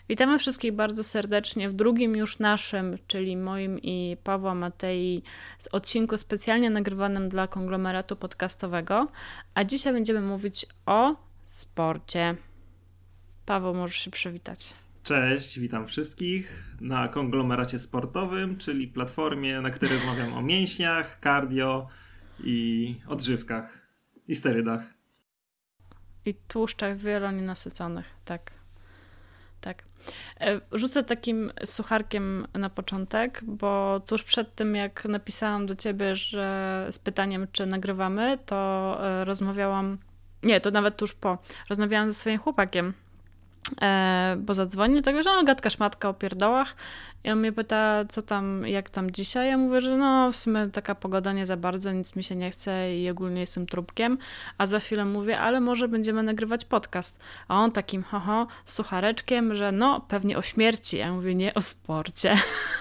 Witamy wszystkich bardzo serdecznie w drugim już naszym, czyli moim i Pawła Matei, odcinku specjalnie nagrywanym dla konglomeratu podcastowego. A dzisiaj będziemy mówić o sporcie. Paweł, możesz się przywitać. Cześć, witam wszystkich na konglomeracie sportowym, czyli platformie, na której rozmawiam o mięśniach, cardio i odżywkach i sterydach. I tłuszczach wielonienasyconych, tak. Rzucę takim sucharkiem na początek, bo tuż przed tym, jak napisałam do ciebie, że z pytaniem, czy nagrywamy, to to nawet tuż po, rozmawiałam ze swoim chłopakiem, bo zadzwonił, tego, że gadka szmatka o pierdołach i on mnie pyta, co tam, jak tam dzisiaj. Ja mówię, że w sumie taka pogoda nie za bardzo, nic mi się nie chce i ogólnie jestem trupkiem, a za chwilę mówię, ale może będziemy nagrywać podcast. A on takim suchareczkiem, że pewnie o śmierci. Ja mówię, nie o sporcie.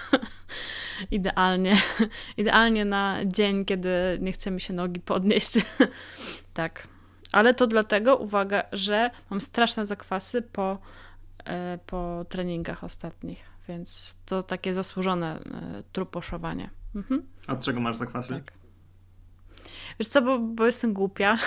Idealnie na dzień, kiedy nie chce mi się nogi podnieść. Tak. Ale to dlatego, uwaga, że mam straszne zakwasy po treningach ostatnich, więc to takie zasłużone truposzowanie. Mhm. A od czego masz zakwasy? Tak. Wiesz co, bo jestem głupia.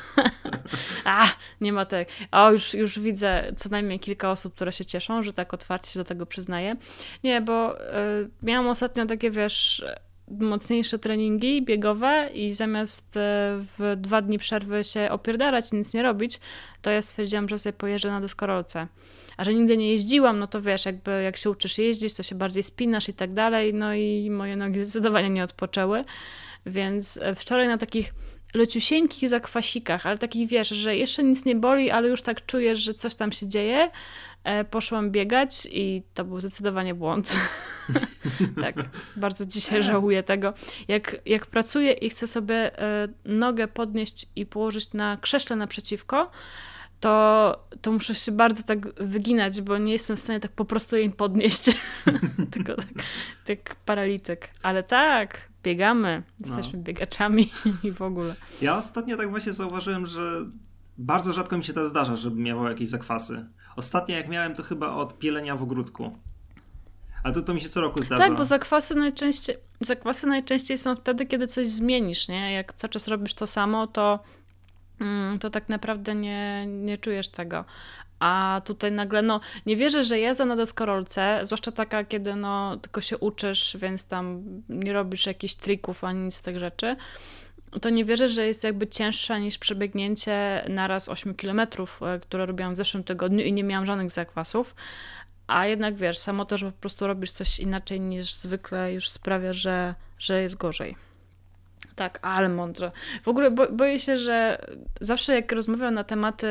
Nie ma tak. Już widzę co najmniej kilka osób, które się cieszą, że tak otwarcie się do tego przyznaję. Nie, bo miałam ostatnio takie, mocniejsze treningi biegowe i zamiast w 2 dni przerwy się opierdalać i nic nie robić, to ja stwierdziłam, że sobie pojeżdżę na deskorolce. A że nigdy nie jeździłam, to wiesz, jakby jak się uczysz jeździć, to się bardziej spinasz i tak dalej, i moje nogi zdecydowanie nie odpoczęły. Więc wczoraj na takich leciusieńkich zakwasikach, ale takich że jeszcze nic nie boli, ale już tak czujesz, że coś tam się dzieje, poszłam biegać i to był zdecydowanie błąd. Tak, bardzo dzisiaj żałuję tego. Jak pracuję i chcę sobie nogę podnieść i położyć na krześle naprzeciwko, to muszę się bardzo tak wyginać, bo nie jestem w stanie tak po prostu jej podnieść. Tylko tak paralityk. Ale tak, biegamy, jesteśmy biegaczami i w ogóle. Ja ostatnio tak właśnie zauważyłem, że bardzo rzadko mi się to zdarza, żebym miał jakieś zakwasy. Ostatnio jak miałem, to chyba od pielenia w ogródku. Ale to mi się co roku zdarza. Tak, bo zakwasy najczęściej są wtedy, kiedy coś zmienisz, nie? Jak cały czas robisz to samo, to tak naprawdę nie czujesz tego. A tutaj nagle, nie wierzę, że jazda na deskorolce, zwłaszcza taka, kiedy tylko się uczysz, więc tam nie robisz jakichś trików ani nic z tych rzeczy, to nie wierzę, że jest jakby cięższa niż przebiegnięcie naraz 8 kilometrów, które robiłam w zeszłym tygodniu i nie miałam żadnych zakwasów. A jednak samo to, że po prostu robisz coś inaczej niż zwykle, już sprawia, że jest gorzej. Tak, ale mądrze. W ogóle boję się, że zawsze jak rozmawiam na tematy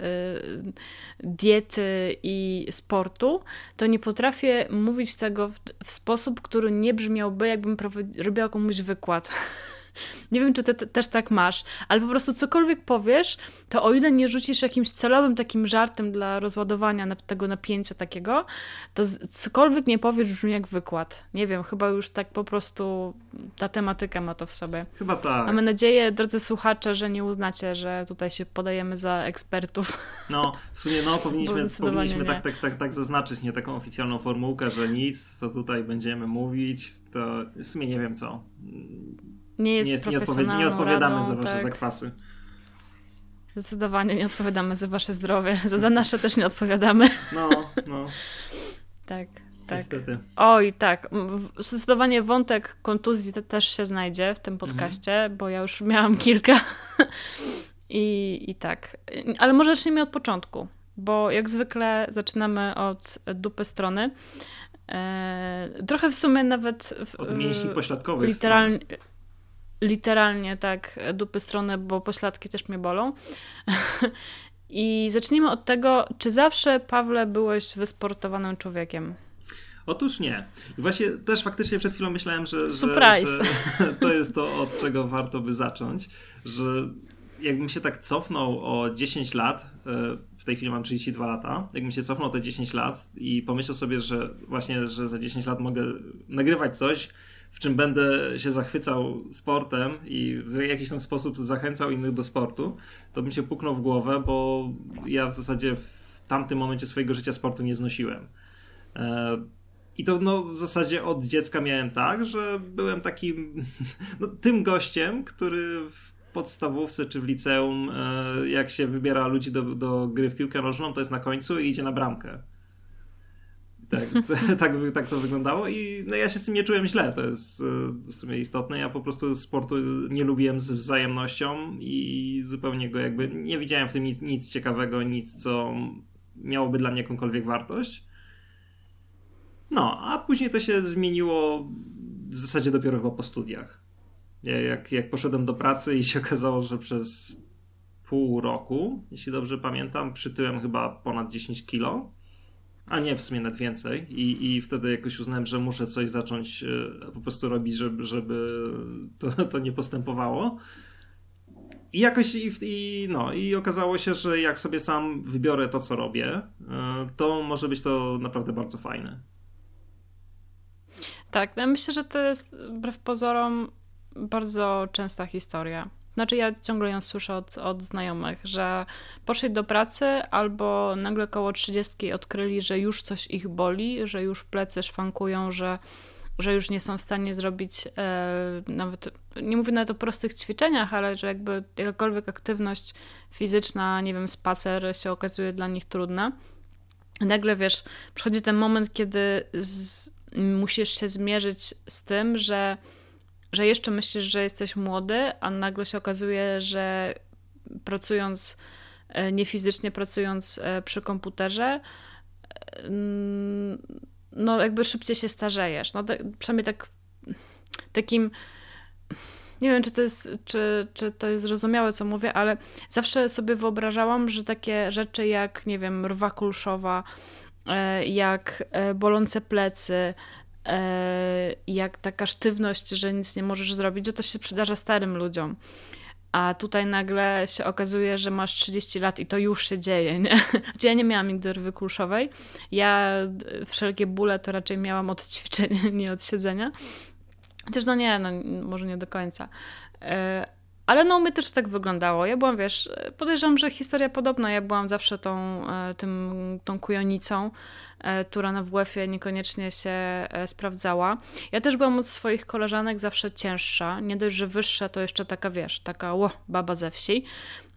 diety i sportu, to nie potrafię mówić tego w sposób, który nie brzmiałby, jakbym robiła komuś wykład. Nie wiem, czy ty też tak masz, ale po prostu cokolwiek powiesz, to o ile nie rzucisz jakimś celowym takim żartem dla rozładowania tego napięcia takiego, to cokolwiek nie powiesz brzmi jak wykład. Nie wiem, chyba już tak po prostu ta tematyka ma to w sobie. Chyba tak. Mamy nadzieję, drodzy słuchacze, że nie uznacie, że tutaj się podajemy za ekspertów. W sumie powinniśmy tak zaznaczyć, nie taką oficjalną formułkę, że nic, co tutaj będziemy mówić, to w sumie nie wiem co. Nie odpowiadamy za wasze zakwasy. Zdecydowanie nie odpowiadamy za wasze zdrowie. Za nasze też nie odpowiadamy. Tak. Niestety. Oj, tak. Zdecydowanie wątek kontuzji też się znajdzie w tym podcaście, bo ja już miałam kilka. I tak. Ale może zacznijmy od początku, bo jak zwykle zaczynamy od dupy strony. Trochę w sumie nawet... Od mięśni pośladkowych Literalnie tak, dupy strony, bo pośladki też mnie bolą. I zacznijmy od tego, czy zawsze, Pawle, byłeś wysportowanym człowiekiem? Otóż nie. I właśnie też faktycznie przed chwilą myślałem, że to jest to, od czego warto by zacząć, że jakbym się tak cofnął o 10 lat, w tej chwili mam 32 lata, jakbym się cofnął te 10 lat i pomyślał sobie, że za 10 lat mogę nagrywać coś, w czym będę się zachwycał sportem i w jakiś tam sposób zachęcał innych do sportu, to bym się puknął w głowę, bo ja w zasadzie w tamtym momencie swojego życia sportu nie znosiłem. I to w zasadzie od dziecka miałem tak, że byłem takim tym gościem, który w podstawówce czy w liceum, jak się wybiera ludzi do gry w piłkę nożną, to jest na końcu i idzie na bramkę. Tak to wyglądało i ja się z tym nie czułem źle, to jest w sumie istotne. Ja po prostu sportu nie lubiłem z wzajemnością i zupełnie go jakby nie widziałem w tym nic ciekawego, nic co miałoby dla mnie jakąkolwiek wartość. A później to się zmieniło w zasadzie dopiero chyba po studiach. Jak poszedłem do pracy i się okazało, że przez pół roku, jeśli dobrze pamiętam, przytyłem chyba ponad 10 kilo. A nie, w sumie nawet więcej. I wtedy jakoś uznałem, że muszę coś zacząć po prostu robić, żeby to nie postępowało. I jakoś i okazało się, że jak sobie sam wybiorę to, co robię, to może być to naprawdę bardzo fajne. Tak, ja myślę, że to jest wbrew pozorom bardzo częsta historia. Znaczy ja ciągle ją słyszę od znajomych, że poszli do pracy albo nagle koło 30 odkryli, że już coś ich boli, że już plecy szwankują, że już nie są w stanie zrobić nawet, nie mówię nawet o prostych ćwiczeniach, ale że jakby jakakolwiek aktywność fizyczna, nie wiem, spacer się okazuje dla nich trudna. Nagle wiesz, przychodzi ten moment, kiedy musisz się zmierzyć z tym, że jeszcze myślisz, że jesteś młody, a nagle się okazuje, że pracując niefizycznie, pracując przy komputerze, jakby szybciej się starzejesz. Przynajmniej takim, nie wiem, czy to jest zrozumiałe, co mówię, ale zawsze sobie wyobrażałam, że takie rzeczy jak, nie wiem, rwa kulszowa, jak bolące plecy, jak taka sztywność, że nic nie możesz zrobić, że to się przydarza starym ludziom. A tutaj nagle się okazuje, że masz 30 lat i to już się dzieje, nie? Znaczy ja nie miałam nigdy rwy kulszowej. Ja wszelkie bóle to raczej miałam od ćwiczenia, nie od siedzenia. Chociaż może nie do końca. Ale u mnie też tak wyglądało. Ja byłam, podejrzewam, że historia podobna. Ja byłam zawsze tą kujonicą, która na WF-ie niekoniecznie się sprawdzała. Ja też byłam od swoich koleżanek zawsze cięższa. Nie dość, że wyższa, to jeszcze taka, baba ze wsi.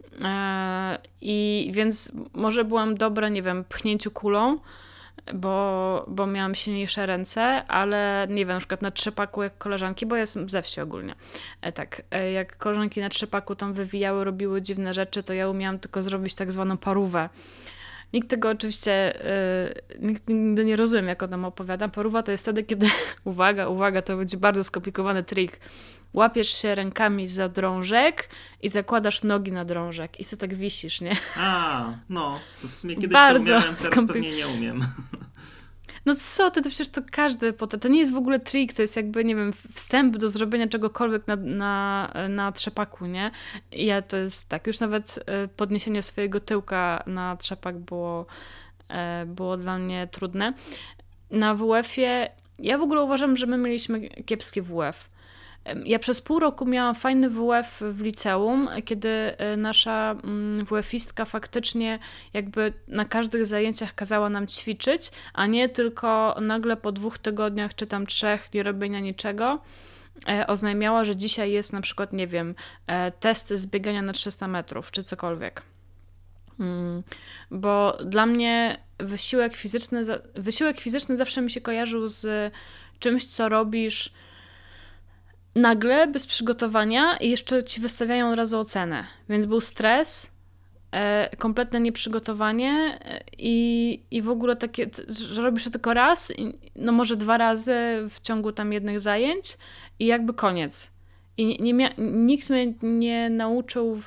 I więc może byłam dobra, nie wiem, pchnięciu kulą, bo miałam silniejsze ręce, ale nie wiem, na przykład na trzepaku jak koleżanki, bo ja jestem ze wsi ogólnie, jak koleżanki na trzepaku tam wywijały, robiły dziwne rzeczy, to ja umiałam tylko zrobić tak zwaną parówę. Nikt tego oczywiście, nikt nigdy nie rozumie, jak o tym opowiadam. Parówa to jest wtedy, kiedy, uwaga, to będzie bardzo skomplikowany trik. Łapiesz się rękami za drążek i zakładasz nogi na drążek i sobie tak wisisz, nie? To w sumie kiedyś bardzo to umiałem, teraz pewnie nie umiem. No co ty, to przecież to każdy potem, to nie jest w ogóle trik, to jest jakby, nie wiem, wstęp do zrobienia czegokolwiek na trzepaku, nie? I ja to jest tak, już nawet podniesienie swojego tyłka na trzepak było dla mnie trudne. Na WF-ie, ja w ogóle uważam, że my mieliśmy kiepski WF. Ja przez pół roku miałam fajny WF w liceum, kiedy nasza WF-istka faktycznie jakby na każdych zajęciach kazała nam ćwiczyć, a nie tylko nagle po 2 tygodniach czy tam 3 nie robienia niczego oznajmiała, że dzisiaj jest na przykład, nie wiem, test z biegania na 300 metrów czy cokolwiek. Bo dla mnie wysiłek fizyczny zawsze mi się kojarzył z czymś, co robisz nagle, bez przygotowania i jeszcze ci wystawiają od razu ocenę. Więc był stres, kompletne nieprzygotowanie i w ogóle takie, że robisz to tylko raz, może 2 razy w ciągu tam jednych zajęć i jakby koniec. I nikt mnie nie nauczył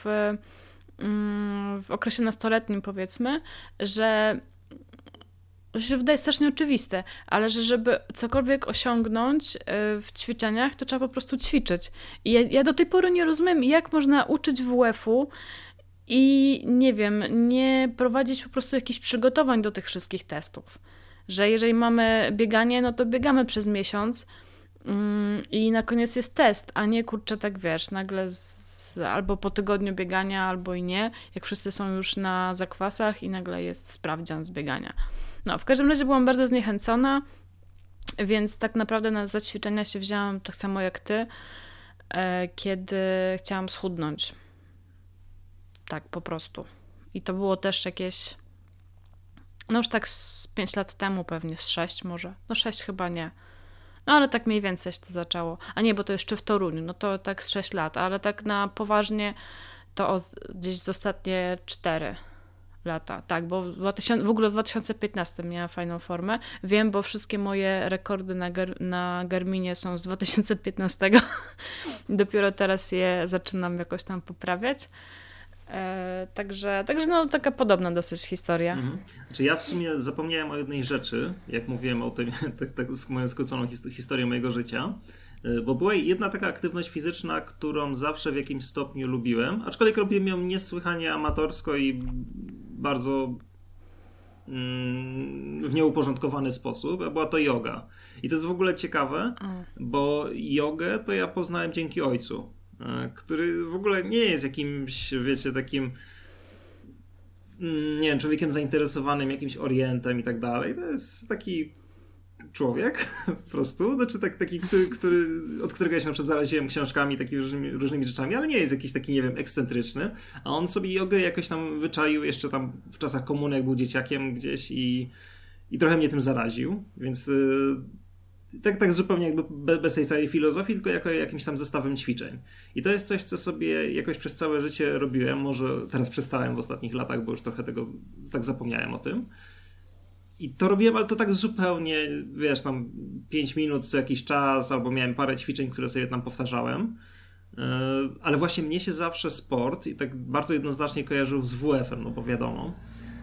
w okresie nastoletnim, powiedzmy, że się wydaje strasznie oczywiste, ale że żeby cokolwiek osiągnąć w ćwiczeniach, to trzeba po prostu ćwiczyć. I ja do tej pory nie rozumiem, jak można uczyć WF-u i nie wiem, nie prowadzić po prostu jakichś przygotowań do tych wszystkich testów. Że jeżeli mamy bieganie, no to biegamy przez miesiąc i na koniec jest test, a nie tak nagle albo po tygodniu biegania, albo i nie, jak wszyscy są już na zakwasach i nagle jest sprawdzian z biegania. No, w każdym razie byłam bardzo zniechęcona, więc tak naprawdę za ćwiczenia się wzięłam tak samo jak ty, kiedy chciałam schudnąć. Tak, po prostu. I to było też jakieś, no już tak z 5 lat temu pewnie, z 6 może. No 6 chyba nie. No ale tak mniej więcej się to zaczęło. A nie, bo to jeszcze w Toruniu, no to tak z 6 lat, ale tak na poważnie to gdzieś z ostatnie 4 lata. Tak, bo w ogóle w 2015 miałam fajną formę. Wiem, bo wszystkie moje rekordy na Garminie są z 2015. Dopiero teraz je zaczynam jakoś tam poprawiać. Także no taka podobna dosyć historia. Znaczy ja w sumie zapomniałem o jednej rzeczy, jak mówiłem o tym, tak moją skróconą historię mojego życia, bo była jedna taka aktywność fizyczna, którą zawsze w jakimś stopniu lubiłem, aczkolwiek robiłem ją niesłychanie amatorsko i bardzo w nieuporządkowany sposób, a była to yoga. I to jest w ogóle ciekawe, bo jogę to ja poznałem dzięki ojcu, który w ogóle nie jest jakimś, wiecie, takim, nie wiem, człowiekiem zainteresowanym jakimś orientem i tak dalej. To jest taki człowiek po prostu, znaczy taki, od którego ja się na przykład zaraziłem książkami, takimi różnymi rzeczami, ale nie jest jakiś taki, nie wiem, ekscentryczny, a on sobie jogę jakoś tam wyczaił jeszcze tam w czasach komuny, jak był dzieciakiem gdzieś i trochę mnie tym zaraził, więc tak zupełnie jakby bez tej całej filozofii, tylko jako jakimś tam zestawem ćwiczeń. I to jest coś, co sobie jakoś przez całe życie robiłem, może teraz przestałem w ostatnich latach, bo już trochę tego tak zapomniałem o tym. I to robiłem, ale to tak zupełnie, wiesz, tam 5 minut co jakiś czas, albo miałem parę ćwiczeń, które sobie tam powtarzałem. Ale właśnie mnie się zawsze sport i tak bardzo jednoznacznie kojarzył z WF-em, no bo wiadomo.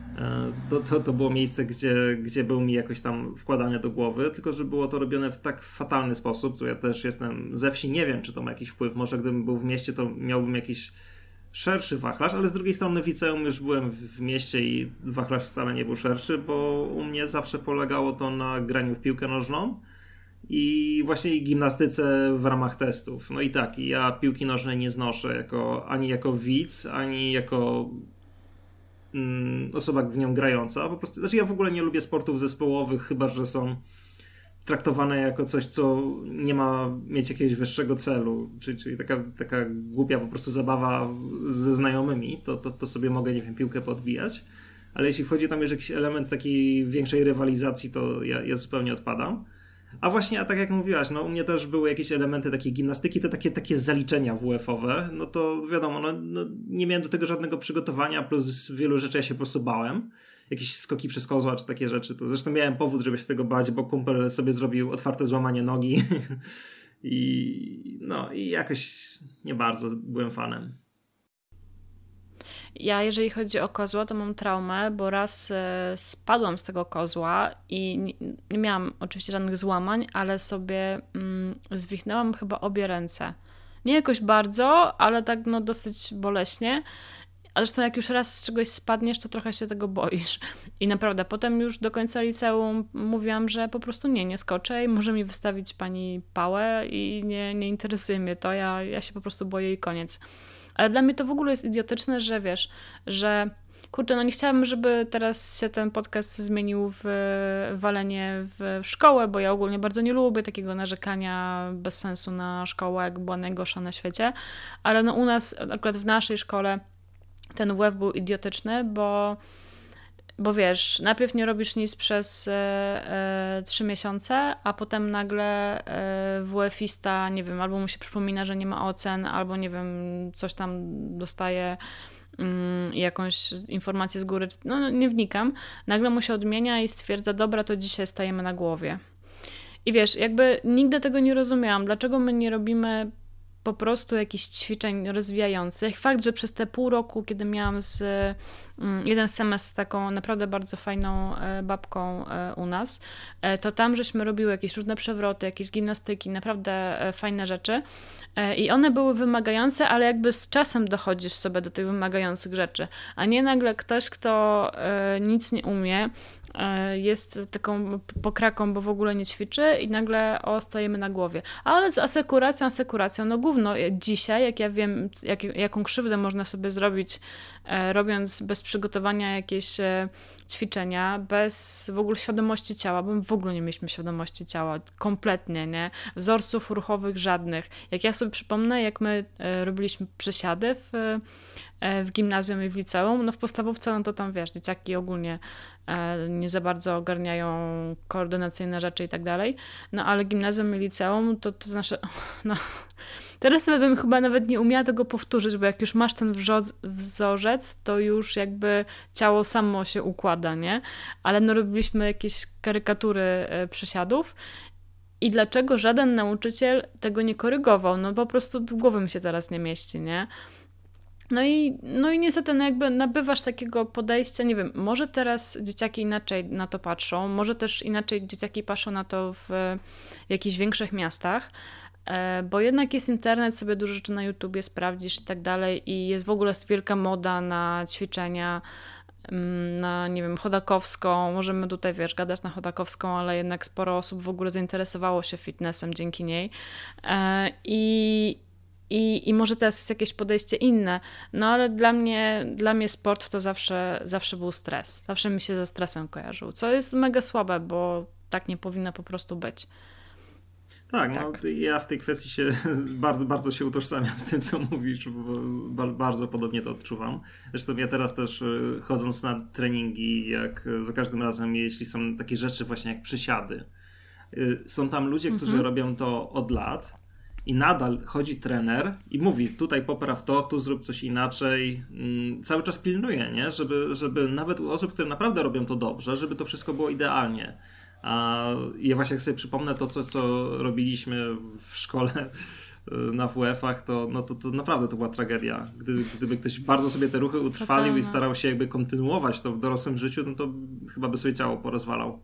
To było miejsce, gdzie był mi jakoś tam wkładane do głowy, tylko że było to robione w tak fatalny sposób, to ja też jestem ze wsi, nie wiem, czy to ma jakiś wpływ, może gdybym był w mieście, to miałbym jakiś szerszy wachlarz, ale z drugiej strony w liceum już byłem w mieście i wachlarz wcale nie był szerszy, bo u mnie zawsze polegało to na graniu w piłkę nożną i właśnie gimnastyce w ramach testów. No i tak, ja piłki nożnej nie znoszę ani jako widz, ani jako osoba w nią grająca. Po prostu, znaczy ja w ogóle nie lubię sportów zespołowych, chyba że są traktowane jako coś, co nie ma mieć jakiegoś wyższego celu, czyli taka głupia po prostu zabawa ze znajomymi, to sobie mogę, nie wiem, piłkę podbijać, ale jeśli wchodzi tam już jakiś element takiej większej rywalizacji, to ja zupełnie odpadam. A właśnie, a tak jak mówiłaś, no u mnie też były jakieś elementy takiej gimnastyki, te takie zaliczenia WF-owe, no to wiadomo, no nie miałem do tego żadnego przygotowania, plus wielu rzeczy ja się po prostu bałem. Jakieś skoki przez kozła czy takie rzeczy. To zresztą miałem powód, żeby się tego bać, bo kumpel sobie zrobił otwarte złamanie nogi i jakoś nie bardzo byłem fanem. Ja, jeżeli chodzi o kozła, to mam traumę, bo raz spadłam z tego kozła i nie miałam oczywiście żadnych złamań, ale sobie zwichnęłam chyba obie ręce. Nie jakoś bardzo, ale tak no dosyć boleśnie. A zresztą jak już raz z czegoś spadniesz, to trochę się tego boisz. I naprawdę potem już do końca liceum mówiłam, że po prostu nie skoczę i może mi wystawić pani pałę i nie interesuje mnie to, ja się po prostu boję i koniec. Ale dla mnie to w ogóle jest idiotyczne, że wiesz, że kurczę, no nie chciałabym, żeby teraz się ten podcast zmienił w walenie w szkołę, bo ja ogólnie bardzo nie lubię takiego narzekania bez sensu na szkołę, jak była najgorsza na świecie, ale no u nas, akurat w naszej szkole ten WF był idiotyczny, bo wiesz, najpierw nie robisz nic przez 3 miesiące, a potem nagle WF-ista, nie wiem, albo mu się przypomina, że nie ma ocen, albo nie wiem, coś tam dostaje jakąś informację z góry, no nie wnikam, nagle mu się odmienia i stwierdza, dobra, to dzisiaj stajemy na głowie. I wiesz, jakby nigdy tego nie rozumiałam, dlaczego my nie robimy po prostu jakichś ćwiczeń rozwijających. Fakt, że przez te pół roku, kiedy miałam jeden semestr z taką naprawdę bardzo fajną babką u nas, to tam żeśmy robiły jakieś różne przewroty, jakieś gimnastyki, naprawdę fajne rzeczy i one były wymagające, ale jakby z czasem dochodzisz sobie do tych wymagających rzeczy, a nie nagle ktoś, kto nic nie umie, jest taką pokraką, bo w ogóle nie ćwiczy i nagle stajemy na głowie. Ale z asekuracją, no gówno, dzisiaj, jak ja wiem, jaką krzywdę można sobie zrobić, robiąc bez przygotowania jakieś ćwiczenia, bez w ogóle świadomości ciała, bo w ogóle nie mieliśmy świadomości ciała, kompletnie, nie? Wzorców ruchowych żadnych. Jak ja sobie przypomnę, jak my robiliśmy przysiady w gimnazjum i w liceum, no w podstawówce, no to tam wiesz, dzieciaki ogólnie nie za bardzo ogarniają koordynacyjne rzeczy i tak dalej, no ale gimnazjum i liceum to nasze, no teraz bym chyba nawet nie umiała tego powtórzyć, bo jak już masz ten wzorzec, to już jakby ciało samo się układa, nie? Ale no robiliśmy jakieś karykatury przysiadów i dlaczego żaden nauczyciel tego nie korygował? No po prostu w głowie mi się teraz nie mieści, nie? No i niestety no jakby nabywasz takiego podejścia, nie wiem, może teraz dzieciaki inaczej na to patrzą, może też inaczej dzieciaki patrzą na to w jakichś większych miastach, bo jednak jest internet, sobie dużo rzeczy na YouTubie sprawdzisz i tak dalej i jest w ogóle wielka moda na ćwiczenia, na, nie wiem, chodakowską, możemy tutaj, wiesz, gadać na chodakowską, ale jednak sporo osób w ogóle zainteresowało się fitnessem dzięki niej i może teraz jest jakieś podejście inne, no ale dla mnie sport to zawsze był stres. Zawsze mi się ze stresem kojarzył, co jest mega słabe, bo tak nie powinno po prostu być. Tak, no ja w tej kwestii się bardzo, bardzo się utożsamiam z tym, co mówisz, bo bardzo podobnie to odczuwam. Zresztą ja teraz też chodząc na treningi, jak za każdym razem, jeśli są takie rzeczy właśnie jak przysiady, są tam ludzie, którzy robią to od lat i nadal chodzi trener i mówi, tutaj popraw to, tu zrób coś inaczej. Cały czas pilnuje, nie? Żeby nawet u osób, które naprawdę robią to dobrze, żeby to wszystko było idealnie. A ja właśnie jak sobie przypomnę to, co robiliśmy w szkole na WF-ach, to naprawdę to była tragedia. Gdyby ktoś bardzo sobie te ruchy utrwalił i starał się jakby kontynuować to w dorosłym życiu, no to chyba by sobie ciało porozwalał.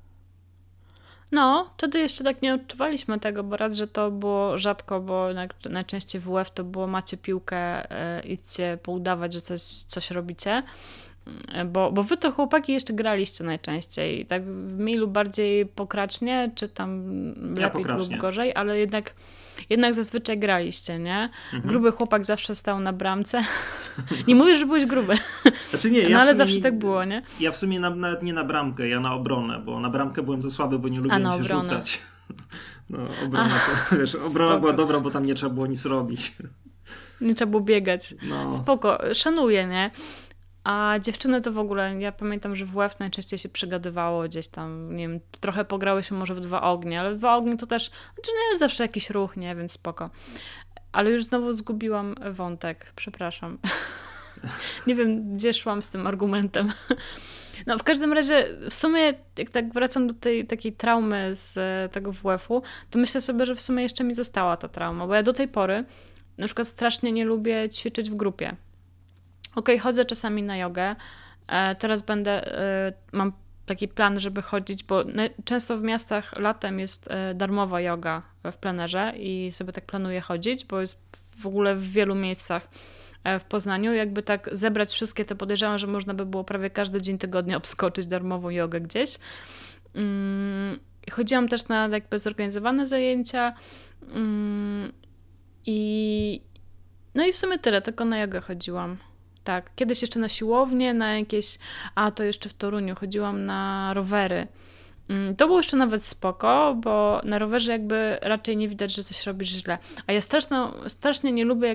No, wtedy jeszcze tak nie odczuwaliśmy tego, bo raz, że to było rzadko, bo najczęściej WF to było macie piłkę, idźcie poudawać, że coś robicie. Bo wy to chłopaki jeszcze graliście najczęściej, tak mniej lub bardziej pokracznie, czy tam lepiej lub gorzej, ale jednak zazwyczaj graliście, nie? Gruby chłopak zawsze stał na bramce. Nie mówisz, że byłeś gruby. Znaczy nie, no ale zawsze tak było, nie? Ja w sumie nawet nie na bramkę, ja na obronę, bo na bramkę byłem za słaby, bo nie lubiłem się rzucać. No, obrona była dobra, bo tam nie trzeba było nic robić. Nie trzeba było biegać. No. Spoko, szanuję, nie? A dziewczyny to w ogóle, ja pamiętam, że w WF najczęściej się przegadywało gdzieś tam, nie wiem, trochę pograły się może w 2 ognie, ale 2 ognie to też, znaczy nie, zawsze jakiś ruch, nie, więc spoko. Ale już znowu zgubiłam wątek, przepraszam. Nie wiem, gdzie szłam z tym argumentem. No w każdym razie, w sumie jak tak wracam do tej takiej traumy z tego WF-u, to myślę sobie, że w sumie jeszcze mi została ta trauma, bo ja do tej pory na przykład strasznie nie lubię ćwiczyć w grupie. Okej, chodzę czasami na jogę. Teraz mam taki plan, żeby chodzić, bo często w miastach latem jest darmowa joga w plenerze i sobie tak planuję chodzić, bo jest w ogóle w wielu miejscach w Poznaniu. Jakby tak zebrać wszystkie, to podejrzewam, że można by było prawie każdy dzień tygodnia obskoczyć darmową jogę gdzieś. Chodziłam też na jakby zorganizowane zajęcia no i w sumie tyle, tylko na jogę chodziłam. Tak, kiedyś jeszcze na siłownię, na jakieś, to jeszcze w Toruniu chodziłam na rowery. To było jeszcze nawet spoko, bo na rowerze jakby raczej nie widać, że coś robisz źle. A ja strasznie nie lubię, jak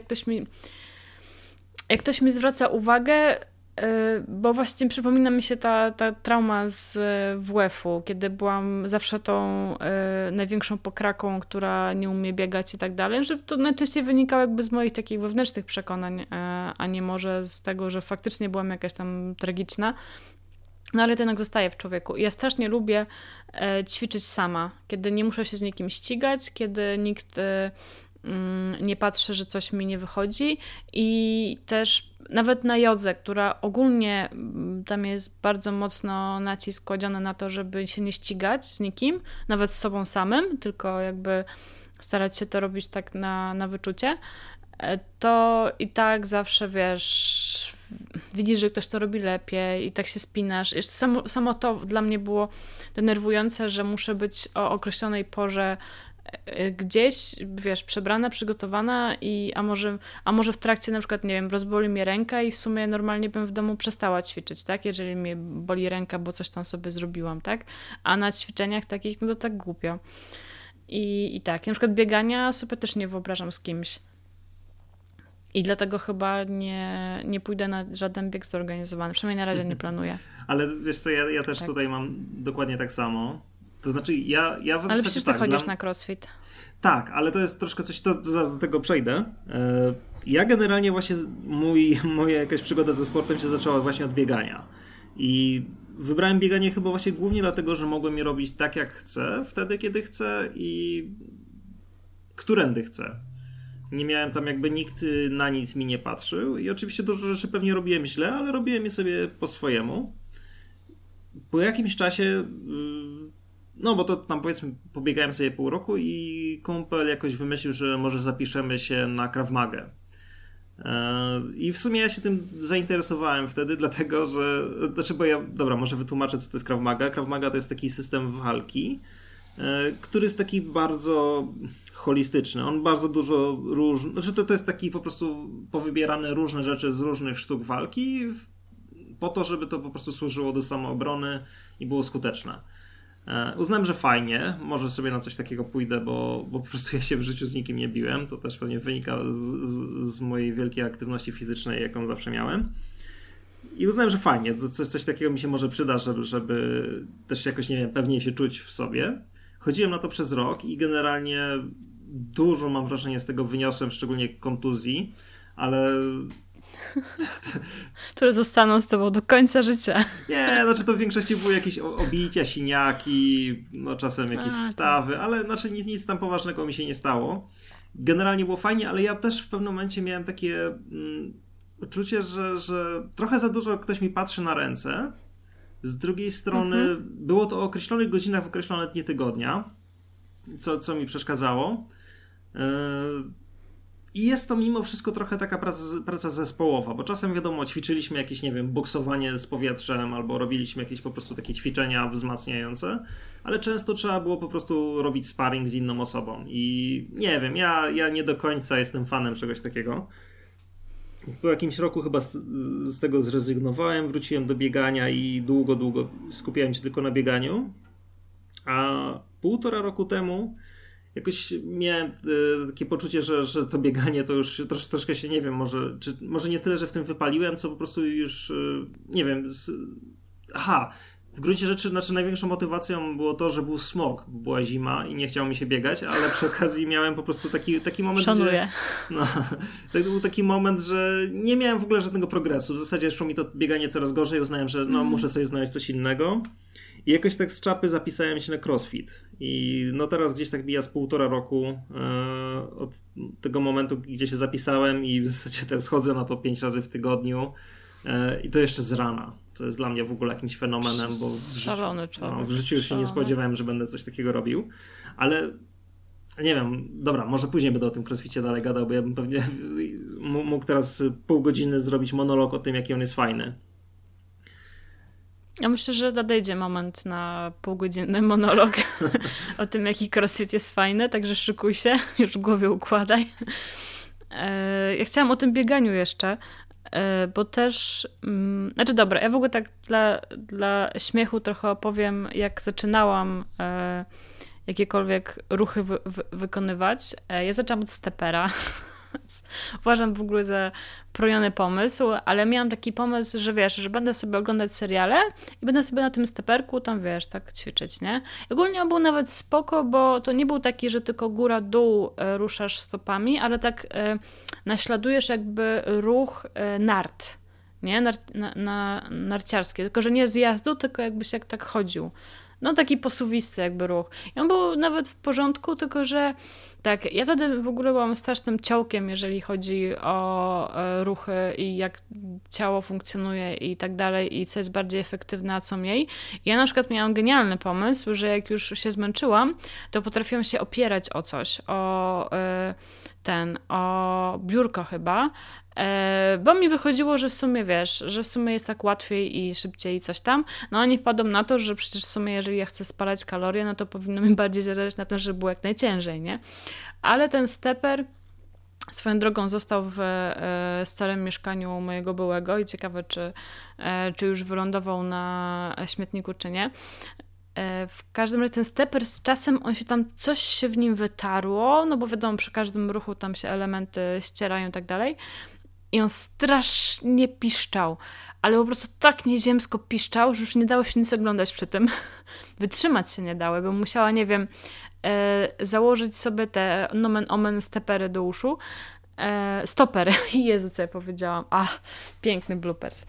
ktoś mi zwraca uwagę, bo właśnie przypomina mi się ta trauma z WF-u, kiedy byłam zawsze tą największą pokraką, która nie umie biegać i tak dalej, że to najczęściej wynikało jakby z moich takich wewnętrznych przekonań, a nie może z tego, że faktycznie byłam jakaś tam tragiczna. No ale to jednak zostaje w człowieku. I ja strasznie lubię ćwiczyć sama, kiedy nie muszę się z nikim ścigać, kiedy nikt nie patrzy, że coś mi nie wychodzi i też nawet na jodze, która ogólnie tam jest bardzo mocno nacisk kładziony na to, żeby się nie ścigać z nikim, nawet z sobą samym, tylko jakby starać się to robić tak na wyczucie, to i tak zawsze, wiesz, widzisz, że ktoś to robi lepiej i tak się spinasz. Samo to dla mnie było denerwujące, że muszę być o określonej porze gdzieś, wiesz, przebrana, przygotowana a może w trakcie na przykład, nie wiem, rozboli mnie ręka i w sumie normalnie bym w domu przestała ćwiczyć, tak? Jeżeli mnie boli ręka, bo coś tam sobie zrobiłam, tak? A na ćwiczeniach takich, no to tak głupio. I tak, na przykład biegania sobie też nie wyobrażam z kimś. I dlatego chyba nie pójdę na żaden bieg zorganizowany. Przynajmniej na razie nie planuję. Ale wiesz co, ja też tutaj mam dokładnie tak samo. To znaczy ja w Ale przecież ty chodzisz na crossfit. Tak, ale to jest troszkę coś, to zaraz do tego przejdę. Ja generalnie właśnie moja jakaś przygoda ze sportem się zaczęła właśnie od biegania. I wybrałem bieganie chyba właśnie głównie dlatego, że mogłem je robić tak jak chcę, wtedy kiedy chcę i którędy chcę. Nie miałem tam jakby nikt na nic mi nie patrzył i oczywiście dużo rzeczy pewnie robiłem źle, ale robiłem je sobie po swojemu. Po jakimś czasie, no bo to tam powiedzmy pobiegałem sobie pół roku i kumpel jakoś wymyślił, że może zapiszemy się na Krav Magę. I w sumie ja się tym zainteresowałem wtedy, dlatego że, dobra, może wytłumaczę, co to jest Krav Maga. Krav Maga to jest taki system walki, który jest taki bardzo holistyczny. On bardzo dużo znaczy to jest taki po prostu powybierane różne rzeczy z różnych sztuk walki po to, żeby to po prostu służyło do samoobrony i było skuteczne. Uznałem, że fajnie, może sobie na coś takiego pójdę, bo po prostu ja się w życiu z nikim nie biłem. To też pewnie wynika z mojej wielkiej aktywności fizycznej, jaką zawsze miałem. I uznałem, że fajnie, coś takiego mi się może przyda, żeby też jakoś, nie wiem, pewniej się czuć w sobie. Chodziłem na to przez rok i generalnie dużo, mam wrażenie, z tego wyniosłem, szczególnie kontuzji, ale... które zostaną z tobą do końca życia. Nie, znaczy to w większości były jakieś obicia, siniaki, no czasem jakieś stawy, ale znaczy nic tam poważnego mi się nie stało. Generalnie było fajnie, ale ja też w pewnym momencie miałem takie uczucie, że trochę za dużo ktoś mi patrzy na ręce. Z drugiej strony było to o określonych godzinach w określone dni tygodnia, co mi przeszkadzało. I jest to mimo wszystko trochę taka praca zespołowa, bo czasem wiadomo, ćwiczyliśmy jakieś, nie wiem, boksowanie z powietrzem albo robiliśmy jakieś po prostu takie ćwiczenia wzmacniające, ale często trzeba było po prostu robić sparring z inną osobą i nie wiem, ja nie do końca jestem fanem czegoś takiego. Po jakimś roku chyba z tego zrezygnowałem, wróciłem do biegania i długo skupiałem się tylko na bieganiu, a 1,5 roku temu jakoś miałem takie poczucie, że to bieganie to już troszkę się, nie wiem, może nie tyle, że w tym wypaliłem, co po prostu już, nie wiem, w gruncie rzeczy, znaczy największą motywacją było to, że był smog, była zima i nie chciało mi się biegać, ale przy okazji miałem po prostu taki moment, Szanuję. To był taki moment, że nie miałem w ogóle żadnego progresu. W zasadzie szło mi to bieganie coraz gorzej, uznałem, że muszę sobie znaleźć coś innego. I jakoś tak z czapy zapisałem się na crossfit. I no teraz gdzieś tak mija z 1,5 roku od tego momentu, gdzie się zapisałem i w zasadzie teraz chodzę na to 5 razy w tygodniu. I to jeszcze z rana. To jest dla mnie w ogóle jakimś fenomenem, bo w życiu już się nie spodziewałem, że będę coś takiego robił. Ale nie wiem, dobra, może później będę o tym crossficie dalej gadał, bo ja bym pewnie mógł teraz pół godziny zrobić monolog o tym, jaki on jest fajny. Ja myślę, że nadejdzie moment na półgodzinny monolog o tym, jaki crossfit jest fajny, także szykuj się, już w głowie układaj. Ja chciałam o tym bieganiu jeszcze, bo też, znaczy dobra, ja w ogóle tak dla śmiechu trochę opowiem, jak zaczynałam jakiekolwiek ruchy wykonywać. Ja zaczęłam od stepera. Uważam w ogóle za projony pomysł, ale miałam taki pomysł, że wiesz, że będę sobie oglądać seriale i będę sobie na tym steperku tam, wiesz, tak ćwiczyć, nie? I ogólnie on był nawet spoko, bo to nie był taki, że tylko góra-dół ruszasz stopami, ale tak naśladujesz jakby ruch nart, nie? Narciarski, tylko że nie z jazdu, tylko jakbyś jak tak chodził. No taki posuwisty jakby ruch. I on był nawet w porządku, tylko że tak, ja wtedy w ogóle byłam strasznym ciołkiem, jeżeli chodzi o ruchy i jak ciało funkcjonuje i tak dalej i co jest bardziej efektywne, a co mniej. I ja na przykład miałam genialny pomysł, że jak już się zmęczyłam, to potrafiłam się opierać o coś, o o biurko chyba, bo mi wychodziło, że w sumie wiesz, że w sumie jest tak łatwiej i szybciej i coś tam. No oni wpadą na to, że przecież w sumie jeżeli ja chcę spalać kalorie, no to powinno mi bardziej zależeć na tym, żeby było jak najciężej, nie? Ale ten steper swoją drogą został w starym mieszkaniu mojego byłego i ciekawe, czy już wylądował na śmietniku, czy nie. W każdym razie ten steper z czasem, coś się w nim wytarło, no bo wiadomo, przy każdym ruchu tam się elementy ścierają i tak dalej. I on strasznie piszczał, ale po prostu tak nieziemsko piszczał, że już nie dało się nic oglądać przy tym. Wytrzymać się nie dało, bo musiała, nie wiem, założyć sobie te nomen omen stepery do uszu. Stopery. Jezu, co ja powiedziałam. Piękny bloopers.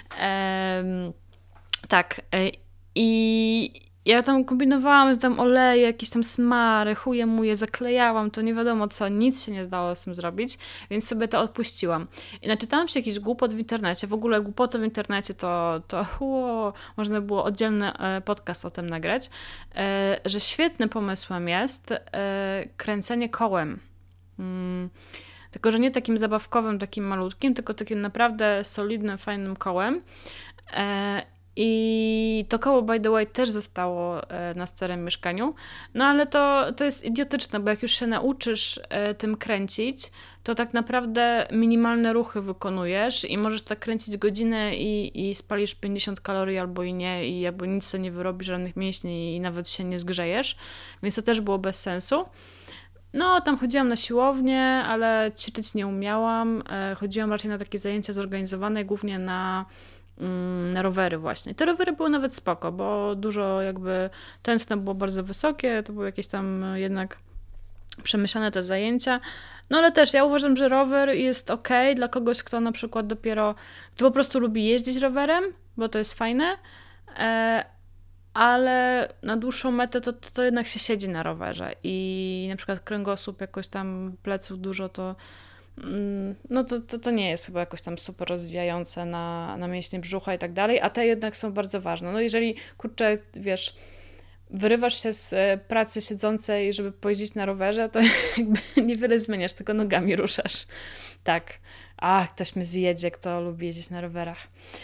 Tak. I ja tam kombinowałam, że tam oleje, jakieś tam smary, chuje muje, zaklejałam, to nie wiadomo co, nic się nie dało z tym zrobić, więc sobie to odpuściłam. I naczytałam się jakiś głupot w internecie, w ogóle głupoty w internecie można było oddzielny podcast o tym nagrać, że świetnym pomysłem jest kręcenie kołem. Tylko, że nie takim zabawkowym, takim malutkim, tylko takim naprawdę solidnym, fajnym kołem. I to koło, by the way, też zostało na starym mieszkaniu. No ale to jest idiotyczne, bo jak już się nauczysz tym kręcić, to tak naprawdę minimalne ruchy wykonujesz i możesz tak kręcić godzinę i spalisz 50 kalorii albo i nie, i jakby nic sobie nie wyrobisz, żadnych mięśni i nawet się nie zgrzejesz. Więc to też było bez sensu. No, tam chodziłam na siłownię, ale ćwiczyć nie umiałam. Chodziłam raczej na takie zajęcia zorganizowane, głównie na rowery właśnie. Te rowery były nawet spoko, bo dużo jakby tętno było bardzo wysokie, to były jakieś tam jednak przemyślane te zajęcia. No ale też ja uważam, że rower jest okej dla kogoś, kto na przykład kto po prostu lubi jeździć rowerem, bo to jest fajne, ale na dłuższą metę to jednak się siedzi na rowerze i na przykład kręgosłup, jakoś tam pleców dużo, no to nie jest chyba jakoś tam super rozwijające na mięśnie brzucha i tak dalej, a te jednak są bardzo ważne. No jeżeli, kurczę, wiesz, wyrywasz się z pracy siedzącej, żeby pojeździć na rowerze, to jakby niewiele zmieniasz, tylko nogami ruszasz. Tak. Ktoś mnie zjedzie, kto lubi jeździć na rowerach.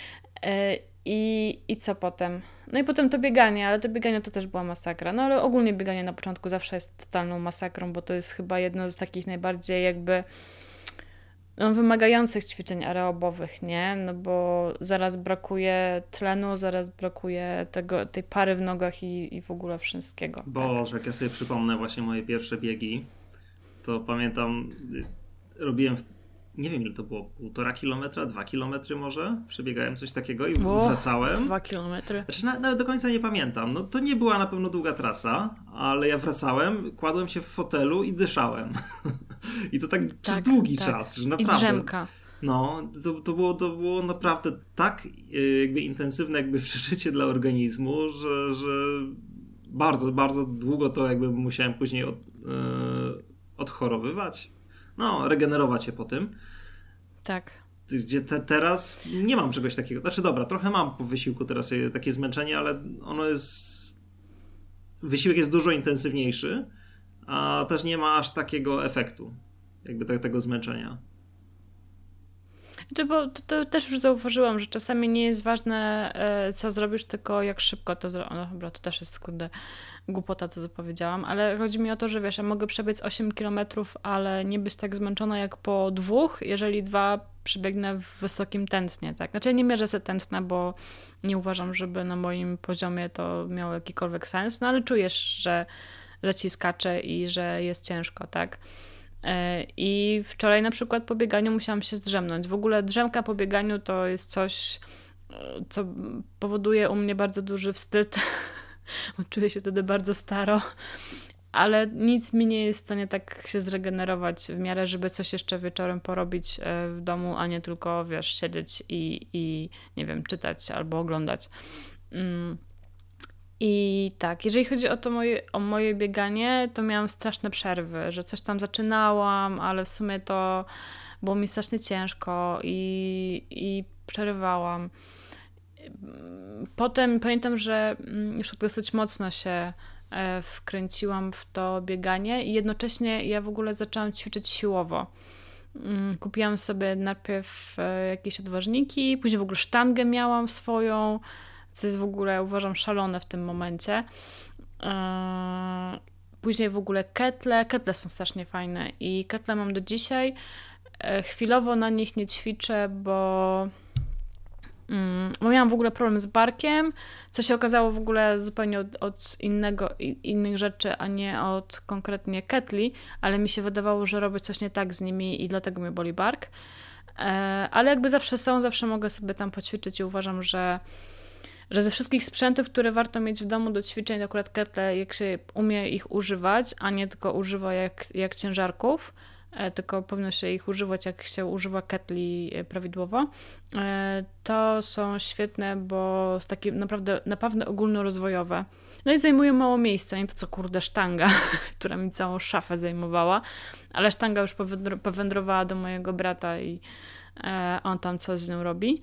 I co potem? No i potem to bieganie, ale to bieganie to też była masakra. No ale ogólnie bieganie na początku zawsze jest totalną masakrą, bo to jest chyba jedno z takich najbardziej jakby wymagających ćwiczeń aerobowych, nie? No bo zaraz brakuje tlenu, zaraz brakuje tej pary w nogach i w ogóle wszystkiego. Boże, jak ja sobie przypomnę właśnie moje pierwsze biegi, to pamiętam, robiłem nie wiem ile to było, 1,5 kilometra, 2 kilometry może, przebiegałem coś takiego i wracałem. 2 kilometry. Znaczy nawet do końca nie pamiętam, no to nie była na pewno długa trasa, ale ja wracałem, kładłem się w fotelu i dyszałem. I to tak przez długi czas, że naprawdę. I drzemka. No, to było naprawdę tak jakby intensywne jakby przeżycie dla organizmu, że bardzo, bardzo długo to jakby musiałem później odchorowywać. No, regenerować się po tym. Tak. Gdzie teraz nie mam czegoś takiego. Znaczy dobra, trochę mam po wysiłku teraz takie zmęczenie, ale ono jest... Wysiłek jest dużo intensywniejszy, a też nie ma aż takiego efektu. Jakby tego zmęczenia. Bo to też już zauważyłam, że czasami nie jest ważne, co zrobisz, tylko jak szybko to zrobisz. No dobra, to też jest głupota, to co powiedziałam, ale chodzi mi o to, że wiesz, ja mogę przebiec 8 kilometrów, ale nie być tak zmęczona jak po 2, jeżeli 2 przebiegnę w wysokim tętnie, tak? Znaczy ja nie mierzę sobie tętna, bo nie uważam, żeby na moim poziomie to miało jakikolwiek sens, no ale czujesz, że ci skacze i że jest ciężko, tak? I wczoraj na przykład po bieganiu musiałam się zdrzemnąć. W ogóle drzemka po bieganiu to jest coś, co powoduje u mnie bardzo duży wstyd. Czuję się wtedy bardzo staro, ale nic mi nie jest w stanie tak się zregenerować w miarę, żeby coś jeszcze wieczorem porobić w domu, a nie tylko, wiesz, siedzieć i nie wiem, czytać albo oglądać. I tak, jeżeli chodzi o moje bieganie, to miałam straszne przerwy, że coś tam zaczynałam, ale w sumie to było mi strasznie ciężko i przerywałam. Potem pamiętam, że już dosyć mocno się wkręciłam w to bieganie i jednocześnie ja w ogóle zaczęłam ćwiczyć siłowo. Kupiłam sobie najpierw jakieś odważniki, później w ogóle sztangę miałam swoją, co jest w ogóle, uważam, szalone w tym momencie. Później w ogóle ketle są strasznie fajne i ketle mam do dzisiaj. Chwilowo na nich nie ćwiczę, bo miałam w ogóle problem z barkiem, co się okazało w ogóle zupełnie od innych rzeczy, a nie od konkretnie ketli, ale mi się wydawało, że robię coś nie tak z nimi i dlatego mnie boli bark. Ale jakby zawsze mogę sobie tam poćwiczyć i uważam, że ze wszystkich sprzętów, które warto mieć w domu do ćwiczeń, to akurat ketle, jak się umie ich używać, a nie tylko używa jak ciężarków, tylko powinno się ich używać, jak się używa ketli prawidłowo, to są świetne, bo są takie naprawdę ogólnorozwojowe. No i zajmują mało miejsca, nie to co sztanga, która mi całą szafę zajmowała, ale sztanga już powędrowała do mojego brata i on tam coś z nią robi.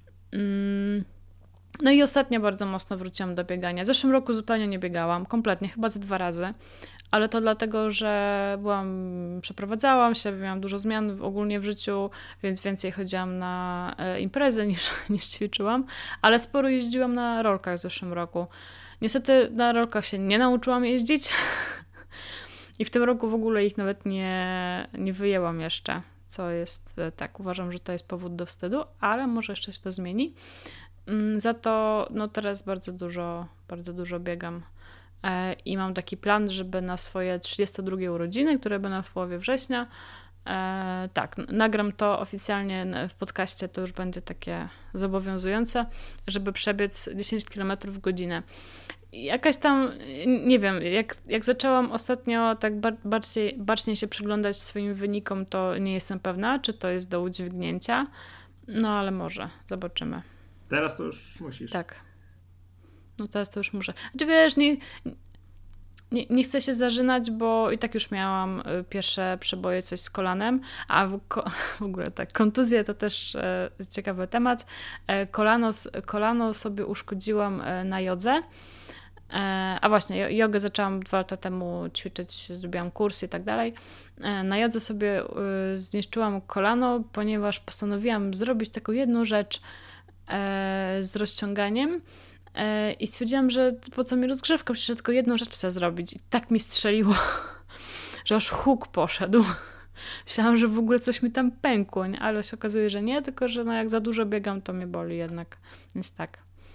No i ostatnio bardzo mocno wróciłam do biegania. W zeszłym roku zupełnie nie biegałam, kompletnie, chyba ze 2 razy. Ale to dlatego, że przeprowadzałam się, miałam dużo zmian ogólnie w życiu, więc więcej chodziłam na imprezy niż ćwiczyłam, ale sporo jeździłam na rolkach w zeszłym roku. Niestety na rolkach się nie nauczyłam jeździć i w tym roku w ogóle ich nawet nie wyjęłam jeszcze, co jest, tak, uważam, że to jest powód do wstydu, ale może jeszcze się to zmieni. Za to teraz bardzo dużo biegam. I mam taki plan, żeby na swoje 32 urodziny, które będą w połowie września, nagram to oficjalnie w podcaście, to już będzie takie zobowiązujące, żeby przebiec 10 km w godzinę. Jakaś tam, nie wiem, jak zaczęłam ostatnio tak baczniej się przyglądać swoim wynikom, to nie jestem pewna, czy to jest do udźwignięcia, ale może, zobaczymy. Teraz to już musisz. Tak. Teraz to już muszę. Znaczy wiesz, nie chcę się zażynać, bo i tak już miałam pierwsze przeboje, coś z kolanem, a w ogóle tak, kontuzje to też ciekawy temat. Kolano sobie uszkodziłam na jodze, a właśnie, jogę zaczęłam 2 lata temu ćwiczyć, zrobiłam kurs i tak dalej. Na jodze sobie zniszczyłam kolano, ponieważ postanowiłam zrobić taką jedną rzecz z rozciąganiem, i stwierdziłam, że po co mi rozgrzewka, przecież tylko jedną rzecz chcę zrobić. I tak mi strzeliło, że aż huk poszedł. Myślałam, że w ogóle coś mi tam pękło, ale się okazuje, że nie, tylko że jak za dużo biegam, to mnie boli jednak. Więc tak.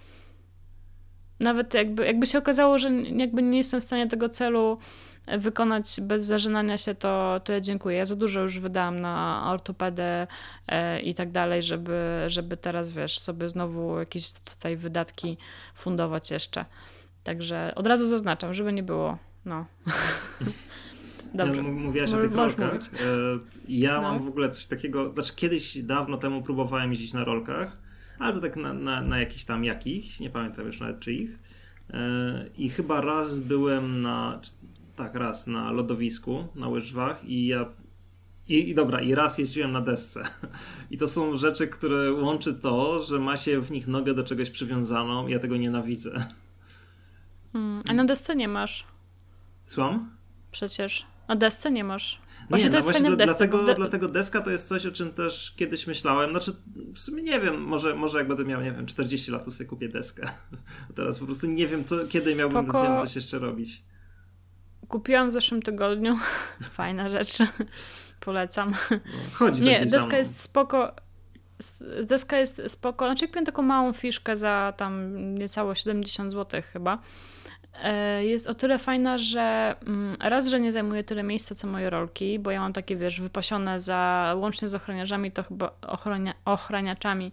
Nawet jakby się okazało, że jakby nie jestem w stanie tego celu wykonać bez zażynania się, to ja dziękuję. Ja za dużo już wydałam na ortopedę i tak dalej, żeby teraz, wiesz, sobie znowu jakieś tutaj wydatki fundować jeszcze. Także od razu zaznaczam, żeby nie było, Dobrze. Mówiłaś o tych rolkach. Ja mam w ogóle coś takiego, kiedyś dawno temu próbowałem jeździć na rolkach, ale to tak na jakichś, nie pamiętam już nawet czyich. I chyba raz byłem raz na lodowisku, na łyżwach i raz jeździłem na desce. I to są rzeczy, które łączy to, że ma się w nich nogę do czegoś przywiązaną. Ja tego nienawidzę. A na desce nie masz. Słucham? Przecież na desce nie masz. Właśnie to jest fajne w desce. Dlatego deska to jest coś, o czym też kiedyś myślałem. W sumie nie wiem, może jak będę miał, 40 lat, to sobie kupię deskę. Teraz po prostu nie wiem, kiedy miałbym coś jeszcze robić. Kupiłam w zeszłym tygodniu. Fajna rzecz. Polecam. Deska jest spoko. Deska jest spoko. Kupiłam taką małą fiszkę za tam niecałe 70 zł chyba. Jest o tyle fajna, że że nie zajmuje tyle miejsca, co moje rolki, bo ja mam takie, wiesz, wypasione łącznie z ochroniarzami, to chyba ochroniarzami.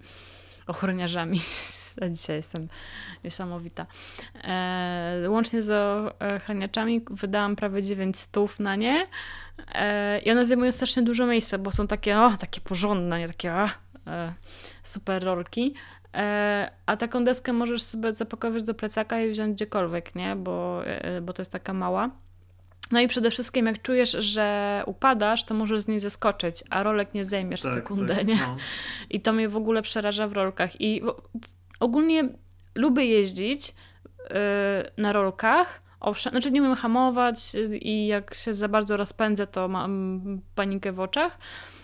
Dzisiaj jestem niesamowita. Łącznie z ochraniaczami wydałam prawie 900 na nie i one zajmują strasznie dużo miejsca, bo są takie porządne, nie takie super rolki. A taką deskę możesz sobie zapakować do plecaka i wziąć gdziekolwiek, nie? Bo to jest taka mała. No i przede wszystkim jak czujesz, że upadasz, to możesz z niej zeskoczyć, a rolek nie zdejmiesz sekundę, nie? No. I to mnie w ogóle przeraża w rolkach. I ogólnie lubię jeździć na rolkach owszem, znaczy nie umiem hamować i jak się za bardzo rozpędzę, to mam panikę w oczach,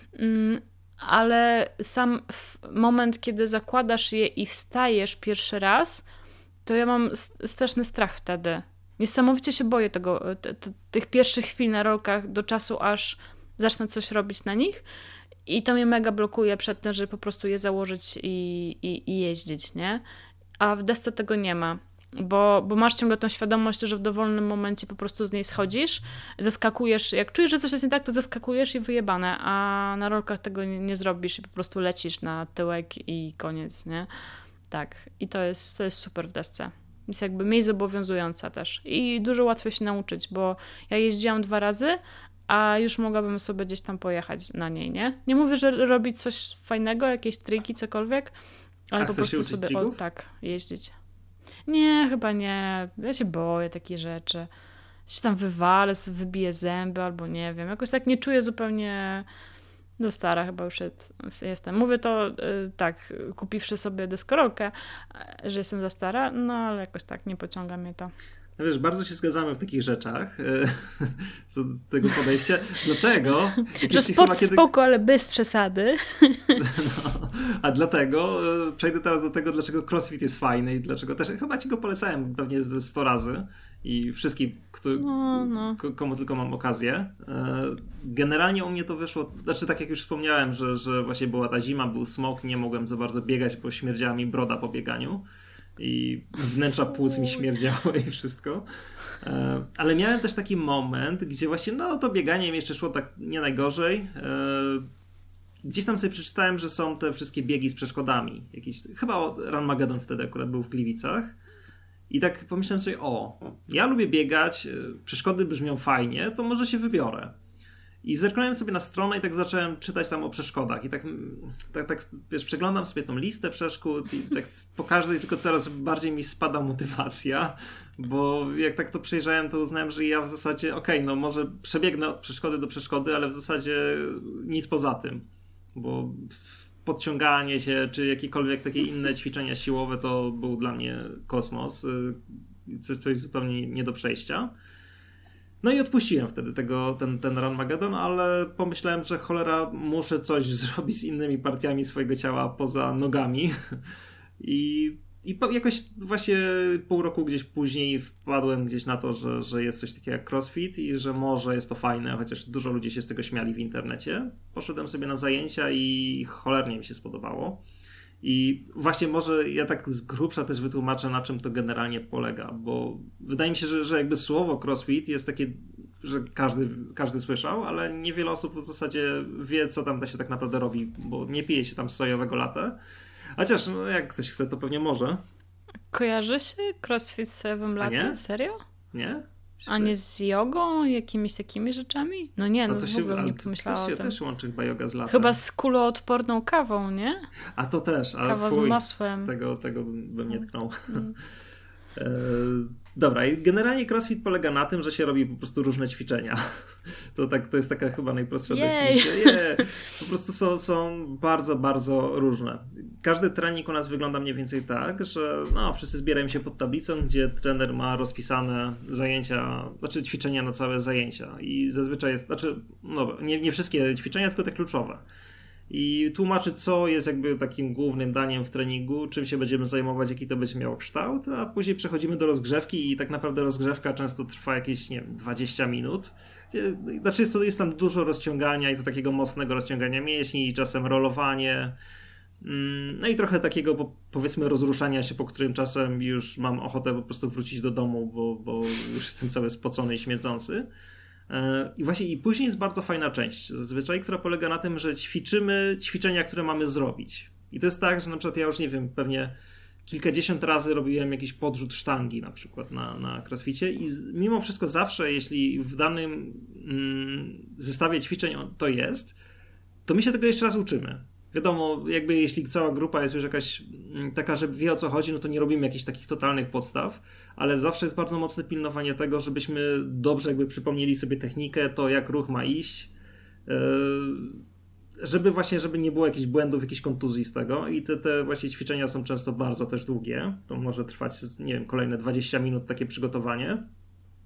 ale sam moment, kiedy zakładasz je i wstajesz pierwszy raz, to ja mam straszny strach wtedy. Niesamowicie się boję tych pierwszych chwil na rolkach do czasu, aż zacznę coś robić na nich i to mnie mega blokuje przed tym, żeby po prostu je założyć i jeździć, nie? A w desce tego nie ma. Bo masz ciągle tą świadomość, że w dowolnym momencie po prostu z niej schodzisz, zeskakujesz, jak czujesz, że coś jest nie tak, to zeskakujesz i wyjebane, a na rolkach tego nie zrobisz i po prostu lecisz na tyłek i koniec, nie? Tak. I to jest super w desce. Jest jakby mniej zobowiązująca też i dużo łatwiej się nauczyć, bo ja jeździłam 2 razy, a już mogłabym sobie gdzieś tam pojechać na niej, nie? Nie mówię, że robić coś fajnego, jakieś triki, cokolwiek, ale po prostu sobie tak jeździć. Nie, chyba nie. Ja się boję takich rzeczy. Się tam wywalę, wybiję zęby albo nie wiem. Jakoś tak nie czuję zupełnie... Za stara chyba już jestem. Mówię to tak, kupiwszy sobie deskorolkę, że jestem za stara, no ale jakoś tak nie pociąga mnie to. No wiesz, bardzo się zgadzamy w takich rzeczach, co do tego podejścia. Dlatego... Że sport spoko, ale bez przesady. No, a dlatego przejdę teraz do tego, dlaczego CrossFit jest fajny i dlaczego też chyba ci go polecałem pewnie ze 100 razy i wszystkim, komu tylko mam okazję. Generalnie u mnie to wyszło, znaczy tak jak już wspomniałem, że właśnie była ta zima, był smog, nie mogłem za bardzo biegać, bo śmierdziała mi broda po bieganiu. I wnętrza płuc mi śmierdziało i wszystko. Ale miałem też taki moment, gdzie właśnie to bieganie mi jeszcze szło tak nie najgorzej. Gdzieś tam sobie przeczytałem, że są te wszystkie biegi z przeszkodami. Chyba Run Magedon wtedy akurat był w Gliwicach. I tak pomyślałem sobie, ja lubię biegać, przeszkody brzmią fajnie, to może się wybiorę. I zerknąłem sobie na stronę i tak zacząłem czytać tam o przeszkodach. I tak wiesz, przeglądam sobie tą listę przeszkód i tak po każdej tylko coraz bardziej mi spada motywacja, bo jak tak to przejrzałem, to uznałem, że ja w zasadzie może przebiegnę od przeszkody do przeszkody, ale w zasadzie nic poza tym. Bo podciąganie się, czy jakiekolwiek takie inne ćwiczenia siłowe, to był dla mnie kosmos. Coś zupełnie nie do przejścia. No i odpuściłem wtedy ten Run Magedon, ale pomyślałem, że cholera, muszę coś zrobić z innymi partiami swojego ciała poza nogami. I jakoś właśnie pół roku gdzieś później wpadłem gdzieś na to, że jest coś takiego jak CrossFit i że może jest to fajne, chociaż dużo ludzi się z tego śmiali w internecie. Poszedłem sobie na zajęcia i cholernie mi się spodobało. I właśnie może ja tak z grubsza też wytłumaczę, na czym to generalnie polega, bo wydaje mi się, że jakby słowo CrossFit jest takie, że każdy słyszał, ale niewiele osób w zasadzie wie, co tam się tak naprawdę robi, bo nie pije się tam sojowego latte. Chociaż jak ktoś chce, to pewnie może. Kojarzy się CrossFit z sojowym latte? Serio? Nie? A nie z jogą? Jakimiś takimi rzeczami? No nie, to w ogóle nie pomyślałam o tym. To się też łączy chyba joga z latem. Chyba z kuloodporną kawą, nie? A to też, ale kawa z masłem. Tego bym nie tknął. Dobra, i generalnie CrossFit polega na tym, że się robi po prostu różne ćwiczenia. To jest taka chyba najprostsza definicja. Po prostu są bardzo, bardzo różne. Każdy trening u nas wygląda mniej więcej tak, że wszyscy zbierają się pod tablicą, gdzie trener ma rozpisane zajęcia, znaczy ćwiczenia na całe zajęcia. I zazwyczaj jest, nie wszystkie ćwiczenia, tylko te kluczowe. I tłumaczy, co jest jakby takim głównym daniem w treningu, czym się będziemy zajmować, jaki to będzie miało kształt, a później przechodzimy do rozgrzewki i tak naprawdę rozgrzewka często trwa jakieś, 20 minut. Znaczy jest tam dużo rozciągania i to takiego mocnego rozciągania mięśni, czasem rolowanie, no i trochę takiego powiedzmy rozruszania się, po którym czasem już mam ochotę po prostu wrócić do domu, bo już jestem cały spocony i śmierdzący. I właśnie i później jest bardzo fajna część zazwyczaj, która polega na tym, że ćwiczymy ćwiczenia, które mamy zrobić. I to jest tak, że na przykład ja już nie wiem, pewnie kilkadziesiąt razy robiłem jakiś podrzut sztangi na przykład na crossficie i mimo wszystko zawsze, jeśli w danym zestawie ćwiczeń to jest, to my się tego jeszcze raz uczymy. Wiadomo, jakby jeśli cała grupa jest już jakaś taka, że wie o co chodzi, no to nie robimy jakichś takich totalnych podstaw, ale zawsze jest bardzo mocne pilnowanie tego, żebyśmy dobrze jakby przypomnieli sobie technikę, to jak ruch ma iść, żeby nie było jakichś błędów, jakichś kontuzji z tego i te właśnie ćwiczenia są często bardzo też długie, to może trwać, nie wiem, kolejne 20 minut takie przygotowanie.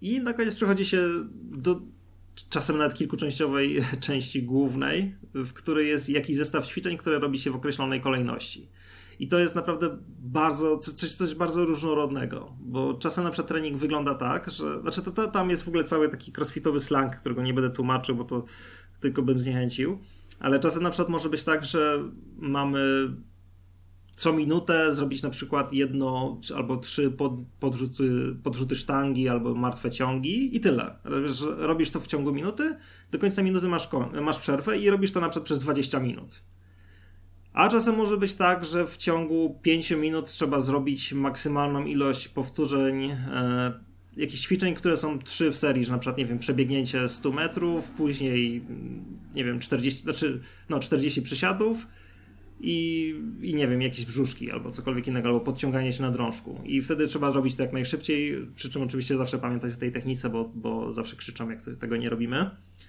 I na koniec przechodzi się do czasem nawet kilkuczęściowej części głównej, w której jest jakiś zestaw ćwiczeń, które robi się w określonej kolejności. I to jest naprawdę coś bardzo różnorodnego, bo czasem na przykład trening wygląda tak, że tam jest w ogóle cały taki crossfitowy slang, którego nie będę tłumaczył, bo to tylko bym zniechęcił, ale czasem na przykład może być tak, że mamy co minutę zrobić na przykład 1 albo 3 podrzuty sztangi albo martwe ciągi i tyle. Robisz to w ciągu minuty, do końca minuty masz przerwę i robisz to na przykład przez 20 minut. A czasem może być tak, że w ciągu 5 minut trzeba zrobić maksymalną ilość powtórzeń jakichś ćwiczeń, które są 3 w serii, że na przykład, nie wiem, przebiegnięcie 100 metrów, później, nie wiem, 40 przysiadów i nie wiem, jakieś brzuszki albo cokolwiek innego, albo podciąganie się na drążku. I wtedy trzeba zrobić to jak najszybciej, przy czym oczywiście zawsze pamiętać o tej technice, bo zawsze krzyczą, jak tego nie robimy.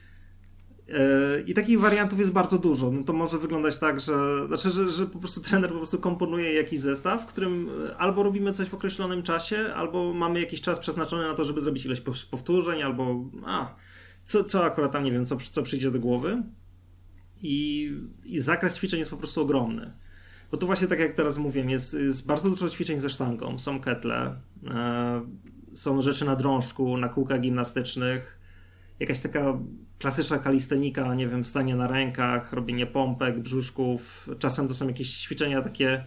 I takich wariantów jest bardzo dużo. No to może wyglądać tak, że po prostu trener po prostu komponuje jakiś zestaw, w którym albo robimy coś w określonym czasie, albo mamy jakiś czas przeznaczony na to, żeby zrobić ileś powtórzeń, albo co akurat tam, nie wiem, co przyjdzie do głowy. I zakres ćwiczeń jest po prostu ogromny. Bo to właśnie tak jak teraz mówiłem, jest bardzo dużo ćwiczeń ze sztangą, są ketle, są rzeczy na drążku, na kółkach gimnastycznych, jakaś taka klasyczna kalistenika, nie wiem, stanie na rękach, robienie pompek, brzuszków. Czasem to są jakieś ćwiczenia takie,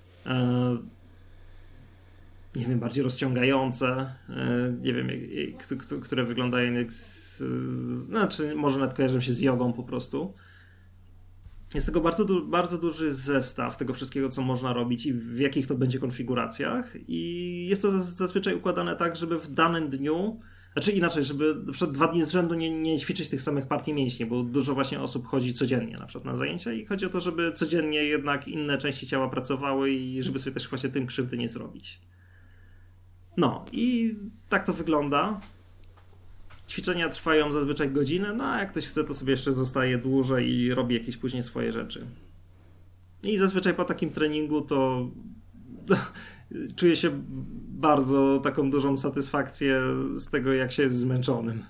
nie wiem, bardziej rozciągające, nie wiem, które wyglądają jak znaczy może nawet kojarzą się z jogą po prostu. Jest tego bardzo duży zestaw tego wszystkiego, co można robić i w jakich to będzie konfiguracjach. I jest to zazwyczaj układane tak, żeby w danym dniu, znaczy inaczej, żeby na przykład 2 dni z rzędu nie ćwiczyć tych samych partii mięśni, bo dużo właśnie osób chodzi codziennie na przykład na zajęcia i chodzi o to, żeby codziennie jednak inne części ciała pracowały i żeby sobie też właśnie tym krzywdy nie zrobić. No i tak to wygląda. Ćwiczenia trwają zazwyczaj godzinę, no a jak ktoś chce, to sobie jeszcze zostaje dłużej i robi jakieś później swoje rzeczy. I zazwyczaj po takim treningu to czuję się bardzo taką dużą satysfakcję z tego, jak się jest zmęczonym.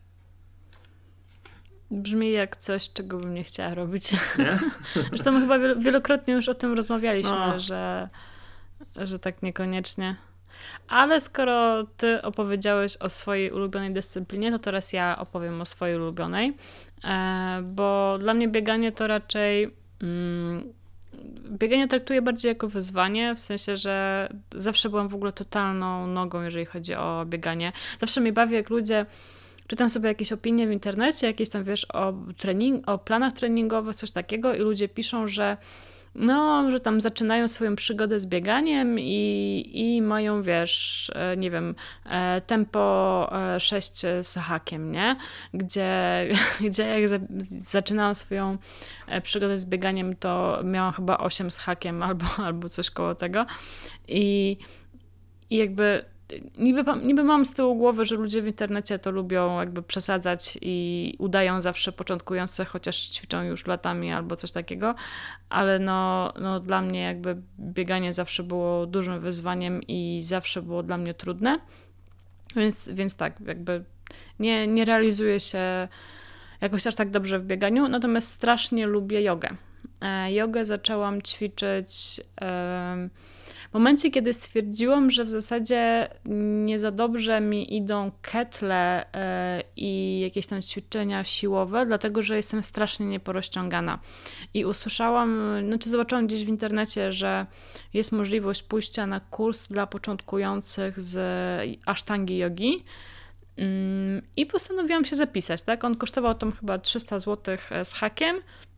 Brzmi jak coś, czego bym nie chciała robić. Nie? Zresztą my chyba wielokrotnie już o tym rozmawialiśmy, że tak niekoniecznie. Ale skoro ty opowiedziałeś o swojej ulubionej dyscyplinie, to teraz ja opowiem o swojej ulubionej, bo dla mnie bieganie to raczej... Bieganie traktuję bardziej jako wyzwanie, w sensie, że zawsze byłam w ogóle totalną nogą, jeżeli chodzi o bieganie. Zawsze mnie bawi, jak ludzie... Czytam sobie jakieś opinie w internecie, jakieś tam, wiesz, o planach treningowych, coś takiego i ludzie piszą, że że tam zaczynają swoją przygodę z bieganiem i mają, wiesz, nie wiem, tempo 6 z hakiem, nie? Gdzie jak zaczynałam swoją przygodę z bieganiem, to miałam chyba 8 z hakiem albo coś koło tego. I jakby niby mam z tyłu głowy, że ludzie w internecie to lubią jakby przesadzać i udają zawsze początkujące, chociaż ćwiczą już latami albo coś takiego, ale no dla mnie jakby bieganie zawsze było dużym wyzwaniem i zawsze było dla mnie trudne, więc tak, jakby nie realizuję się jakoś aż tak dobrze w bieganiu, natomiast strasznie lubię jogę. Jogę zaczęłam ćwiczyć w momencie, kiedy stwierdziłam, że w zasadzie nie za dobrze mi idą ketle i jakieś tam ćwiczenia siłowe, dlatego że jestem strasznie nieporozciągana. I usłyszałam, zobaczyłam gdzieś w internecie, że jest możliwość pójścia na kurs dla początkujących z asztangi jogi. I postanowiłam się zapisać, tak? On kosztował tam chyba 300 zł z hakiem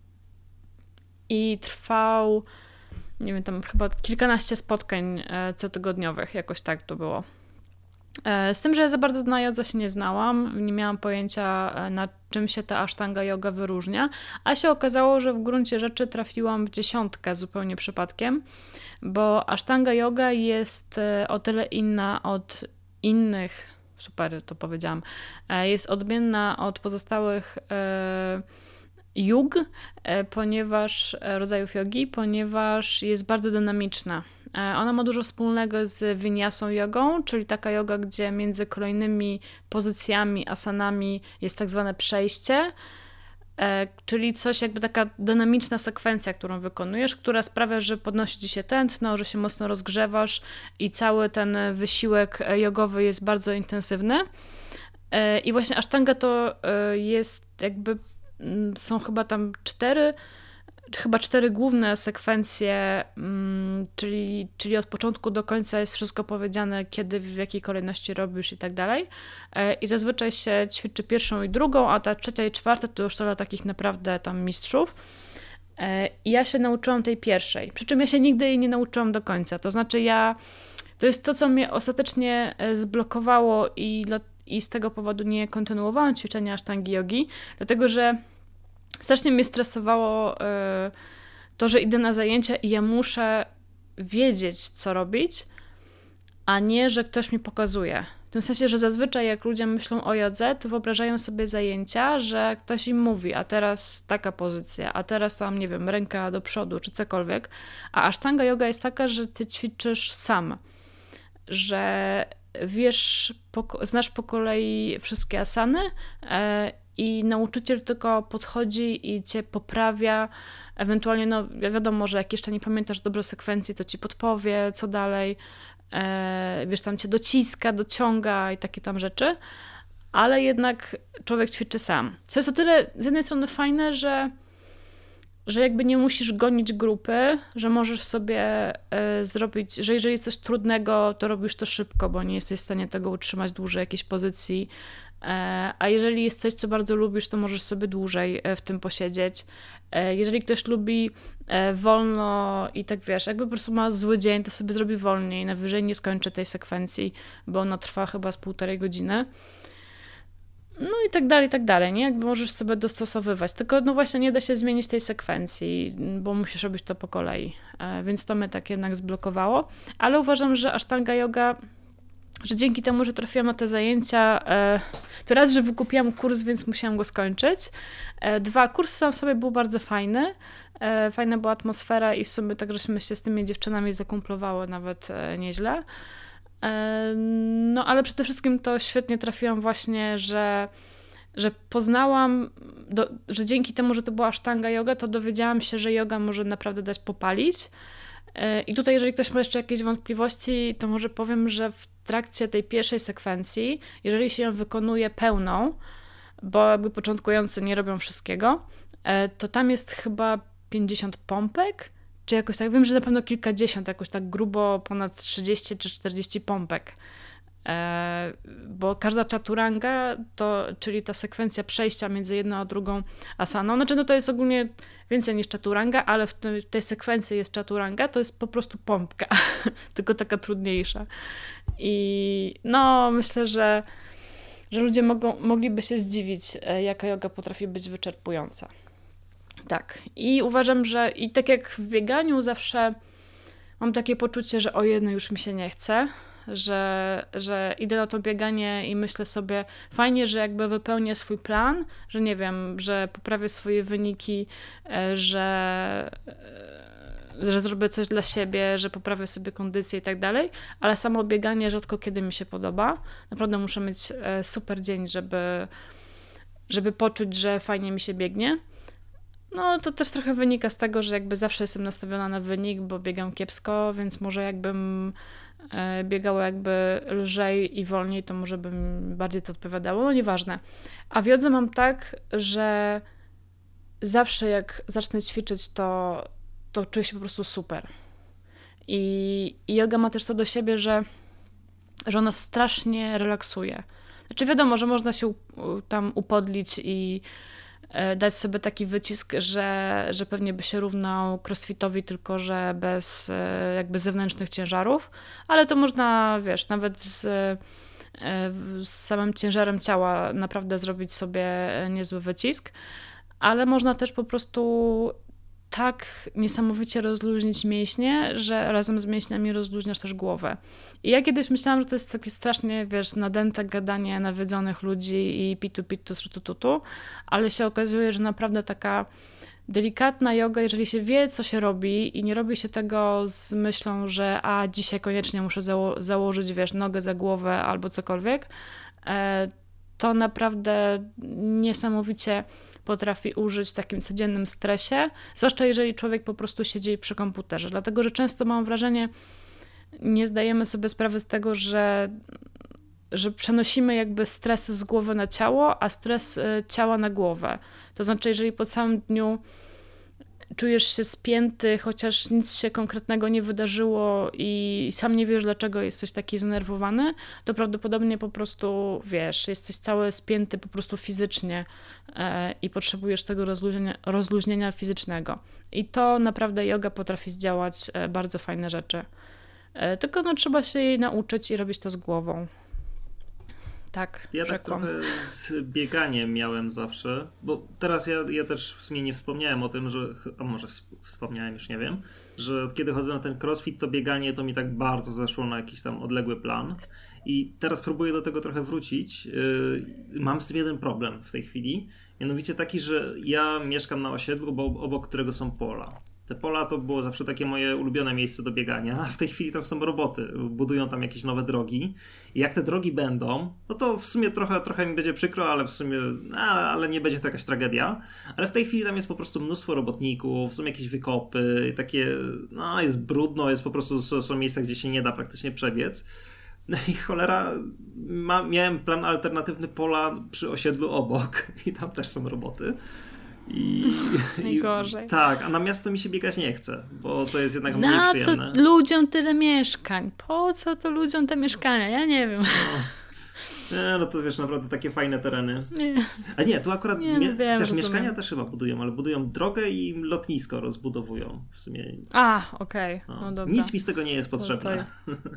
i trwał... nie wiem, tam chyba kilkanaście spotkań cotygodniowych, jakoś tak to było. Z tym, że ja za bardzo na jodze się nie znałam, nie miałam pojęcia, na czym się ta asztanga yoga wyróżnia, a się okazało, że w gruncie rzeczy trafiłam w 10 zupełnie przypadkiem, bo asztanga yoga jest o tyle inna od innych, super to powiedziałam, jest odmienna od pozostałych rodzajów jogi, ponieważ jest bardzo dynamiczna. Ona ma dużo wspólnego z vinyasą jogą, czyli taka joga, gdzie między kolejnymi pozycjami, asanami jest tak zwane przejście, czyli coś jakby taka dynamiczna sekwencja, którą wykonujesz, która sprawia, że podnosi ci się tętno, że się mocno rozgrzewasz i cały ten wysiłek jogowy jest bardzo intensywny. I właśnie asztanga to jest jakby, są chyba tam cztery główne sekwencje, czyli od początku do końca jest wszystko powiedziane, kiedy, w jakiej kolejności robisz i tak dalej. I zazwyczaj się ćwiczy pierwszą i drugą, a ta trzecia i czwarta to już to dla takich naprawdę tam mistrzów. I ja się nauczyłam tej pierwszej, przy czym ja się nigdy jej nie nauczyłam do końca. To znaczy to jest to, co mnie ostatecznie zblokowało i z tego powodu nie kontynuowałam ćwiczenia asztangi jogi, dlatego że strasznie mnie stresowało to, że idę na zajęcia i ja muszę wiedzieć, co robić, a nie, że ktoś mi pokazuje. W tym sensie, że zazwyczaj jak ludzie myślą o jodze, to wyobrażają sobie zajęcia, że ktoś im mówi, a teraz taka pozycja, a teraz tam, nie wiem, ręka do przodu, czy cokolwiek. A asztanga yoga jest taka, że ty ćwiczysz sam, że znasz po kolei wszystkie asany i nauczyciel tylko podchodzi i cię poprawia, ewentualnie, no wiadomo, że jak jeszcze nie pamiętasz dobrze sekwencji, to ci podpowie, co dalej, wiesz, tam cię dociska, dociąga i takie tam rzeczy, ale jednak człowiek ćwiczy sam. Co jest o tyle z jednej strony fajne, że jakby nie musisz gonić grupy, że możesz sobie zrobić, że jeżeli jest coś trudnego, to robisz to szybko, bo nie jesteś w stanie tego utrzymać dłużej jakiejś pozycji, a jeżeli jest coś, co bardzo lubisz, to możesz sobie dłużej w tym posiedzieć. Jeżeli ktoś lubi wolno i tak wiesz, jakby po prostu ma zły dzień, to sobie zrobi wolniej, najwyżej nie skończy tej sekwencji, bo ona trwa chyba z 1,5 godziny. No i tak dalej, nie? Jakby możesz sobie dostosowywać, tylko no właśnie nie da się zmienić tej sekwencji, bo musisz robić to po kolei, więc to mnie tak jednak zblokowało, ale uważam, że asztanga yoga, że dzięki temu, że trafiłam na te zajęcia, to raz, że wykupiłam kurs, więc musiałam go skończyć, 2, kurs sam w sobie był bardzo fajny, fajna była atmosfera i w sumie tak, żeśmy się z tymi dziewczynami zakumplowały nawet nieźle. No ale przede wszystkim to świetnie trafiłam właśnie, że poznałam, że dzięki temu, że to była asztanga yoga, to dowiedziałam się, że yoga może naprawdę dać popalić. I tutaj, jeżeli ktoś ma jeszcze jakieś wątpliwości, to może powiem, że w trakcie tej pierwszej sekwencji, jeżeli się ją wykonuje pełną, bo jakby początkujący nie robią wszystkiego, to tam jest chyba 50 pompek, czy jakoś tak, wiem, że na pewno kilkadziesiąt, jakoś tak grubo ponad 30 czy 40 pompek, bo każda chaturanga, czyli ta sekwencja przejścia między jedną a drugą asaną, znaczy no to jest ogólnie więcej niż chaturanga, ale w tej sekwencji jest chaturanga, to jest po prostu pompka, tylko taka trudniejsza. I no myślę, że ludzie mogliby się zdziwić, jaka joga potrafi być wyczerpująca. Tak. I uważam, że i tak jak w bieganiu zawsze mam takie poczucie, że o jedno już mi się nie chce, że idę na to bieganie i myślę sobie, fajnie, że jakby wypełnię swój plan, że nie wiem, że poprawię swoje wyniki, że zrobię coś dla siebie, że poprawię sobie kondycję i tak dalej, ale samo bieganie rzadko kiedy mi się podoba. Naprawdę muszę mieć super dzień, żeby poczuć, że fajnie mi się biegnie. No to też trochę wynika z tego, że jakby zawsze jestem nastawiona na wynik, bo biegam kiepsko, więc może jakbym biegała jakby lżej i wolniej, to może by mi bardziej to odpowiadało, no nieważne. A w jodze mam tak, że zawsze jak zacznę ćwiczyć, to czuję się po prostu super. I joga ma też to do siebie, że ona strasznie relaksuje. Znaczy wiadomo, że można się tam upodlić i dać sobie taki wycisk, że pewnie by się równał crossfitowi, tylko że bez jakby zewnętrznych ciężarów, ale to można, wiesz, nawet z samym ciężarem ciała naprawdę zrobić sobie niezły wycisk, ale można też po prostu tak niesamowicie rozluźnić mięśnie, że razem z mięśniami rozluźniasz też głowę. I ja kiedyś myślałam, że to jest takie strasznie, wiesz, nadęte gadanie nawiedzonych ludzi i pitu, tutu, ale się okazuje, że naprawdę taka delikatna joga, jeżeli się wie, co się robi i nie robi się tego z myślą, że dzisiaj koniecznie muszę założyć, wiesz, nogę za głowę albo cokolwiek, to naprawdę niesamowicie potrafi użyć w takim codziennym stresie, zwłaszcza jeżeli człowiek po prostu siedzi przy komputerze. Dlatego, że często mam wrażenie, nie zdajemy sobie sprawy z tego, że przenosimy jakby stres z głowy na ciało, a stres ciała na głowę. To znaczy, jeżeli po całym dniu czujesz się spięty, chociaż nic się konkretnego nie wydarzyło i sam nie wiesz, dlaczego jesteś taki zdenerwowany, to prawdopodobnie po prostu, wiesz, jesteś cały spięty po prostu fizycznie i potrzebujesz tego rozluźnienia fizycznego. I to naprawdę joga potrafi zdziałać bardzo fajne rzeczy. Tylko trzeba się jej nauczyć i robić to z głową. Tak, ja tak trochę z bieganiem miałem zawsze, bo teraz ja też w sumie nie wspomniałem o tym, a może wspomniałem, już nie wiem, że od kiedy chodzę na ten crossfit, to bieganie to mi tak bardzo zeszło na jakiś tam odległy plan i teraz próbuję do tego trochę wrócić. Mam z tym jeden problem w tej chwili, mianowicie taki, że ja mieszkam na osiedlu, obok którego są pola. Te pola to było zawsze takie moje ulubione miejsce do biegania, a w tej chwili tam są roboty, budują tam jakieś nowe drogi i jak te drogi będą, no to w sumie trochę mi będzie przykro, ale w sumie, ale nie będzie to jakaś tragedia, ale w tej chwili tam jest po prostu mnóstwo robotników, są jakieś wykopy, takie, jest brudno, jest po prostu, są miejsca, gdzie się nie da praktycznie przebiec. No i cholera, miałem plan alternatywny pola przy osiedlu obok i tam też są roboty. Najgorzej. Tak, a na miasto mi się biegać nie chce, bo to jest jednak mniej przyjemne. Na co ludziom tyle mieszkań? Po co to ludziom te mieszkania? Ja nie wiem. No to wiesz, naprawdę takie fajne tereny. Nie. A nie, tu akurat chociaż rozumiem. Mieszkania też chyba budują, ale budują drogę i lotnisko rozbudowują w sumie. Okej. No dobra. Nic mi z tego nie jest potrzebne.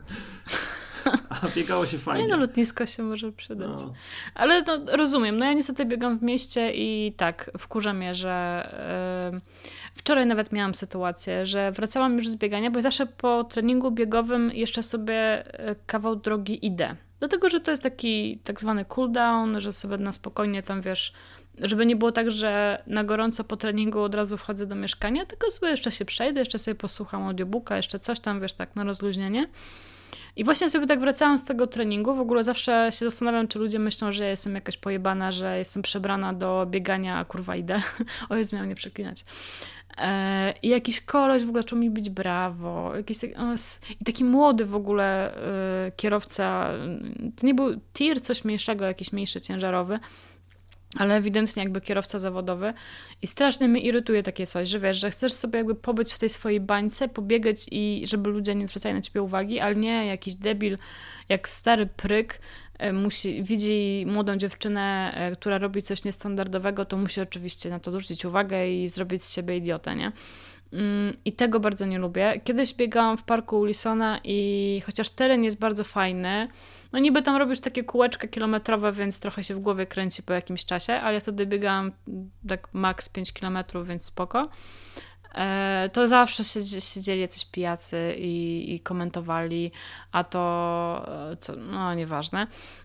A biegało się fajnie. Lotnisko się może przydać. No. Ale to rozumiem. Ja niestety biegam w mieście i tak, wkurza mnie, że wczoraj nawet miałam sytuację, że wracałam już z biegania, bo zawsze po treningu biegowym jeszcze sobie kawał drogi idę. Dlatego, że to jest taki tak zwany cooldown, że sobie na spokojnie tam, wiesz, żeby nie było tak, że na gorąco po treningu od razu wchodzę do mieszkania, tylko sobie jeszcze się przejdę, jeszcze sobie posłucham audiobooka, jeszcze coś tam, wiesz, tak na rozluźnienie. I właśnie sobie tak wracałam z tego treningu. W ogóle zawsze się zastanawiam, czy ludzie myślą, że ja jestem jakaś pojebana, że jestem przebrana do biegania, a kurwa idę. O Jezu, miałam nie przeklinać. I jakiś koleś w ogóle zaczął mi bić brawo. I taki młody w ogóle kierowca. To nie był tir, coś mniejszego, jakiś mniejszy, ciężarowy. Ale ewidentnie jakby kierowca zawodowy i strasznie mnie irytuje takie coś, że wiesz, że chcesz sobie jakby pobyć w tej swojej bańce, pobiegać i żeby ludzie nie zwracali na ciebie uwagi, ale nie, jakiś debil, jak stary pryk widzi młodą dziewczynę, która robi coś niestandardowego, to musi oczywiście na to zwrócić uwagę i zrobić z siebie idiotę, nie? I tego bardzo nie lubię. Kiedyś biegałam w parku Wilsona i chociaż teren jest bardzo fajny, no niby tam robisz takie kółeczka kilometrowe, więc trochę się w głowie kręci po jakimś czasie, ale ja wtedy biegałam tak max 5 kilometrów, więc spoko. To zawsze siedzieli jacyś pijacy i komentowali, a no nieważne.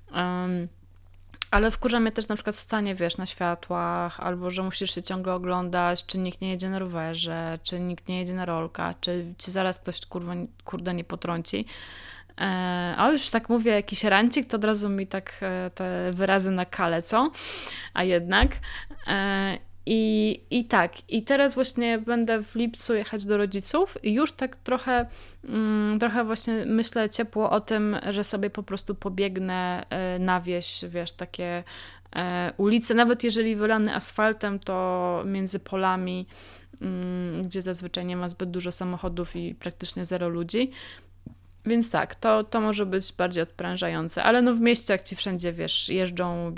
Ale wkurza mnie też na przykład stanie, wiesz, na światłach, albo że musisz się ciągle oglądać, czy nikt nie jedzie na rowerze, czy nikt nie jedzie na rolkach, czy zaraz ktoś kurde nie potrąci. A już tak mówię, jakiś rancik, to od razu mi tak te wyrazy na kale, co? A jednak. I tak, i teraz właśnie będę w lipcu jechać do rodziców i już tak trochę właśnie myślę ciepło o tym, że sobie po prostu pobiegnę na wieś, wiesz, takie ulice, nawet jeżeli wylane asfaltem, to między polami, gdzie zazwyczaj nie ma zbyt dużo samochodów i praktycznie zero ludzi. Więc tak, to może być bardziej odprężające, ale no w mieście, jak ci wszędzie, wiesz, jeżdżą,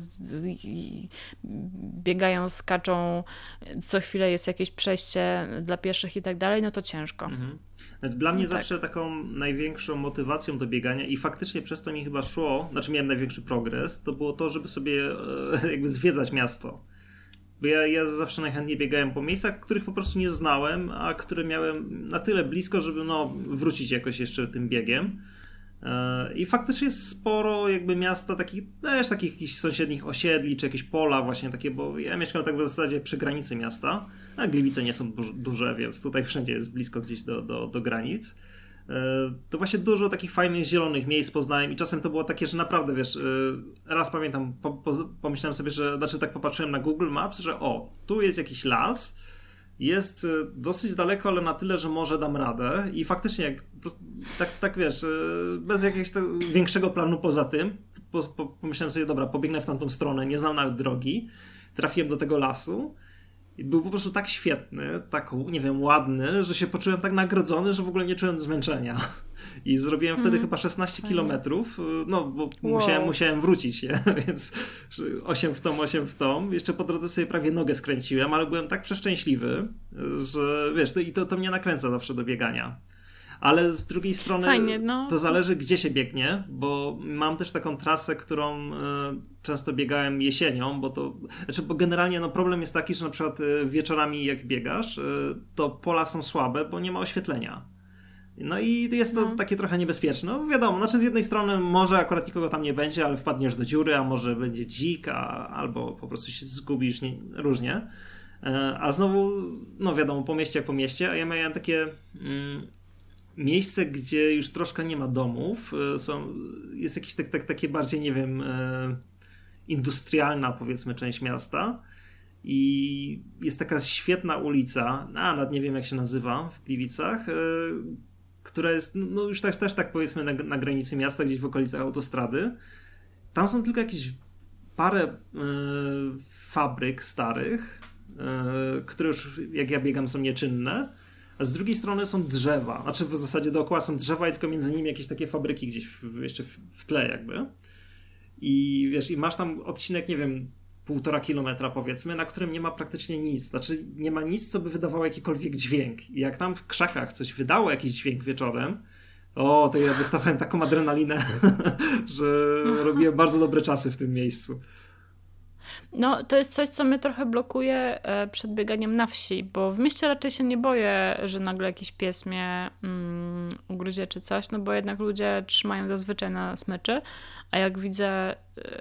biegają, skaczą, co chwilę jest jakieś przejście dla pieszych i tak dalej, no to ciężko. Mhm. Dla mnie zawsze taką największą motywacją do biegania i faktycznie przez to mi chyba szło, znaczy miałem największy progres, to było to, żeby sobie jakby zwiedzać miasto. Bo ja zawsze najchętniej biegałem po miejscach, których po prostu nie znałem, a które miałem na tyle blisko, żeby wrócić jakoś jeszcze tym biegiem. I faktycznie jest sporo jakby miasta takich, też takich jakichś sąsiednich osiedli, czy jakieś pola właśnie takie, bo ja mieszkam tak w zasadzie przy granicy miasta, a Gliwice nie są duże, więc tutaj wszędzie jest blisko gdzieś do granic. To właśnie dużo takich fajnych, zielonych miejsc poznałem i czasem to było takie, że naprawdę, wiesz, raz pamiętam, pomyślałem sobie, że, znaczy tak popatrzyłem na Google Maps, że tu jest jakiś las, jest dosyć daleko, ale na tyle, że może dam radę i faktycznie jak, tak wiesz, bez jakiegoś większego planu poza tym, pomyślałem sobie, dobra, pobiegnę w tamtą stronę, nie znam nawet drogi, trafiłem do tego lasu i był po prostu tak świetny, tak, nie wiem, ładny, że się poczułem tak nagrodzony, że w ogóle nie czułem zmęczenia. I zrobiłem wtedy chyba 16 kilometrów, no bo musiałem wrócić, nie? Więc 8 w tą. Jeszcze po drodze sobie prawie nogę skręciłem, ale byłem tak przeszczęśliwy, że wiesz, to mnie nakręca zawsze do biegania. Ale z drugiej strony fajnie, to zależy, gdzie się biegnie, bo mam też taką trasę, którą często biegałem jesienią, bo generalnie problem jest taki, że na przykład wieczorami jak biegasz, to pola są słabe, bo nie ma oświetlenia. No i jest to takie trochę niebezpieczne. No wiadomo, znaczy z jednej strony może akurat nikogo tam nie będzie, ale wpadniesz do dziury, a może będzie dzik, albo po prostu się zgubisz, różnie. A znowu, no wiadomo, po mieście jak po mieście, a ja miałem takie miejsce, gdzie już troszkę nie ma domów, jest jakieś takie bardziej, nie wiem, industrialna, powiedzmy, część miasta i jest taka świetna ulica, nawet nie wiem jak się nazywa w Gliwicach, która jest no już też tak powiedzmy na granicy miasta, gdzieś w okolicach autostrady. Tam są tylko jakieś parę fabryk starych, które już jak ja biegam są nieczynne, a z drugiej strony są drzewa. Znaczy w zasadzie dookoła są drzewa i tylko między nimi jakieś takie fabryki gdzieś jeszcze w tle jakby. I wiesz, i masz tam odcinek, nie wiem, 1,5 kilometra powiedzmy, na którym nie ma praktycznie nic. Znaczy nie ma nic, co by wydawało jakikolwiek dźwięk. I jak tam w krzakach coś wydało jakiś dźwięk wieczorem, to ja dostawałem taką adrenalinę, że robiłem bardzo dobre czasy w tym miejscu. No, to jest coś, co mnie trochę blokuje przed bieganiem na wsi, bo w mieście raczej się nie boję, że nagle jakiś pies mnie ugryzie czy coś, no bo jednak ludzie trzymają zazwyczaj na smyczy, a jak widzę,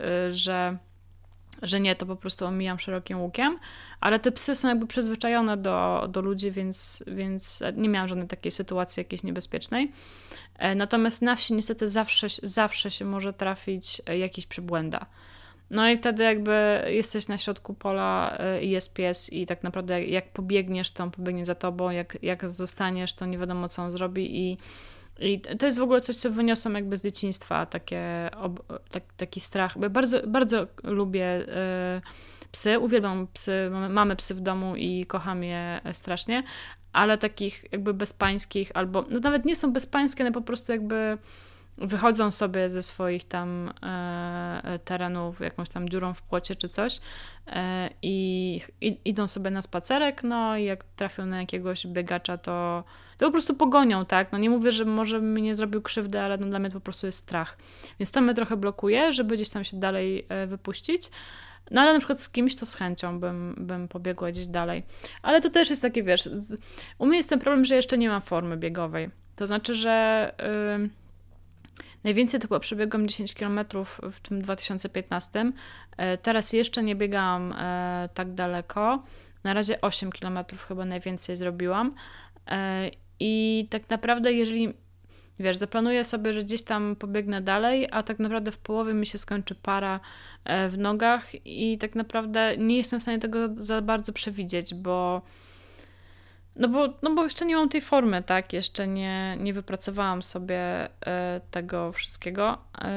że nie, to po prostu omijam szerokim łukiem, ale te psy są jakby przyzwyczajone do ludzi, więc nie miałam żadnej takiej sytuacji jakiejś niebezpiecznej. Natomiast na wsi niestety zawsze się może trafić jakiś przybłęda. No i wtedy jakby jesteś na środku pola i jest pies i tak naprawdę jak pobiegniesz, to on pobiegnie za tobą, jak zostaniesz, to nie wiadomo, co on zrobi i to jest w ogóle coś, co wyniosłam jakby z dzieciństwa, taki strach. Bo bardzo, bardzo lubię psy, uwielbiam psy, mamy psy w domu i kocham je strasznie, ale takich jakby bezpańskich albo, no nawet nie są bezpańskie, ale po prostu jakby wychodzą sobie ze swoich tam terenów jakąś tam dziurą w płocie czy coś i idą sobie na spacerek, no i jak trafią na jakiegoś biegacza, to po prostu pogonią, tak? No nie mówię, że może mi nie zrobił krzywdy, ale no dla mnie to po prostu jest strach. Więc to mnie trochę blokuje, żeby gdzieś tam się dalej wypuścić. No ale na przykład z kimś to z chęcią bym pobiegła gdzieś dalej. Ale to też jest takie, wiesz, u mnie jest ten problem, że jeszcze nie mam formy biegowej. To znaczy, że najwięcej to chyba przebiegłam 10 km w tym 2015. Teraz jeszcze nie biegałam tak daleko. Na razie 8 km chyba najwięcej zrobiłam. I tak naprawdę, jeżeli wiesz, zaplanuję sobie, że gdzieś tam pobiegnę dalej, a tak naprawdę w połowie mi się skończy para w nogach i tak naprawdę nie jestem w stanie tego za bardzo przewidzieć, bo jeszcze nie mam tej formy, tak? Jeszcze nie wypracowałam sobie tego wszystkiego,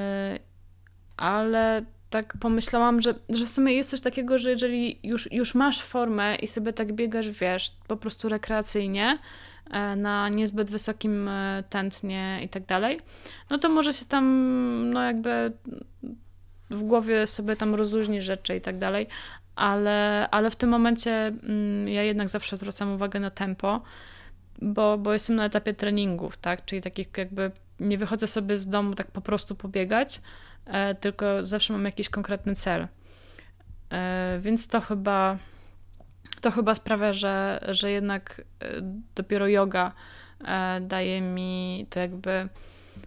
ale tak pomyślałam, że w sumie jest coś takiego, że jeżeli już masz formę i sobie tak biegasz, wiesz, po prostu rekreacyjnie, na niezbyt wysokim tętnie i tak dalej, no to może się tam, no jakby w głowie sobie tam rozluźni rzeczy i tak dalej, ale w tym momencie ja jednak zawsze zwracam uwagę na tempo, bo jestem na etapie treningów, tak, czyli takich jakby nie wychodzę sobie z domu tak po prostu pobiegać, tylko zawsze mam jakiś konkretny cel. Więc to chyba sprawia, że jednak dopiero yoga daje mi to jakby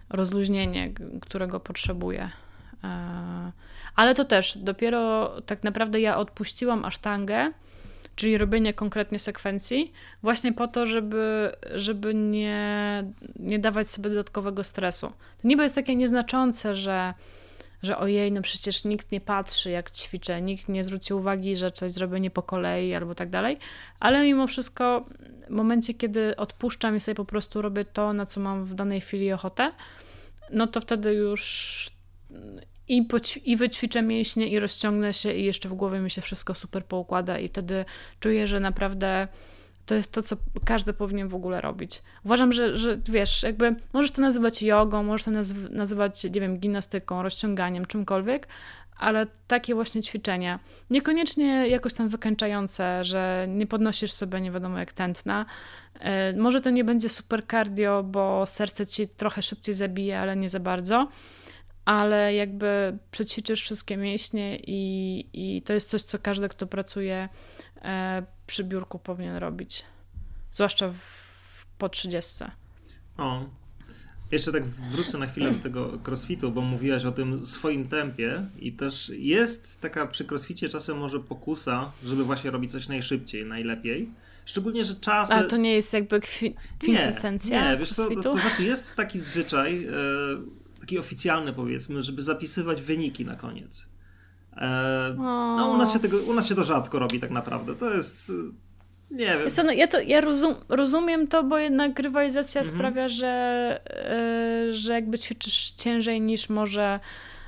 rozluźnienie, którego potrzebuję. Ale to też dopiero tak naprawdę ja odpuściłam asztangę, czyli robienie konkretnie sekwencji, właśnie po to, żeby nie dawać sobie dodatkowego stresu. To niby jest takie nieznaczące, że ojej, no przecież nikt nie patrzy, jak ćwiczę, nikt nie zwróci uwagi, że coś zrobię nie po kolei albo tak dalej, ale mimo wszystko w momencie, kiedy odpuszczam i sobie po prostu robię to, na co mam w danej chwili ochotę, no to wtedy już i wyćwiczę mięśnie, i rozciągnę się, i jeszcze w głowie mi się wszystko super poukłada i wtedy czuję, że naprawdę to jest to, co każdy powinien w ogóle robić. Uważam, że wiesz, jakby możesz to nazywać jogą, możesz to nazywać, nie wiem, gimnastyką, rozciąganiem, czymkolwiek, ale takie właśnie ćwiczenia, niekoniecznie jakoś tam wykańczające, że nie podnosisz sobie nie wiadomo jak tętna. Może to nie będzie super cardio, bo serce ci trochę szybciej zabije, ale nie za bardzo, ale jakby przećwiczysz wszystkie mięśnie i to jest coś, co każdy, kto pracuje przy biurku powinien robić. Zwłaszcza po 30. O, jeszcze tak wrócę na chwilę do tego crossfitu, bo mówiłaś o tym swoim tempie i też jest taka przy crossficie czasem może pokusa, żeby właśnie robić coś najszybciej, najlepiej. Szczególnie, że czasy... Ale to nie jest jakby kwintesencja Nie, wiesz co, to znaczy jest taki zwyczaj, taki oficjalny powiedzmy, żeby zapisywać wyniki na koniec. No u nas się to rzadko robi tak naprawdę. To jest... Nie wiem. Wiesz co, no ja rozumiem to, bo jednak rywalizacja sprawia, że jakby ćwiczysz ciężej niż może...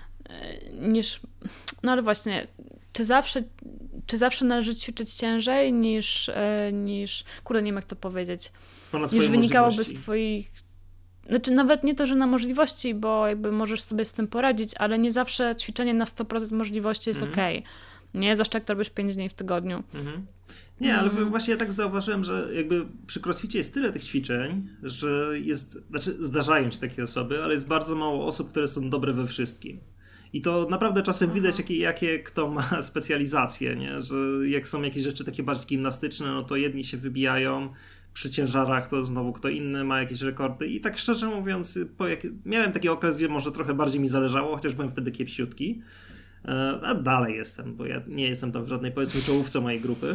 No ale właśnie, czy zawsze należy ćwiczyć ciężej niż kurde, nie wiem jak to powiedzieć, niż wynikałoby z twoich... Znaczy nawet nie to, że na możliwości, bo jakby możesz sobie z tym poradzić, ale nie zawsze ćwiczenie na 100% możliwości jest okej. Nie? Zwłaszcza jak to robisz 5 dni w tygodniu. Nie, ale właśnie ja tak zauważyłem, że jakby przy crossficie jest tyle tych ćwiczeń, że zdarzają się takie osoby, ale jest bardzo mało osób, które są dobre we wszystkim. I to naprawdę czasem widać, jakie kto ma specjalizacje, nie? Że jak są jakieś rzeczy takie bardziej gimnastyczne, no to jedni się wybijają, przy ciężarach to znowu kto inny ma jakieś rekordy i tak szczerze mówiąc miałem taki okres, gdzie może trochę bardziej mi zależało, chociaż byłem wtedy kiepsiutki, a dalej jestem, bo ja nie jestem tam w żadnej powiedzmy czołówce mojej grupy,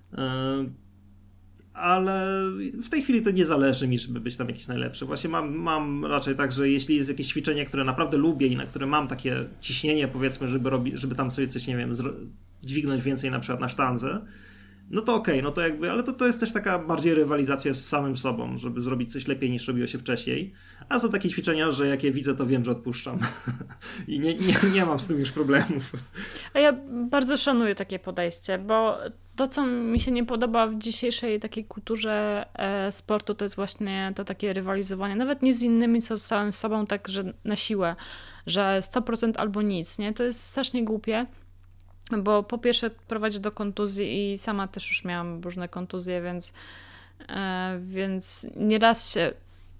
ale w tej chwili to nie zależy mi, żeby być tam jakiś najlepszy. Właśnie mam raczej tak, że jeśli jest jakieś ćwiczenie, które naprawdę lubię i na które mam takie ciśnienie powiedzmy, żeby tam sobie coś, nie wiem, dźwignąć więcej na przykład na sztandze, no to okej, no to jakby, ale to jest też taka bardziej rywalizacja z samym sobą, żeby zrobić coś lepiej niż robiło się wcześniej. A są takie ćwiczenia, że jak je widzę, to wiem, że odpuszczam. I nie mam z tym już problemów. A ja bardzo szanuję takie podejście, bo to, co mi się nie podoba w dzisiejszej takiej kulturze sportu, to jest właśnie to takie rywalizowanie, nawet nie z innymi, co z samym sobą, tak, że na siłę, że 100% albo nic, nie? To jest strasznie głupie. Bo po pierwsze prowadzi do kontuzji i sama też już miałam różne kontuzje, więc nieraz się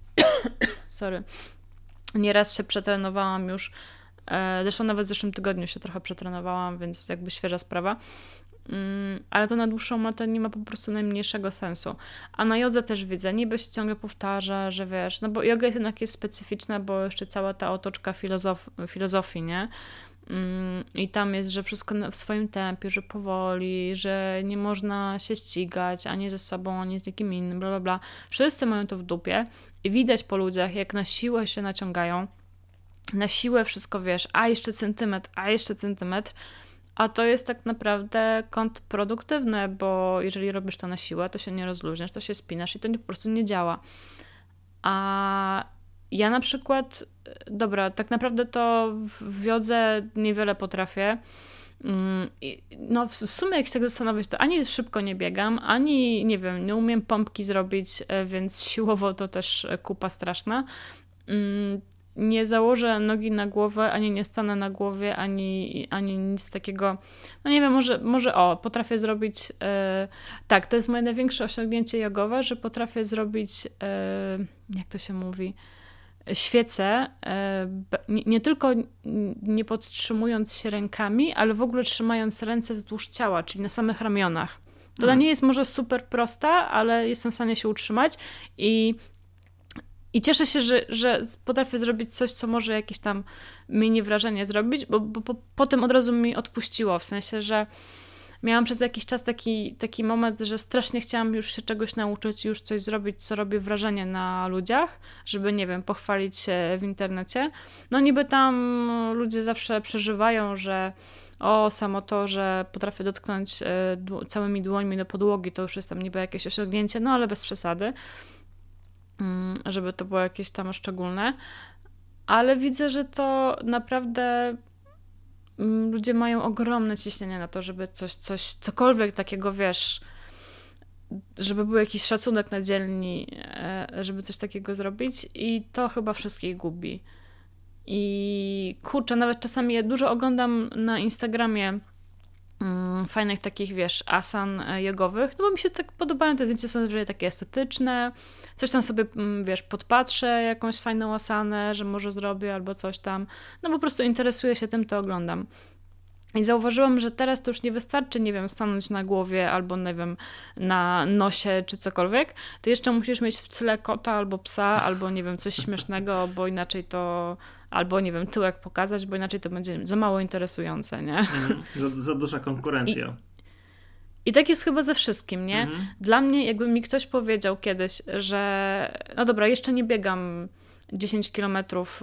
nieraz się przetrenowałam już, zresztą nawet w zeszłym tygodniu się trochę przetrenowałam, więc jakby świeża sprawa, ale to na dłuższą metę nie ma po prostu najmniejszego sensu. A na jodze też widzę, niby się ciągle powtarza, że wiesz, no bo joga jest specyficzna, bo jeszcze cała ta otoczka filozofii, nie? I tam jest, że wszystko w swoim tempie, że powoli, że nie można się ścigać ani ze sobą, ani z nikim innym, bla, bla, bla. Wszyscy mają to w dupie i widać po ludziach, jak na siłę się naciągają, na siłę wszystko wiesz, a jeszcze centymetr, a to jest tak naprawdę kontrproduktywne, bo jeżeli robisz to na siłę, to się nie rozluźniasz, to się spinasz i to po prostu nie działa. A ja na przykład, dobra, tak naprawdę to w jodze niewiele potrafię. No w sumie jak się tak zastanowić, to ani szybko nie biegam, ani nie wiem, nie umiem pompki zrobić, więc siłowo to też kupa straszna. Nie założę nogi na głowę, ani nie stanę na głowie, ani nic takiego. No nie wiem, może potrafię zrobić, tak, to jest moje największe osiągnięcie jogowe, że potrafię zrobić, jak to się mówi, świecę, nie tylko nie podtrzymując się rękami, ale w ogóle trzymając ręce wzdłuż ciała, czyli na samych ramionach. To nie jest może super prosta, ale jestem w stanie się utrzymać i I cieszę się, że potrafię zrobić coś, co może jakieś tam mini wrażenie zrobić, bo potem od razu mi odpuściło, w sensie, że miałam przez jakiś czas taki moment, że strasznie chciałam już się czegoś nauczyć, już coś zrobić, co robi wrażenie na ludziach, żeby, nie wiem, pochwalić się w internecie. No niby tam ludzie zawsze przeżywają, że samo to, że potrafię dotknąć całymi dłońmi do podłogi, to już jest tam niby jakieś osiągnięcie, no ale bez przesady, żeby to było jakieś tam szczególne. Ale widzę, że to naprawdę ludzie mają ogromne ciśnienie na to, żeby cokolwiek takiego, wiesz, żeby był jakiś szacunek na dzielni, żeby coś takiego zrobić i to chyba wszystkich gubi. I kurczę, nawet czasami ja dużo oglądam na Instagramie fajnych takich, wiesz, asan jogowych, no bo mi się tak podobają, te zdjęcia są takie estetyczne, coś tam sobie, wiesz, podpatrzę, jakąś fajną asanę, że może zrobię albo coś tam, no po prostu interesuję się tym, to oglądam. I zauważyłam, że teraz to już nie wystarczy, nie wiem, stanąć na głowie albo, nie wiem, na nosie czy cokolwiek, to jeszcze musisz mieć w tle kota albo psa, albo, nie wiem, coś śmiesznego, bo inaczej to, albo, nie wiem, tyłek pokazać, bo inaczej to będzie za mało interesujące, nie? Za duża konkurencja. I tak jest chyba ze wszystkim, nie? Dla mnie, jakby mi ktoś powiedział kiedyś, że no dobra, jeszcze nie biegam 10 km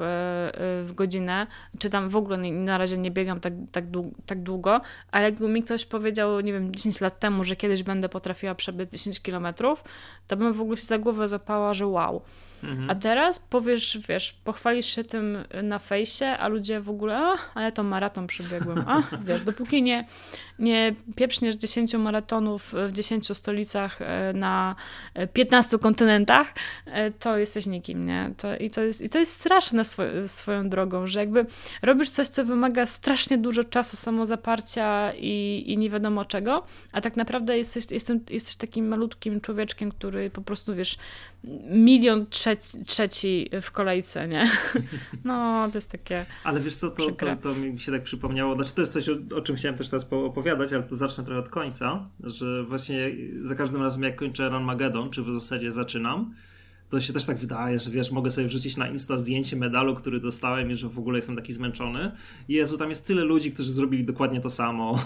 w godzinę, czy tam w ogóle na razie nie biegam tak długo, ale jakby mi ktoś powiedział, nie wiem, 10 lat temu, że kiedyś będę potrafiła przebiec 10 km, to bym w ogóle się za głowę złapała, że wow. A teraz powiesz, wiesz, pochwalisz się tym na fejsie, a ludzie w ogóle, a ja to maraton przebiegłem. Wiesz, dopóki nie pieprzniesz 10 maratonów w 10 stolicach na 15 kontynentach, to jesteś nikim, nie? I to jest straszne swoją drogą, że jakby robisz coś, co wymaga strasznie dużo czasu, samozaparcia i nie wiadomo czego, a tak naprawdę jesteś takim malutkim człowieczkiem, który po prostu, wiesz, milion trzeci w kolejce, nie? No, to jest takie... Ale wiesz co, to mi się tak przypomniało, znaczy to jest coś, o czym chciałem też teraz opowiadać, ale to zacznę trochę od końca, że właśnie za każdym razem jak kończę Runmagedon, czy w zasadzie zaczynam, to się też tak wydaje, że wiesz, mogę sobie wrzucić na Insta zdjęcie medalu, który dostałem i że w ogóle jestem taki zmęczony. Jezu, tam jest tyle ludzi, którzy zrobili dokładnie to samo.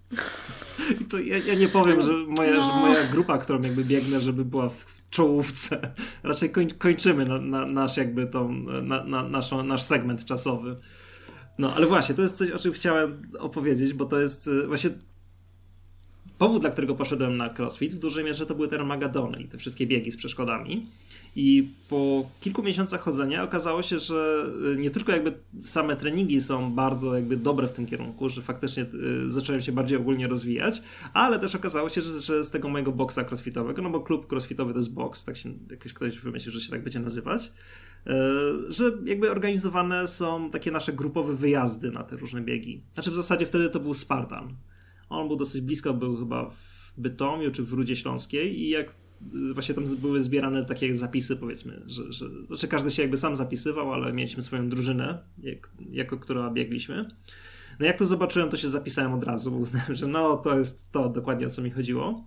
I to ja nie powiem, że moja grupa, którą jakby biegnę, żeby była w czołówce. Raczej kończymy nasz jakby nasz segment czasowy. No, ale właśnie, to jest coś, o czym chciałem opowiedzieć, bo to jest właśnie powód, dla którego poszedłem na CrossFit. W dużej mierze to były te Armagedony i te wszystkie biegi z przeszkodami. I po kilku miesiącach chodzenia okazało się, że nie tylko jakby same treningi są bardzo jakby dobre w tym kierunku, że faktycznie zacząłem się bardziej ogólnie rozwijać, ale też okazało się, że z tego mojego boksa crossfitowego, no bo klub crossfitowy to jest boks, tak się jakoś ktoś wymyślił, że się tak będzie nazywać, że jakby organizowane są takie nasze grupowe wyjazdy na te różne biegi. Znaczy w zasadzie wtedy to był Spartan. On był dosyć blisko, był chyba w Bytomiu czy w Rudzie Śląskiej i jak właśnie tam były zbierane takie zapisy, powiedzmy, że znaczy każdy się jakby sam zapisywał, ale mieliśmy swoją drużynę, jako która biegliśmy. No jak to zobaczyłem, to się zapisałem od razu, bo uznałem, że no to jest to dokładnie, o co mi chodziło.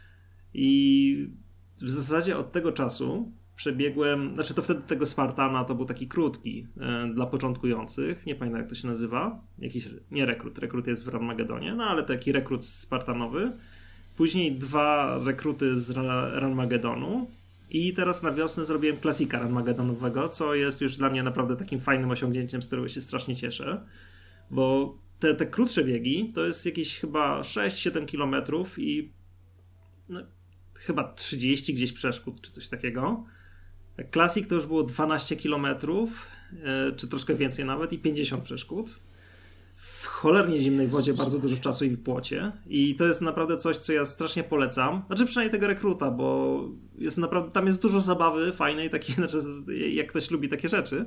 I w zasadzie od tego czasu przebiegłem, znaczy to wtedy tego Spartana to był taki krótki dla początkujących, nie pamiętam jak to się nazywa, jakiś, nie rekrut jest w Armagedonie, no ale taki rekrut spartanowy. Później 2 rekruty z Runmagedonu i teraz na wiosnę zrobiłem klasika Runmagedonowego, co jest już dla mnie naprawdę takim fajnym osiągnięciem, z którego się strasznie cieszę, bo te krótsze biegi to jest jakieś chyba 6-7 kilometrów i no, chyba 30 gdzieś przeszkód czy coś takiego. Klasik to już było 12 kilometrów, czy troszkę więcej nawet i 50 przeszkód. W cholernie zimnej wodzie, bardzo dużo czasu i w płocie. I to jest naprawdę coś, co ja strasznie polecam. Znaczy przynajmniej tego rekruta, bo jest naprawdę, tam jest dużo zabawy fajnej, takiej, znaczy, jak ktoś lubi takie rzeczy.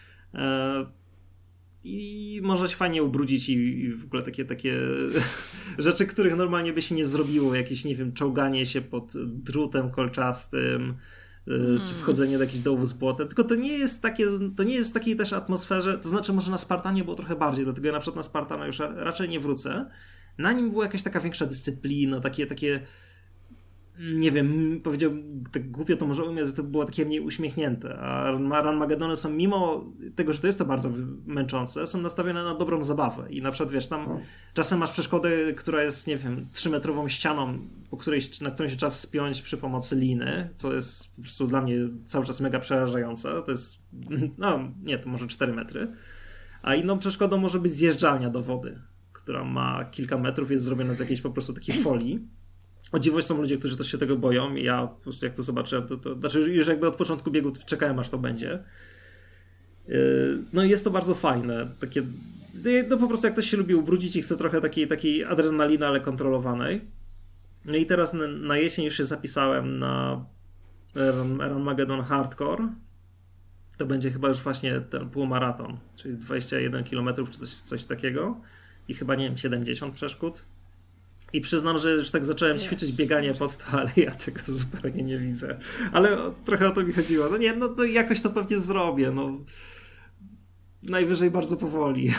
I można się fajnie ubrudzić i w ogóle takie rzeczy, których normalnie by się nie zrobiło. Jakieś, nie wiem, czołganie się pod drutem kolczastym, czy wchodzenie do jakichś dołów z błotem, tylko to nie jest w takiej też atmosferze, to znaczy może na Spartanie było trochę bardziej, dlatego ja na przykład na Spartana już raczej nie wrócę. Na nim była jakaś taka większa dyscyplina, takie nie wiem, powiedział, tak głupio to może umieć, że to było takie mniej uśmiechnięte, a Ranmagedony są, mimo tego, że to jest to bardzo męczące, są nastawione na dobrą zabawę i na przykład, wiesz, tam czasem masz przeszkodę, która jest, nie wiem, 3-metrową ścianą, na którą się trzeba wspiąć przy pomocy liny, co jest po prostu dla mnie cały czas mega przerażające, to jest, no nie, to może 4 metry, a inną przeszkodą może być zjeżdżalnia do wody, która ma kilka metrów, jest zrobiona z jakiejś po prostu takiej folii. O dziwo są ludzie, którzy też się tego boją i ja po prostu jak to zobaczyłem, to znaczy już jakby od początku biegu czekałem, aż to będzie. No i jest to bardzo fajne. Takie, no po prostu jak ktoś się lubi ubrudzić i chce trochę takiej adrenaliny, ale kontrolowanej. No i teraz na jesień już się zapisałem na Ranmagedon Hardcore. To będzie chyba już właśnie ten półmaraton, czyli 21 km czy coś takiego. I chyba, nie wiem, 70 przeszkód. I przyznam, że już tak zacząłem ćwiczyć bieganie pod to, ale ja tego zupełnie nie widzę. Ale trochę o to mi chodziło. No nie, no jakoś to pewnie zrobię. No. Najwyżej bardzo powoli.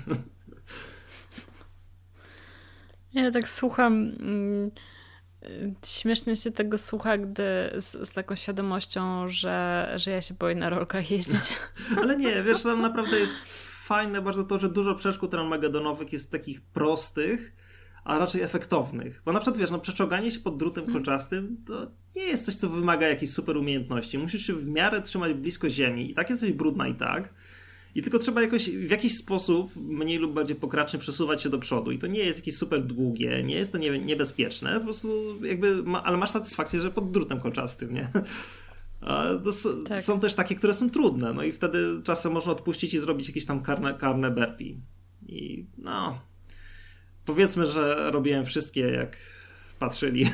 Ja tak słucham. Śmiesznie się tego słucha, gdy z taką świadomością, że ja się boję na rolkach jeździć. Ale nie, wiesz, tam naprawdę jest fajne bardzo to, że dużo przeszkód ranmagedonowych jest takich prostych, a raczej efektownych. Bo na przykład, wiesz, no przeczołganie się pod drutem kolczastym to nie jest coś, co wymaga jakiejś super umiejętności. Musisz się w miarę trzymać blisko ziemi i tak jesteś brudna i tak. I tylko trzeba w jakiś sposób mniej lub bardziej pokracznie przesuwać się do przodu. I to nie jest jakieś super długie, nie jest to niebezpieczne, po prostu jakby, ale masz satysfakcję, że pod drutem kolczastym, nie? A tak. Są też takie, które są trudne, no i wtedy czasem można odpuścić i zrobić jakieś tam karne burpee. I no... Powiedzmy, że robiłem wszystkie, jak patrzyli.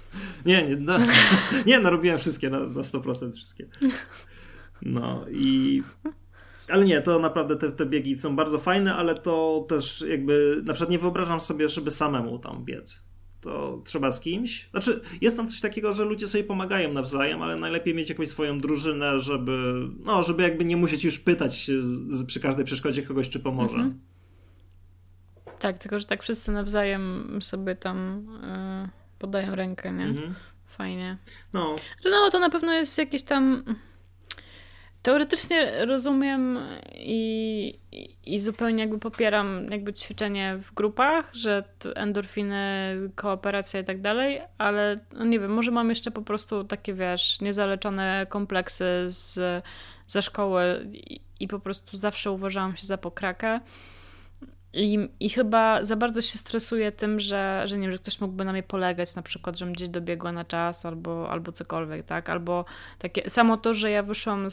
No robiłem wszystkie, na 100% wszystkie. No i... Ale nie, to naprawdę te biegi są bardzo fajne, ale to też jakby... Na przykład nie wyobrażam sobie, żeby samemu tam biec. To trzeba z kimś. Znaczy, jest tam coś takiego, że ludzie sobie pomagają nawzajem, ale najlepiej mieć jakąś swoją drużynę, żeby jakby nie musieć już pytać przy każdej przeszkodzie kogoś, czy pomoże. Mhm. Tak, tylko że tak wszyscy nawzajem sobie tam podają rękę, nie? Mhm. Fajnie. No, to na pewno jest jakieś tam... Teoretycznie rozumiem i zupełnie jakby popieram jakby ćwiczenie w grupach, że endorfiny, kooperacja i tak dalej, ale no nie wiem, może mam jeszcze po prostu takie, wiesz, niezaleczone kompleksy ze szkoły i po prostu zawsze uważałam się za pokrakę. I chyba za bardzo się stresuję tym, że nie wiem, że ktoś mógłby na mnie polegać, na przykład, żebym gdzieś dobiegła na czas albo cokolwiek, tak? Albo takie, samo to, że ja wyszłam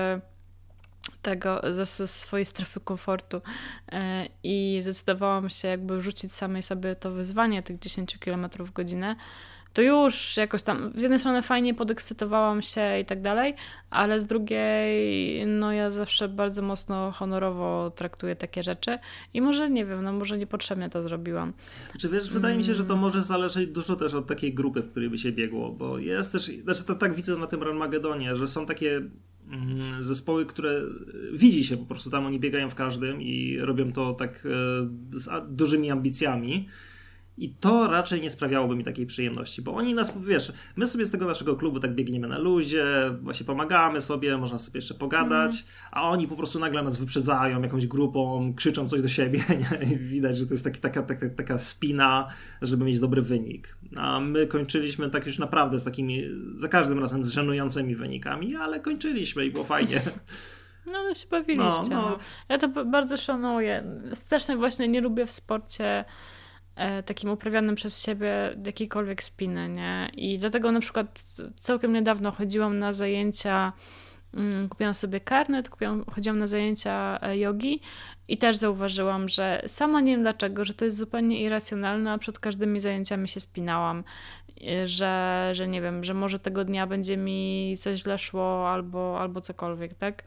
ze swojej strefy komfortu i zdecydowałam się jakby rzucić samej sobie to wyzwanie tych 10 km w godzinę, to już jakoś tam z jednej strony fajnie podekscytowałam się i tak dalej, ale z drugiej no ja zawsze bardzo mocno honorowo traktuję takie rzeczy i może nie wiem, no może niepotrzebnie to zrobiłam. Czy wiesz, wydaje mi się, że to może zależeć dużo też od takiej grupy, w której by się biegło, bo jest też, znaczy to tak widzę na tym Ranmagedonie, że są takie zespoły, które widzi się po prostu tam, oni biegają w każdym i robią to tak z dużymi ambicjami. I to raczej nie sprawiałoby mi takiej przyjemności, bo oni nas, wiesz, my sobie z tego naszego klubu tak biegniemy na luzie, właśnie pomagamy sobie, można sobie jeszcze pogadać, a oni po prostu nagle nas wyprzedzają jakąś grupą, krzyczą coś do siebie, nie? I widać, że to jest taka spina, żeby mieć dobry wynik. A my kończyliśmy tak już naprawdę z takimi, za każdym razem z żenującymi wynikami, ale kończyliśmy i było fajnie. No, ale się bawiliście. No. Ja to bardzo szanuję. Strasznie właśnie nie lubię w sporcie takim uprawianym przez siebie jakiejkolwiek spiny, nie? I dlatego na przykład całkiem niedawno chodziłam na zajęcia, kupiłam sobie karnet, chodziłam na zajęcia jogi i też zauważyłam, że sama nie wiem dlaczego, że to jest zupełnie irracjonalne, a przed każdymi zajęciami się spinałam, że nie wiem, że może tego dnia będzie mi coś źle szło albo cokolwiek, tak?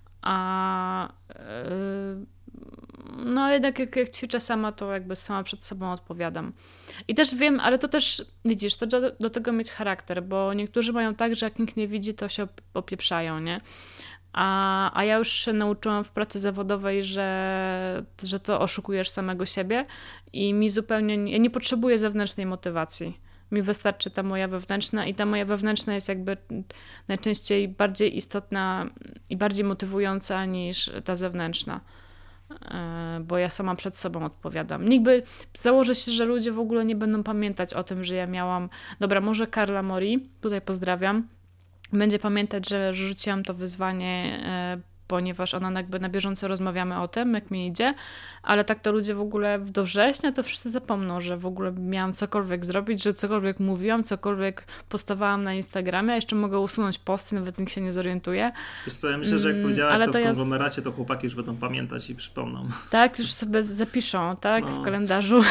No jednak jak ćwiczę sama, to jakby sama przed sobą odpowiadam. I też wiem, ale to też, widzisz, to do tego mieć charakter, bo niektórzy mają tak, że jak nikt nie widzi, to się opieprzają, nie? A ja już się nauczyłam w pracy zawodowej, że to oszukujesz samego siebie i mi zupełnie, ja nie potrzebuję zewnętrznej motywacji. mi wystarczy ta moja wewnętrzna i ta moja wewnętrzna jest jakby najczęściej bardziej istotna i bardziej motywująca niż ta zewnętrzna. Bo ja sama przed sobą odpowiadam. Założę się, że ludzie w ogóle nie będą pamiętać o tym, że ja miałam... Dobra, może Carla Mori, tutaj pozdrawiam, będzie pamiętać, że rzuciłam to wyzwanie, ponieważ ona jakby na bieżąco rozmawiamy o tym, jak mi idzie, ale tak to ludzie w ogóle do września to wszyscy zapomną, że w ogóle miałam cokolwiek zrobić, że cokolwiek mówiłam, cokolwiek postawałam na Instagramie, a jeszcze mogę usunąć posty, nawet nikt się nie zorientuje. Wiesz co, ja myślę, że jak powiedziałaś to w konglomeracie, to chłopaki już będą pamiętać i przypomną. Tak, już sobie zapiszą, tak, w kalendarzu.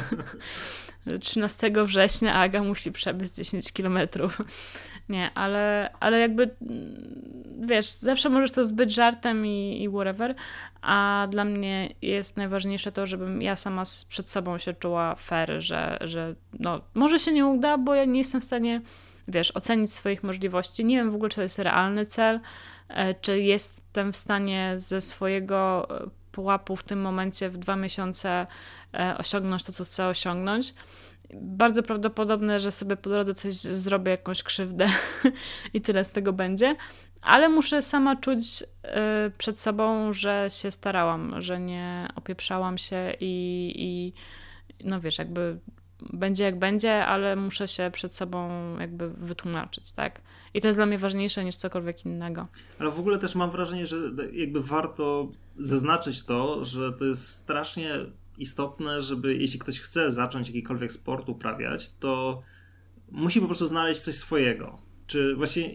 13 września Aga musi przebyć 10 kilometrów. Nie, ale jakby wiesz, zawsze możesz to zbyt żartem i whatever, a dla mnie jest najważniejsze to, żebym ja sama przed sobą się czuła fair, że no, może się nie uda, bo ja nie jestem w stanie, wiesz, ocenić swoich możliwości. Nie wiem w ogóle, czy to jest realny cel, czy jestem w stanie ze swojego pułapu w tym momencie w 2 miesiące osiągnąć to, co chcę osiągnąć. Bardzo prawdopodobne, że sobie po drodze coś zrobię, jakąś krzywdę i tyle z tego będzie, ale muszę sama czuć przed sobą, że się starałam, że nie opieprzałam się i no wiesz, jakby będzie jak będzie, ale muszę się przed sobą jakby wytłumaczyć, tak? I to jest dla mnie ważniejsze niż cokolwiek innego. Ale w ogóle też mam wrażenie, że jakby warto zaznaczyć to, że to jest strasznie istotne, żeby jeśli ktoś chce zacząć jakikolwiek sport uprawiać, to musi po prostu znaleźć coś swojego. Czy właśnie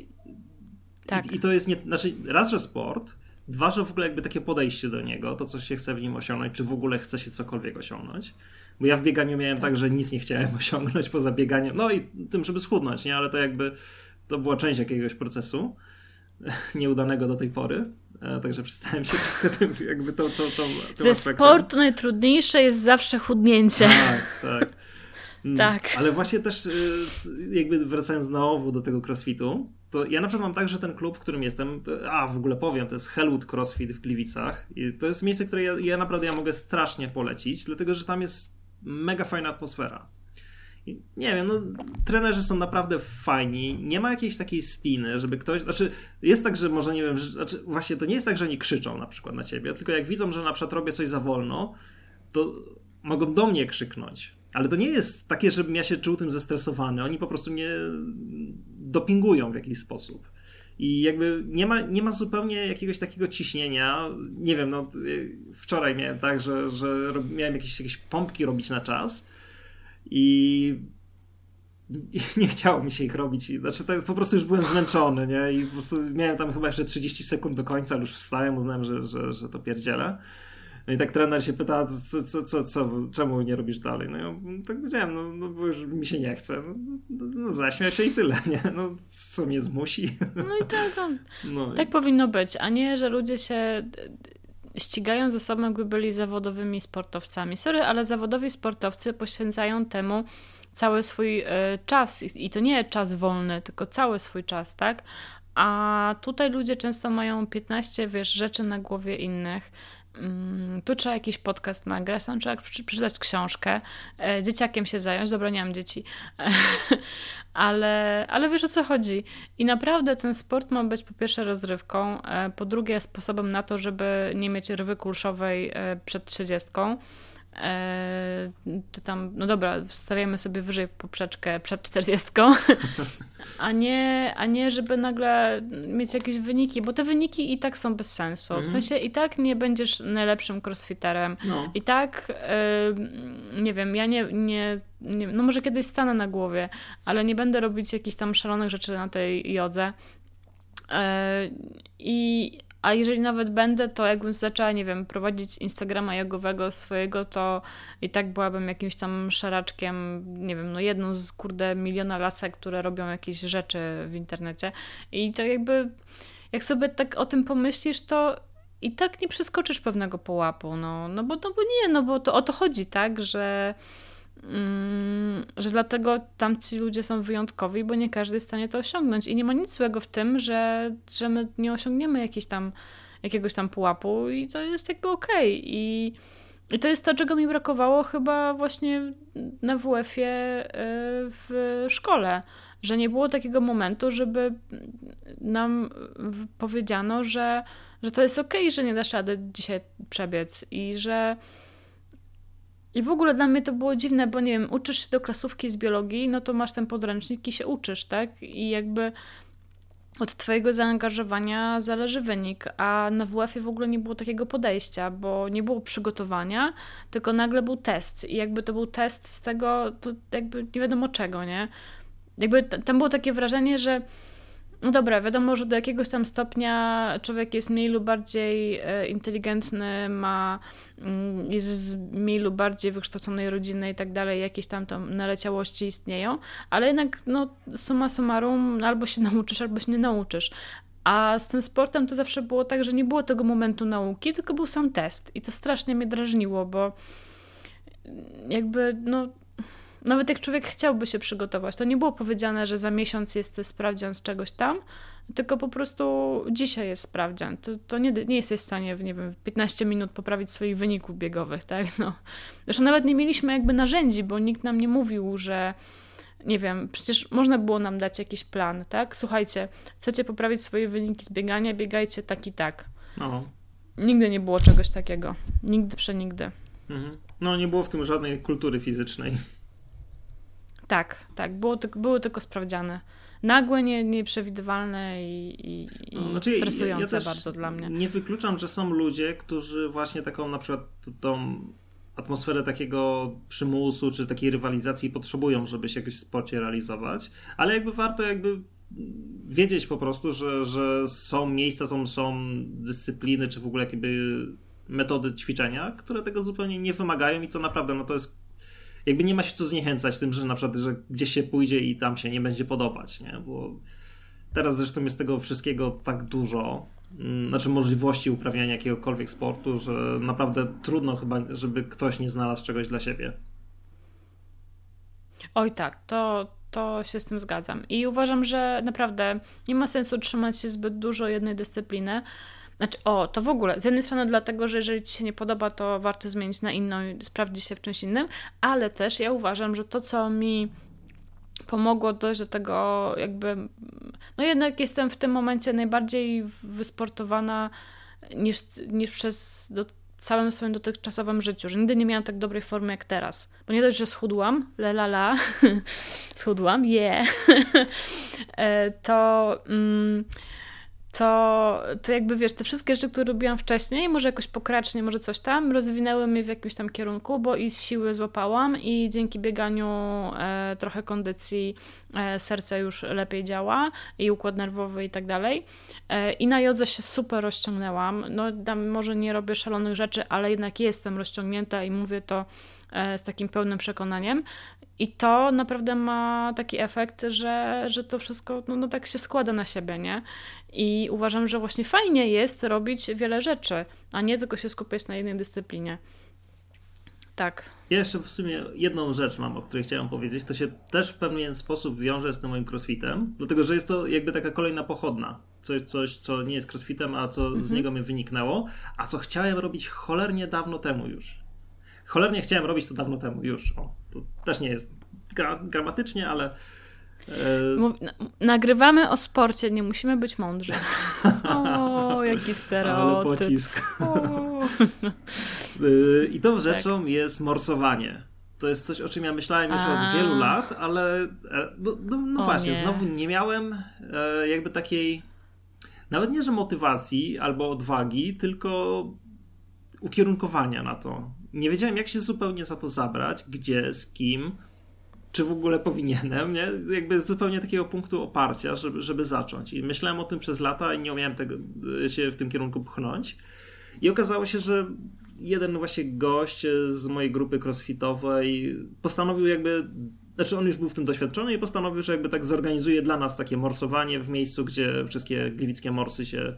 tak. I to jest znaczy raz, że sport, dwa, że w ogóle jakby takie podejście do niego, to co się chce w nim osiągnąć, czy w ogóle chce się cokolwiek osiągnąć. Bo ja w bieganiu miałem tak, że nic nie chciałem osiągnąć poza bieganiem, no i tym, żeby schudnąć, nie? Ale to jakby to była część jakiegoś procesu nieudanego do tej pory. Także przestałem się trochę tym jakby tym Ze sportu najtrudniejsze jest zawsze chudnięcie. Tak. Tak. Ale właśnie też jakby wracając znowu do tego crossfitu, to ja na przykład mam tak, że ten klub, w którym jestem, w ogóle powiem, to jest Hellwood CrossFit w Gliwicach i to jest miejsce, które ja naprawdę mogę strasznie polecić, dlatego, że tam jest mega fajna atmosfera. I nie wiem, no trenerzy są naprawdę fajni, nie ma jakiejś takiej spiny, żeby ktoś, znaczy jest tak, że może nie wiem, właśnie to nie jest tak, że oni krzyczą na przykład na ciebie, tylko jak widzą, że na przykład robię coś za wolno, to mogą do mnie krzyknąć. Ale to nie jest takie, żebym ja się czuł tym zestresowany. Oni po prostu mnie dopingują w jakiś sposób. I jakby nie ma zupełnie jakiegoś takiego ciśnienia. Nie wiem, no wczoraj miałem tak, że miałem jakieś pompki robić na czas i nie chciało mi się ich robić. Znaczy po prostu już byłem zmęczony, nie? I po prostu miałem tam chyba jeszcze 30 sekund do końca, ale już wstałem, uznałem, że to pierdzielę. No i tak trener się pyta, czemu nie robisz dalej? No ja tak powiedziałem, no bo już mi się nie chce. No zaśmiał się i tyle, nie? No co mnie zmusi? No i tak, tak powinno być, a nie, że ludzie się ścigają ze sobą, jakby byli zawodowymi sportowcami. Sorry, ale zawodowi sportowcy poświęcają temu cały swój czas i to nie czas wolny, tylko cały swój czas, tak? A tutaj ludzie często mają 15, rzeczy na głowie innych. Tu trzeba jakiś podcast nagrać, tam trzeba przeczytać książkę, dzieciakiem się zająć, dobra, nie mam dzieci, ale wiesz, o co chodzi. I naprawdę ten sport ma być po pierwsze rozrywką, po drugie sposobem na to, żeby nie mieć rwy kulszowej przed 30, czy tam, no dobra, stawiamy sobie wyżej poprzeczkę przed 40, a nie żeby nagle mieć jakieś wyniki, bo te wyniki i tak są bez sensu. W sensie i tak nie będziesz najlepszym crossfiterem. No. I tak, nie wiem, ja nie, no może kiedyś stanę na głowie, ale nie będę robić jakichś tam szalonych rzeczy na tej jodze. A jeżeli nawet będę, to jakbym zaczęła, nie wiem, prowadzić Instagrama jogowego swojego, to i tak byłabym jakimś tam szaraczkiem, nie wiem, no jedną z miliona lasek, które robią jakieś rzeczy w internecie. I to jakby, jak sobie tak o tym pomyślisz, to i tak nie przeskoczysz pewnego pułapu, no bo to o to chodzi, tak, że dlatego tamci ludzie są wyjątkowi, bo nie każdy jest w stanie to osiągnąć i nie ma nic złego w tym, że my nie osiągniemy jakiegoś tam pułapu i to jest jakby okej. I to jest to, czego mi brakowało chyba właśnie na WF-ie w szkole, że nie było takiego momentu, żeby nam powiedziano, że to jest okej, że nie dasz rady dzisiaj przebiec i w ogóle dla mnie to było dziwne, bo nie wiem, uczysz się do klasówki z biologii, no to masz ten podręcznik i się uczysz, tak? I jakby od twojego zaangażowania zależy wynik, a na WF-ie w ogóle nie było takiego podejścia, bo nie było przygotowania, tylko nagle był test i jakby to był test z tego, to jakby nie wiadomo czego, nie? Jakby tam było takie wrażenie, że no dobra, wiadomo, że do jakiegoś tam stopnia człowiek jest mniej lub bardziej inteligentny, jest z mniej lub bardziej wykształconej rodziny i tak dalej, jakieś tam naleciałości istnieją, ale jednak no summa summarum albo się nauczysz, albo się nie nauczysz. A z tym sportem to zawsze było tak, że nie było tego momentu nauki, tylko był sam test i to strasznie mnie drażniło, bo jakby no nawet jak człowiek chciałby się przygotować, to nie było powiedziane, że za miesiąc jest sprawdzian z czegoś tam, tylko po prostu dzisiaj jest sprawdzian. To nie jesteś w stanie w, nie wiem, 15 minut poprawić swoich wyników biegowych, tak? No. Zresztą nawet nie mieliśmy jakby narzędzi, bo nikt nam nie mówił, że nie wiem, przecież można było nam dać jakiś plan, tak? Słuchajcie, chcecie poprawić swoje wyniki z biegania, biegajcie tak i tak. No. Nigdy nie było czegoś takiego. Nigdy, przenigdy. Mhm. No nie było w tym żadnej kultury fizycznej. Tak. Były tylko sprawdziane. Nagłe, nieprzewidywalne i stresujące ja bardzo dla mnie. Nie wykluczam, że są ludzie, którzy właśnie taką na przykład tą atmosferę takiego przymusu czy takiej rywalizacji potrzebują, żeby się jakoś w sporcie realizować, ale jakby warto wiedzieć po prostu, że są miejsca, są dyscypliny czy w ogóle jakby metody ćwiczenia, które tego zupełnie nie wymagają i to naprawdę, no to jest jakby nie ma się co zniechęcać tym, że na przykład, że gdzieś się pójdzie i tam się nie będzie podobać, nie? Bo teraz zresztą jest tego wszystkiego tak dużo, znaczy możliwości uprawiania jakiegokolwiek sportu, że naprawdę trudno chyba, żeby ktoś nie znalazł czegoś dla siebie. Oj tak, to się z tym zgadzam. I uważam, że naprawdę nie ma sensu trzymać się zbyt dużo jednej dyscypliny. Znaczy, to w ogóle, z jednej strony dlatego, że jeżeli ci się nie podoba, to warto zmienić na inną i sprawdzić się w czymś innym, ale też ja uważam, że to, co mi pomogło dojść do tego jakby, no jednak jestem w tym momencie najbardziej wysportowana niż przez całym swoim dotychczasowym życiu, że nigdy nie miałam tak dobrej formy jak teraz. Bo nie dość, że schudłam, schudłam, to jakby wiesz, te wszystkie rzeczy, które robiłam wcześniej, może jakoś pokracznie, może coś tam, rozwinęły mnie w jakimś tam kierunku, bo i z siły złapałam i dzięki bieganiu trochę kondycji serce już lepiej działa i układ nerwowy i tak dalej. I na jodze się super rozciągnęłam. No tam może nie robię szalonych rzeczy, ale jednak jestem rozciągnięta i mówię to z takim pełnym przekonaniem. I to naprawdę ma taki efekt, że to wszystko no tak się składa na siebie, nie? I uważam, że właśnie fajnie jest robić wiele rzeczy, a nie tylko się skupiać na jednej dyscyplinie. Tak. Ja jeszcze w sumie jedną rzecz mam, o której chciałem powiedzieć. To się też w pewien sposób wiąże z tym moim crossfitem, dlatego że jest to jakby taka kolejna pochodna. Coś co nie jest crossfitem, a co z niego mi wyniknęło, a co chciałem robić cholernie dawno temu już. Cholernie chciałem robić to dawno temu już. To też nie jest gramatycznie, ale... Nagrywamy o sporcie, nie musimy być mądrzy. O, jaki stereotyp. Ale pocisk. I tą rzeczą jest morsowanie. To jest coś, o czym ja myślałem już od wielu lat, ale no właśnie, znowu nie miałem jakby takiej, nawet nie, że motywacji albo odwagi, tylko ukierunkowania na to. Nie wiedziałem, jak się zupełnie za to zabrać, gdzie, z kim, czy w ogóle powinienem, nie? Jakby zupełnie takiego punktu oparcia, żeby zacząć. I myślałem o tym przez lata i nie umiałem się w tym kierunku pchnąć. I okazało się, że jeden właśnie gość z mojej grupy crossfitowej postanowił znaczy on już był w tym doświadczony i postanowił, że jakby tak zorganizuje dla nas takie morsowanie w miejscu, gdzie wszystkie gliwickie morsy się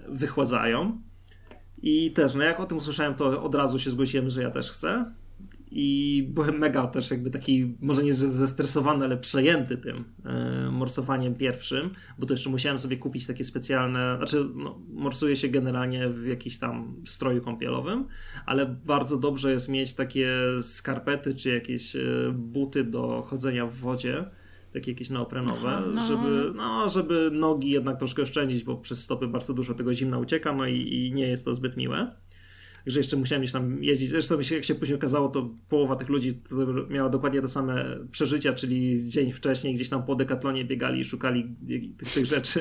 wychładzają. I też, no jak o tym usłyszałem, to od razu się zgłosiłem, że ja też chcę. I byłem mega też jakby taki, może nie zestresowany, ale przejęty tym morsowaniem pierwszym, bo to jeszcze musiałem sobie kupić takie specjalne, znaczy morsuje się generalnie w jakimś tam stroju kąpielowym, ale bardzo dobrze jest mieć takie skarpety czy jakieś buty do chodzenia w wodzie, takie jakieś neoprenowe, żeby nogi jednak troszkę oszczędzić, bo przez stopy bardzo dużo tego zimna ucieka, no i nie jest to zbyt miłe. Że jeszcze musiałem gdzieś tam jeździć. Zresztą jak się później okazało, to połowa tych ludzi miała dokładnie te same przeżycia, czyli dzień wcześniej gdzieś tam po Decathlonie biegali i szukali tych rzeczy.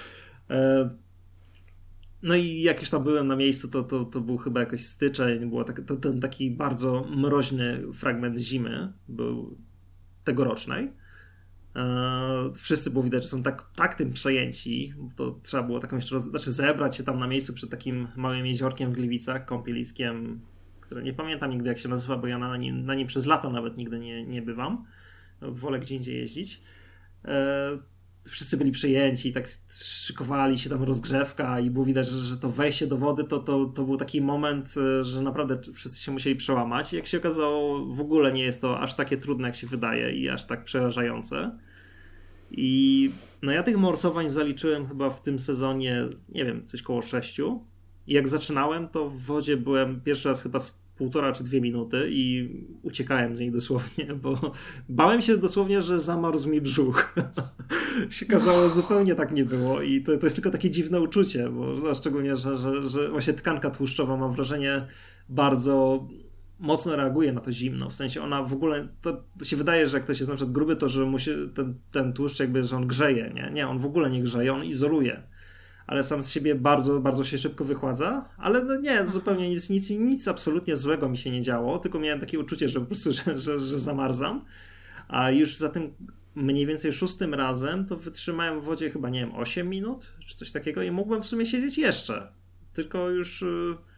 No i jak już tam byłem na miejscu, to był chyba jakoś styczeń, było ten taki bardzo mroźny fragment zimy był tegorocznej. Wszyscy było widać, że są tak tym przejęci, to trzeba było taką jeszcze zebrać się tam na miejscu przed takim małym jeziorkiem w Gliwicach, kąpieliskiem, które nie pamiętam nigdy jak się nazywa, bo ja na nim przez lato nawet nigdy nie bywam. Wolę gdzie indziej jeździć. Wszyscy byli przejęci, tak szykowali się tam rozgrzewka i było widać, że to wejście do wody to był taki moment, że naprawdę wszyscy się musieli przełamać. I jak się okazało, w ogóle nie jest to aż takie trudne, jak się wydaje i aż tak przerażające. I no ja tych morsowań zaliczyłem chyba w tym sezonie, nie wiem, coś koło 6. I jak zaczynałem, to w wodzie byłem pierwszy raz chyba z 1,5 czy 2 minuty i uciekałem z niej dosłownie, bo bałem się dosłownie, że zamarzł mi brzuch. się okazało, zupełnie tak nie było i to jest tylko takie dziwne uczucie, bo szczególnie, że właśnie tkanka tłuszczowa, mam wrażenie, bardzo mocno reaguje na to zimno, w sensie ona w ogóle, to się wydaje, że jak ktoś jest na przykład gruby, to że mu się ten tłuszcz jakby, że on grzeje, nie, on w ogóle nie grzeje, on izoluje. Ale sam z siebie bardzo, bardzo się szybko wychładza, ale no nie, zupełnie nic absolutnie złego mi się nie działo, tylko miałem takie uczucie, że po prostu, że zamarzam, a już za tym mniej więcej 6. razem to wytrzymałem w wodzie chyba, nie wiem, 8 minut, czy coś takiego i mógłbym w sumie siedzieć jeszcze, tylko już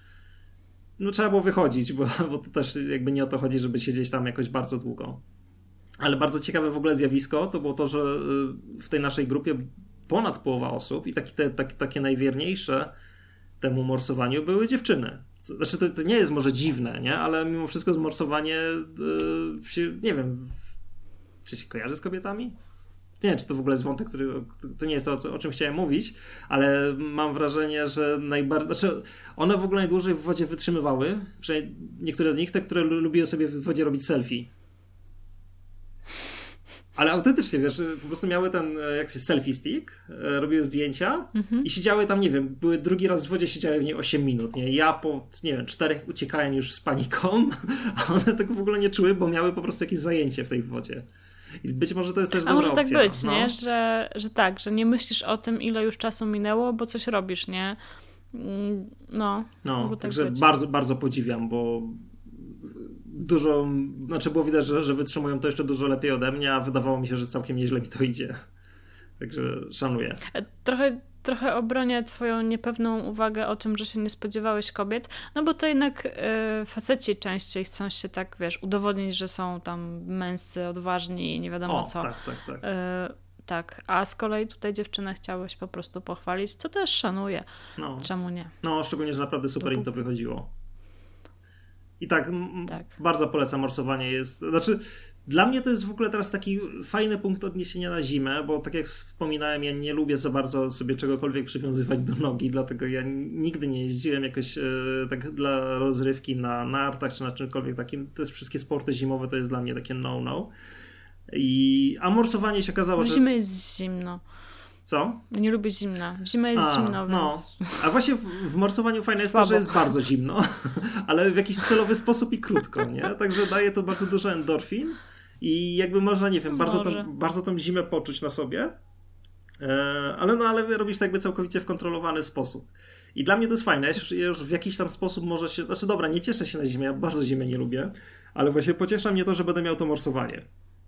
no trzeba było wychodzić, bo to też jakby nie o to chodzi, żeby siedzieć tam jakoś bardzo długo. Ale bardzo ciekawe w ogóle zjawisko to było to, że w tej naszej grupie ponad połowa osób i takie najwierniejsze temu morsowaniu były dziewczyny. Znaczy to nie jest może dziwne, nie? Ale mimo wszystko zmorsowanie nie wiem, czy się kojarzy z kobietami? Nie wiem, czy to w ogóle jest wątek, to nie jest to, o czym chciałem mówić, ale mam wrażenie, że znaczy one w ogóle najdłużej w wodzie wytrzymywały, przynajmniej niektóre z nich, te, które lubiły sobie w wodzie robić selfie. Ale autentycznie, wiesz, po prostu miały ten, jak się selfie stick, robiły zdjęcia i siedziały tam, nie wiem, były drugi raz w wodzie, siedziały w niej 8 minut, nie? Ja po, nie wiem, 4 uciekałem już z paniką, a one tego w ogóle nie czuły, bo miały po prostu jakieś zajęcie w tej wodzie. I być może to jest też dobra opcja. A może tak być, nie? Że tak, że nie myślisz o tym, ile już czasu minęło, bo coś robisz, nie? No także tak być. Bardzo, bardzo podziwiam, bo dużo, znaczy było widać, że wytrzymują to jeszcze dużo lepiej ode mnie, a wydawało mi się, że całkiem nieźle mi to idzie. Także szanuję. Trochę obronię twoją niepewną uwagę o tym, że się nie spodziewałeś kobiet, no bo to jednak faceci częściej chcą się tak, wiesz, udowodnić, że są tam męscy, odważni i nie wiadomo co. Tak. Tak, a z kolei tutaj dziewczynę chciałeś po prostu pochwalić, co też szanuję. Czemu nie? No, szczególnie, że naprawdę super im to wychodziło. I tak. Bardzo polecam morsowanie. Znaczy, dla mnie to jest w ogóle teraz taki fajny punkt odniesienia na zimę, bo tak jak wspominałem, ja nie lubię za bardzo sobie czegokolwiek przywiązywać do nogi, dlatego ja nigdy nie jeździłem jakoś tak dla rozrywki na nartach czy na czymkolwiek takim. Te wszystkie sporty zimowe to jest dla mnie takie no-no. A morsowanie się okazało, że... W zimę jest zimno. Co? Nie lubię zimna. W zimę jest zimno. Więc... A właśnie w morsowaniu fajne jest to, że jest bardzo zimno, ale w jakiś celowy sposób i krótko, nie? Także daje to bardzo dużo endorfin i jakby można, nie wiem, bardzo tą zimę poczuć na sobie, ale robisz to jakby całkowicie w kontrolowany sposób. I dla mnie to jest fajne. Ja już w jakiś tam sposób może się... Znaczy dobra, nie cieszę się na zimę, ja bardzo zimę nie lubię, ale właśnie pociesza mnie to, że będę miał to morsowanie.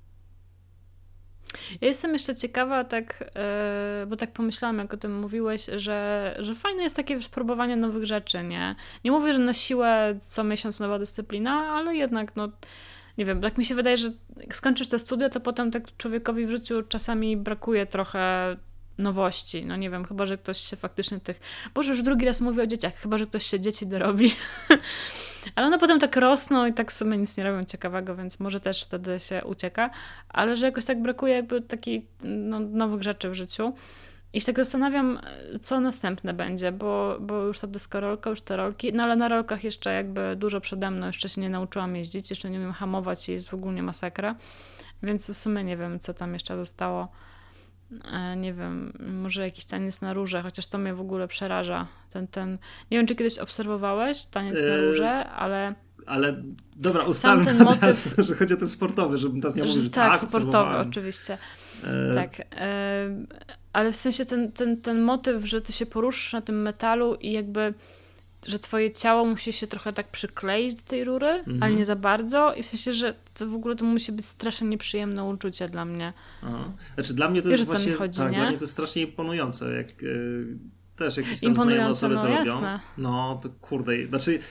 Ja jestem jeszcze ciekawa, bo tak pomyślałam, jak o tym mówiłeś, że fajne jest takie próbowanie nowych rzeczy, nie? Nie mówię, że na siłę co miesiąc nowa dyscyplina, ale jednak, nie wiem, tak mi się wydaje, że jak skończysz te studia, to potem tak człowiekowi w życiu czasami brakuje trochę nowości. No nie wiem, chyba, że ktoś się faktycznie Boże, już drugi raz mówię o dzieciach, chyba, że ktoś się dzieci dorobi. Ale one potem tak rosną i tak w sumie nic nie robią ciekawego, więc może też wtedy się ucieka. Ale że jakoś tak brakuje jakby takich nowych rzeczy w życiu. I się tak zastanawiam, co następne będzie, bo już ta deskorolka, już te rolki, no ale na rolkach jeszcze jakby dużo przede mną, jeszcze się nie nauczyłam jeździć, jeszcze nie wiem hamować i jest w ogóle masakra, więc w sumie nie wiem, co tam jeszcze zostało. Nie wiem, może jakiś taniec na róże, chociaż to mnie w ogóle przeraża. Nie wiem, czy kiedyś obserwowałeś taniec na róże, ale... Ale dobra, ustalmy ten motyw, że chodzi o ten sportowy, żebym teraz nie mówił, że tak, sportowy oczywiście. Tak, ale w sensie ten motyw, że ty się poruszasz na tym metalu i jakby, że twoje ciało musi się trochę tak przykleić do tej rury, ale nie za bardzo i w sensie, że to w ogóle to musi być strasznie nieprzyjemne uczucie dla mnie. Aha. Znaczy dla mnie to jest właśnie, chodzi, tak, dla mnie to jest strasznie imponujące, jak też jakieś tam znajome osoby to robią. No to kurde, znaczy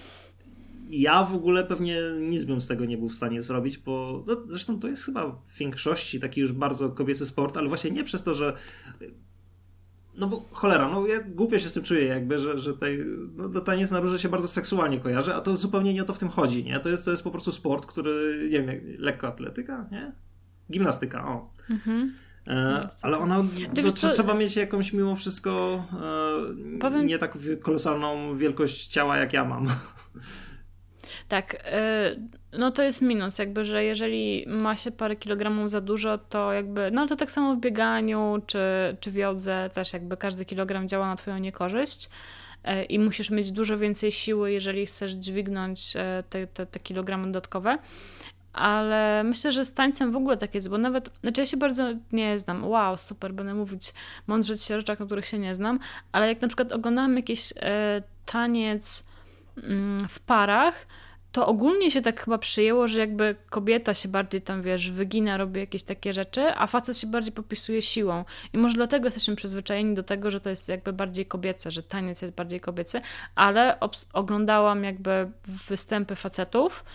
ja w ogóle pewnie nic bym z tego nie był w stanie zrobić, bo zresztą to jest chyba w większości taki już bardzo kobiecy sport, ale właśnie nie przez to, że no bo cholera, no ja głupio się z tym czuję jakby, że taniec na róże się bardzo seksualnie kojarzy, a to zupełnie nie o to w tym chodzi, nie? To jest po prostu sport, który, nie wiem, lekkoatletyka, nie? Gimnastyka, o. Ale ona, trzeba mieć jakąś mimo wszystko nie tak kolosalną wielkość ciała, jak ja mam. Tak, no to jest minus, jakby, że jeżeli ma się parę kilogramów za dużo, to jakby, no to tak samo w bieganiu czy w jodze też jakby każdy kilogram działa na twoją niekorzyść i musisz mieć dużo więcej siły, jeżeli chcesz dźwignąć te kilogramy dodatkowe. Ale myślę, że z tańcem w ogóle tak jest, bo nawet, znaczy ja się bardzo nie znam, wow, super, będę mówić, mądrzeć się o rzeczach, o których się nie znam, ale jak na przykład oglądałam jakiś taniec w parach, to ogólnie się tak chyba przyjęło, że jakby kobieta się bardziej tam, wiesz, wygina, robi jakieś takie rzeczy, a facet się bardziej popisuje siłą. I może dlatego jesteśmy przyzwyczajeni do tego, że to jest jakby bardziej kobiece, że taniec jest bardziej kobiecy, ale oglądałam jakby występy facetów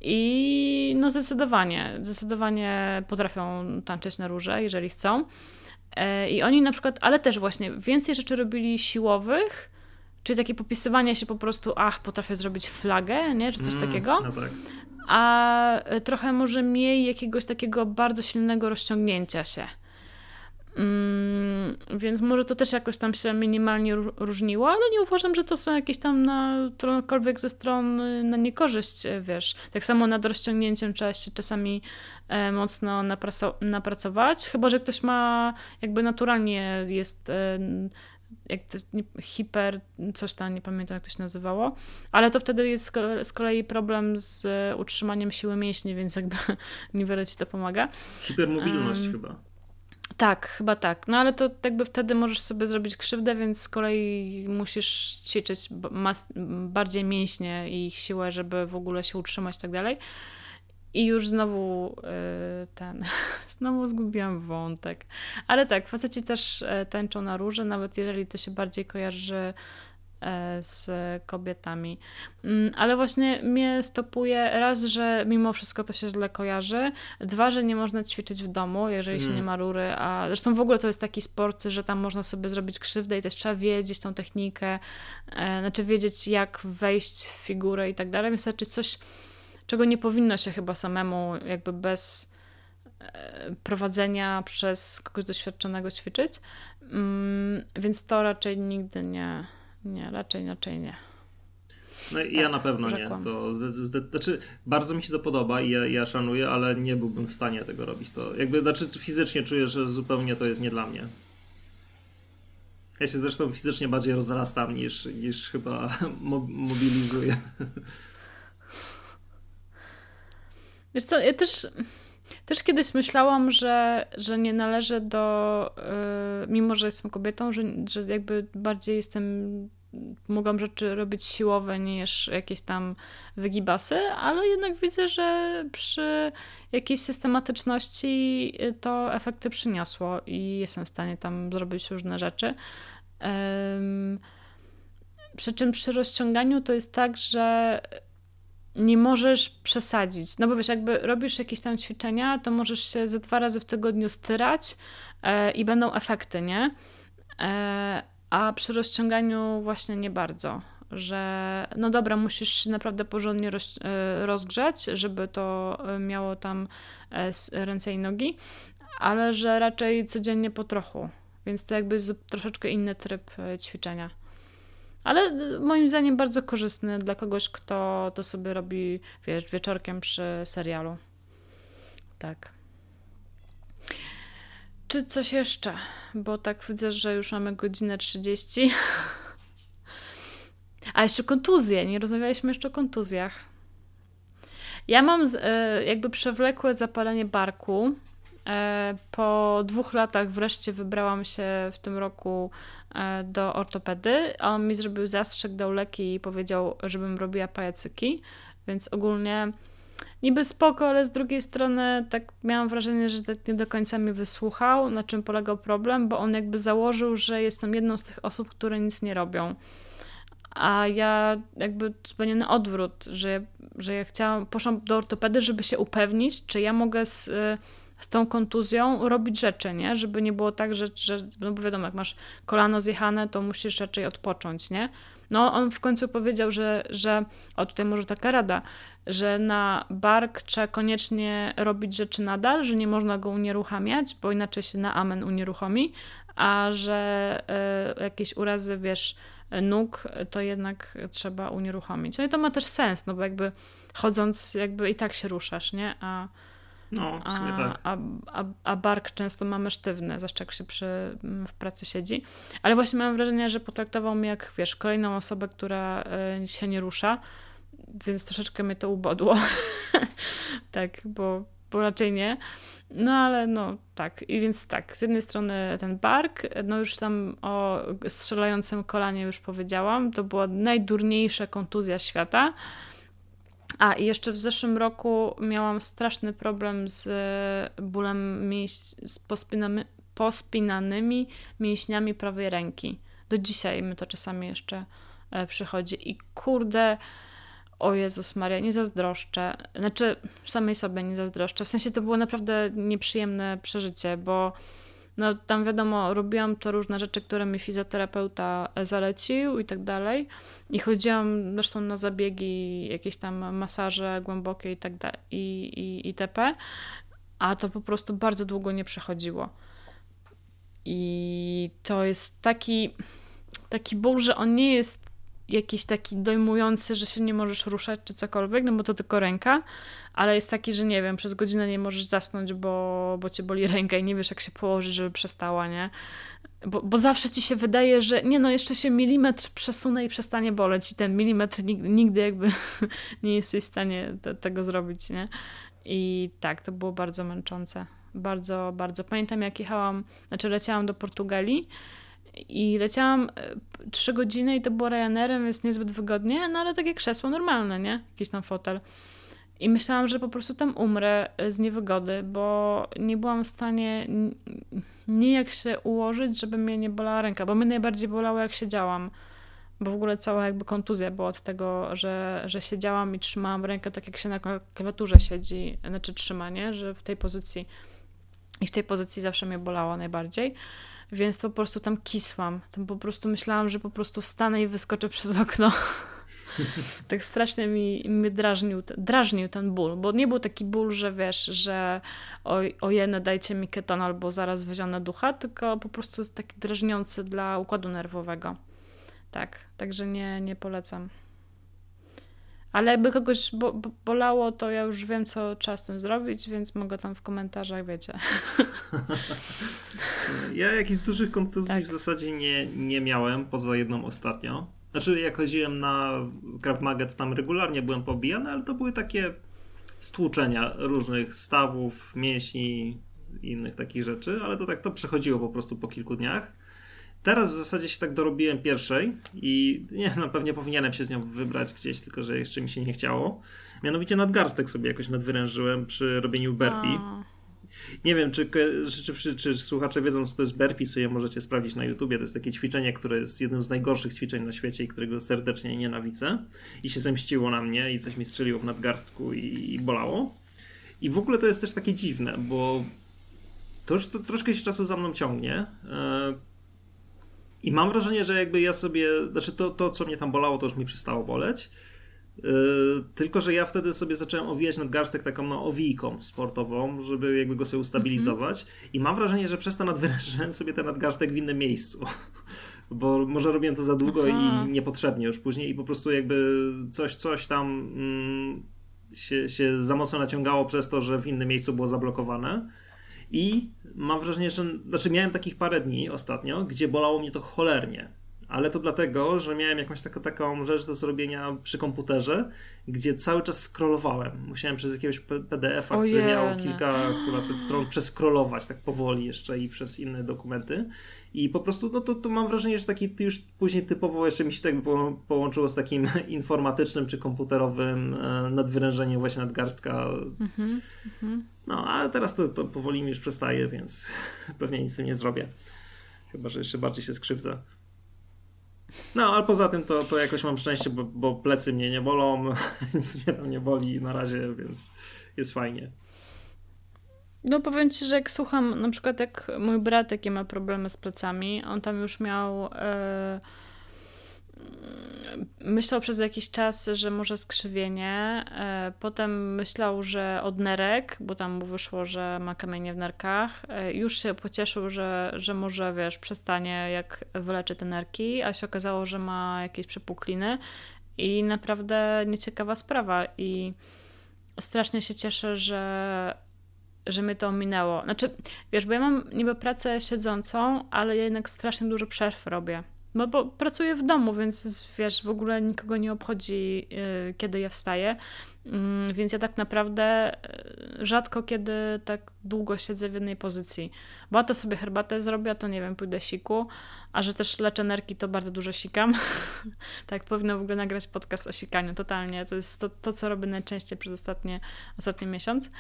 i no zdecydowanie potrafią tańczyć na róże, jeżeli chcą. I oni na przykład, ale też właśnie więcej rzeczy robili siłowych, czyli takie popisywanie się po prostu, potrafię zrobić flagę, nie? Czy coś takiego. No tak. A trochę może mniej jakiegoś takiego bardzo silnego rozciągnięcia się. Więc może to też jakoś tam się minimalnie różniło, ale nie uważam, że to są jakieś tam na którąkolwiek ze stron na niekorzyść, wiesz. Tak samo nad rozciągnięciem trzeba się czasami mocno napracować, chyba że ktoś ma jakby naturalnie jest jak to, coś tam, nie pamiętam jak to się nazywało, ale to wtedy jest z kolei problem z utrzymaniem siły mięśni, więc jakby niewiele ci to pomaga. Hipermobilność chyba. Tak, chyba tak. No ale to jakby wtedy możesz sobie zrobić krzywdę, więc z kolei musisz ćwiczyć bardziej mięśnie i ich siłę, żeby w ogóle się utrzymać i tak dalej. I już znowu znowu zgubiłam wątek. Ale tak, faceci też tańczą na róże, nawet jeżeli to się bardziej kojarzy z kobietami. Ale właśnie mnie stopuje raz, że mimo wszystko to się źle kojarzy. Dwa, że nie można ćwiczyć w domu, jeżeli się nie ma rury. A zresztą w ogóle to jest taki sport, że tam można sobie zrobić krzywdę i też trzeba wiedzieć tą technikę, znaczy wiedzieć jak wejść w figurę i tak dalej. Wystarczy coś, czego nie powinno się chyba samemu jakby bez prowadzenia przez kogoś doświadczonego ćwiczyć. Więc to raczej nigdy nie, raczej nie. No i tak, ja na pewno rzekłam. Nie. To znaczy, bardzo mi się to podoba i ja szanuję, ale nie byłbym w stanie tego robić. To jakby, znaczy fizycznie czuję, że zupełnie to jest nie dla mnie. Ja się zresztą fizycznie bardziej rozrastam niż chyba mobilizuję. Wiesz co, ja też kiedyś myślałam, że nie należę mimo że jestem kobietą, że jakby bardziej mogłam rzeczy robić siłowe niż jakieś tam wygibasy, ale jednak widzę, że przy jakiejś systematyczności to efekty przyniosło i jestem w stanie tam zrobić różne rzeczy. Przy czym przy rozciąganiu to jest tak, że nie możesz przesadzić. No bo wiesz, jakby robisz jakieś tam ćwiczenia, to możesz się ze 2 razy w tygodniu styrać i będą efekty, nie? A przy rozciąganiu właśnie nie bardzo. Że no dobra, musisz się naprawdę porządnie rozgrzać, żeby to miało tam ręce i nogi, ale że raczej codziennie po trochu. Więc to jakby jest troszeczkę inny tryb ćwiczenia. Ale moim zdaniem bardzo korzystny dla kogoś, kto to sobie robi, wiesz, wieczorkiem przy serialu. Tak. Czy coś jeszcze? Bo tak widzę, że już mamy godzinę 30. A jeszcze kontuzje. Nie rozmawialiśmy jeszcze o kontuzjach. Ja mam jakby przewlekłe zapalenie barku. Po 2 latach wreszcie wybrałam się w tym roku do ortopedy, a on mi zrobił zastrzyk, dał leki i powiedział, żebym robiła pajacyki, więc ogólnie niby spoko, ale z drugiej strony tak miałam wrażenie, że tak nie do końca mi wysłuchał, na czym polegał problem, bo on jakby założył, że jestem jedną z tych osób, które nic nie robią. A ja jakby zupełnie na odwrót, że ja poszłam do ortopedy, żeby się upewnić, czy ja mogę z tą kontuzją robić rzeczy, nie? Żeby nie było tak, że no bo wiadomo, jak masz kolano zjechane, to musisz raczej odpocząć, nie? No on w końcu powiedział, że tutaj może taka rada, że na bark trzeba koniecznie robić rzeczy nadal, że nie można go unieruchamiać, bo inaczej się na amen unieruchomi, a że jakieś urazy, wiesz, nóg, to jednak trzeba unieruchomić. No i to ma też sens, no bo jakby chodząc jakby i tak się ruszasz, nie? No, w sumie tak. A bark często mamy sztywny, zwłaszcza jak się w pracy siedzi. Ale właśnie mam wrażenie, że potraktował mnie jak, wiesz, kolejną osobę, która się nie rusza, więc troszeczkę mnie to ubodło. Tak, bo raczej nie. No ale no tak. I więc tak, z jednej strony ten bark, no już tam o strzelającym kolanie już powiedziałam, to była najdurniejsza kontuzja świata. A i jeszcze w zeszłym roku miałam straszny problem z bólem z pospinanymi mięśniami prawej ręki. Do dzisiaj mi to czasami jeszcze przychodzi. I kurde, o Jezus Maria, nie zazdroszczę. Znaczy, samej sobie nie zazdroszczę. W sensie to było naprawdę nieprzyjemne przeżycie, bo no tam wiadomo, robiłam to różne rzeczy, które mi fizjoterapeuta zalecił i tak dalej. I chodziłam zresztą na zabiegi, jakieś tam masaże głębokie i tak dalej, i itp. A to po prostu bardzo długo nie przechodziło. I to jest taki ból, że on nie jest jakiś taki dojmujący, że się nie możesz ruszać czy cokolwiek, no bo to tylko ręka, ale jest taki, że nie wiem, przez godzinę nie możesz zasnąć, bo cię boli ręka i nie wiesz, jak się położyć, żeby przestała, nie? Bo zawsze ci się wydaje, że nie no, jeszcze się milimetr przesunę i przestanie boleć i ten milimetr nigdy jakby nie jesteś w stanie tego zrobić, nie? I tak, to było bardzo męczące. Bardzo, bardzo. Pamiętam, jak leciałam do Portugalii i leciałam 3 godziny i to było Ryanerem, więc niezbyt wygodnie, no ale takie krzesło normalne, nie? Jakiś tam fotel. I myślałam, że po prostu tam umrę z niewygody, bo nie byłam w stanie nijak się ułożyć, żeby mnie nie bolała ręka, bo mnie najbardziej bolało, jak siedziałam, bo w ogóle cała jakby kontuzja była od tego, że siedziałam i trzymałam rękę tak, jak się na klawiaturze siedzi, znaczy trzyma, nie? Że w tej pozycji. I w tej pozycji zawsze mnie bolało najbardziej. Więc po prostu tam kisłam. Tam po prostu myślałam, że po prostu wstanę i wyskoczę przez okno. Tak strasznie mnie drażnił ten ból, bo nie był taki ból, że wiesz, że ojej, dajcie mi keton albo zaraz wyzionę ducha, tylko po prostu jest taki drażniący dla układu nerwowego. Tak, także nie polecam. Ale jakby kogoś bolało, to ja już wiem, co trzeba z tym zrobić, więc mogę tam w komentarzach, wiecie. Ja jakichś dużych kontuzji w zasadzie nie miałem, poza jedną ostatnio. Znaczy, jak chodziłem na Krav Maga, to tam regularnie byłem pobijany, ale to były takie stłuczenia różnych stawów, mięśni i innych takich rzeczy, ale to przechodziło po prostu po kilku dniach. Teraz w zasadzie się tak dorobiłem pierwszej i nie, no pewnie powinienem się z nią wybrać gdzieś, tylko że jeszcze mi się nie chciało. Mianowicie nadgarstek sobie jakoś nadwyrężyłem przy robieniu burpee. Nie wiem, czy słuchacze wiedzą, co to jest burpee, co je możecie sprawdzić na YouTubie. To jest takie ćwiczenie, które jest jednym z najgorszych ćwiczeń na świecie i którego serdecznie nienawidzę. I się zemściło na mnie i coś mi strzeliło w nadgarstku i bolało. I w ogóle to jest też takie dziwne, bo to już troszkę się czasu za mną ciągnie. I mam wrażenie, że jakby ja sobie... Znaczy to, co mnie tam bolało, to już mi przestało boleć. Tylko, że ja wtedy sobie zacząłem owijać nadgarstek taką owijką sportową, żeby jakby go sobie ustabilizować i mam wrażenie, że przez to nadwyrężyłem sobie ten nadgarstek w innym miejscu, bo może robiłem to za długo i niepotrzebnie już później i po prostu jakby coś tam się za mocno naciągało przez to, że w innym miejscu było zablokowane i mam wrażenie, że miałem takich parę dni ostatnio, gdzie bolało mnie to cholernie. Ale to dlatego, że miałem jakąś taką rzecz do zrobienia przy komputerze, gdzie cały czas scrollowałem. Musiałem przez jakiegoś PDF-a, który miał kilka chyba stron, przescrollować tak powoli jeszcze i przez inne dokumenty. I po prostu no to mam wrażenie, że taki już później typowo jeszcze mi się tak połączyło z takim informatycznym czy komputerowym nadwyrężeniem właśnie nadgarstka. No, a teraz to powoli mi już przestaje, więc pewnie nic z tym nie zrobię. Chyba że jeszcze bardziej się skrzywdzę. No, ale poza tym to jakoś mam szczęście, bo plecy mnie nie bolą, nic mnie tam nie boli na razie, więc jest fajnie. No powiem ci, że jak słucham, na przykład jak mój brat, jakie ma problemy z plecami, on tam już miał... myślał przez jakiś czas, że może skrzywienie, potem myślał, że od nerek, bo tam mu wyszło, że ma kamienie w nerkach, już się pocieszył, że może, wiesz, przestanie jak wyleczy te nerki, a się okazało, że ma jakieś przepukliny i naprawdę nieciekawa sprawa i strasznie się cieszę, że mnie to ominęło. Znaczy, wiesz, bo ja mam niby pracę siedzącą, ale ja jednak strasznie dużo przerw robię. No bo pracuję w domu, więc wiesz, w ogóle nikogo nie obchodzi, kiedy ja wstaję, więc ja tak naprawdę rzadko kiedy tak długo siedzę w jednej pozycji. Bo a to sobie herbatę zrobię, a to nie wiem, pójdę siku, a że też leczę nerki, to bardzo dużo sikam. Tak, powinno w ogóle nagrać podcast o sikaniu, totalnie. To jest to co robię najczęściej przez ostatni miesiąc.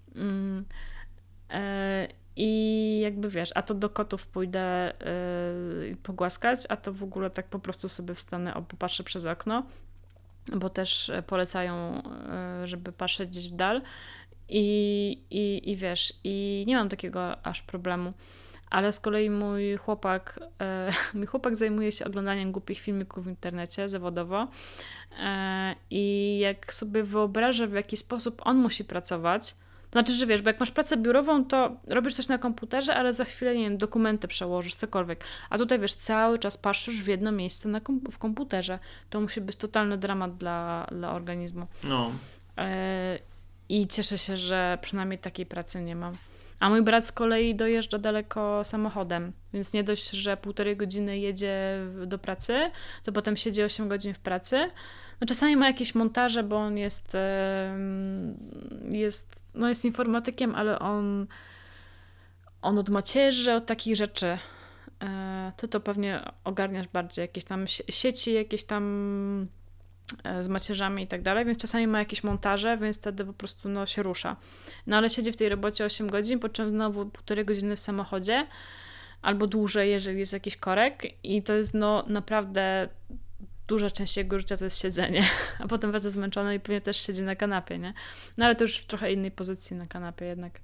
I jakby wiesz, a to do kotów pójdę pogłaskać, a to w ogóle tak po prostu sobie wstanę, popatrzę przez okno, bo też polecają, żeby patrzeć gdzieś w dal i wiesz, i nie mam takiego aż problemu. Ale z kolei mój chłopak zajmuje się oglądaniem głupich filmików w internecie zawodowo i jak sobie wyobrażę, w jaki sposób on musi pracować. Znaczy, że wiesz, bo jak masz pracę biurową, to robisz coś na komputerze, ale za chwilę, nie wiem, dokumenty przełożysz, cokolwiek. A tutaj, wiesz, cały czas patrzysz w jedno miejsce w komputerze. To musi być totalny dramat dla organizmu. No. I cieszę się, że przynajmniej takiej pracy nie mam. A mój brat z kolei dojeżdża daleko samochodem, więc nie dość, że 1,5 godziny jedzie do pracy, to potem siedzi 8 godzin w pracy. No czasami ma jakieś montaże, bo on jest informatykiem, ale on od macierzy, od takich rzeczy. Ty to pewnie ogarniasz bardziej, jakieś tam sieci, jakieś tam z macierzami i tak dalej, więc czasami ma jakieś montaże, więc wtedy po prostu się rusza. No ale siedzi w tej robocie 8 godzin, po czym znowu 1,5 godziny w samochodzie, albo dłużej, jeżeli jest jakiś korek i to jest naprawdę duża część jego życia to jest siedzenie, a potem wraca zmęczony i pewnie też siedzi na kanapie, nie? No ale to już w trochę innej pozycji na kanapie jednak.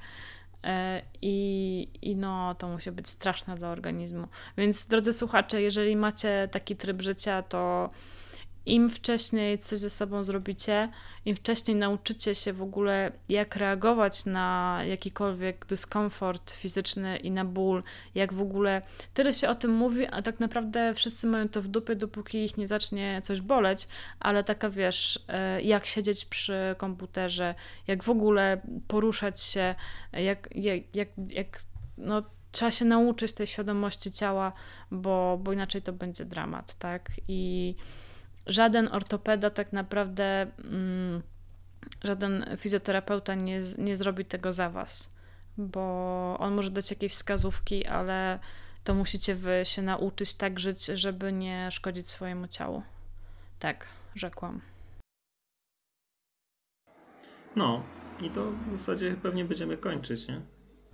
I to musi być straszne dla organizmu. Więc drodzy słuchacze, jeżeli macie taki tryb życia, to im wcześniej coś ze sobą zrobicie, im wcześniej nauczycie się w ogóle, jak reagować na jakikolwiek dyskomfort fizyczny i na ból, jak w ogóle tyle się o tym mówi, a tak naprawdę wszyscy mają to w dupie, dopóki ich nie zacznie coś boleć, ale taka wiesz, jak siedzieć przy komputerze, jak w ogóle poruszać się, trzeba się nauczyć tej świadomości ciała, bo inaczej to będzie dramat, tak? I żaden ortopeda tak naprawdę, żaden fizjoterapeuta nie zrobi tego za was, bo on może dać jakieś wskazówki, ale to musicie wy się nauczyć tak żyć, żeby nie szkodzić swojemu ciału. Tak, rzekłam. No i to w zasadzie pewnie będziemy kończyć, nie?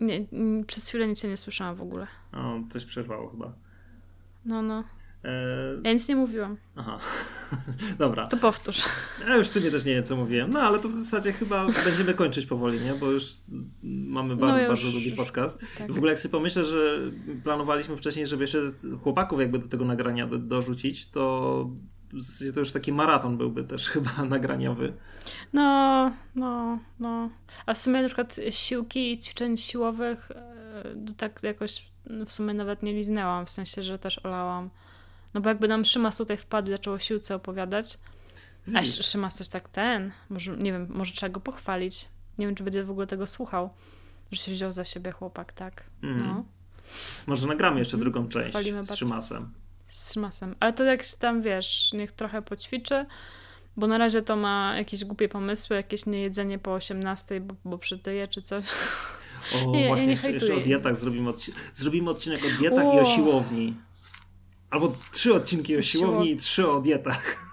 Nie, przez chwilę nic nie słyszałam w ogóle. O, coś przerwało chyba. No. Ja nic nie mówiłam. Aha, dobra. To powtórz. Ja już w sumie też nie wiem, co mówiłem. No, ale to w zasadzie chyba będziemy kończyć powoli, nie? Bo już mamy bardzo długi podcast. Tak. W ogóle jak sobie pomyślę, że planowaliśmy wcześniej, żeby jeszcze chłopaków jakby do tego nagrania dorzucić, to w zasadzie to już taki maraton byłby też chyba nagraniowy. No. A w sumie na przykład siłki i ćwiczeń siłowych tak jakoś w sumie nawet nie liznęłam, w sensie, że też olałam. No bo jakby nam Szymas tutaj wpadł i zaczął o siłce opowiadać. A Szymas coś tak może, nie wiem, może trzeba go pochwalić. Nie wiem, czy będzie w ogóle tego słuchał. Że się wziął za siebie chłopak, tak. No. Może nagramy jeszcze drugą część Chwalimy z Szymasem. Z Szymasem. Ale to jak się tam, wiesz, niech trochę poćwiczy, bo na razie to ma jakieś głupie pomysły, jakieś niejedzenie po 18, bo przytyje czy coś. Właśnie jeszcze o dietach zrobimy odcinek o dietach i o siłowni. Albo 3 odcinki o siłowni i 3 o dietach.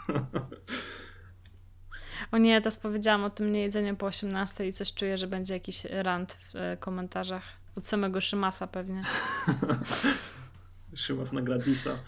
O nie, teraz powiedziałam o tym niejedzeniu po 18 i coś czuję, że będzie jakiś rant w komentarzach. Od samego Szymasa pewnie. Szymas nagra disa.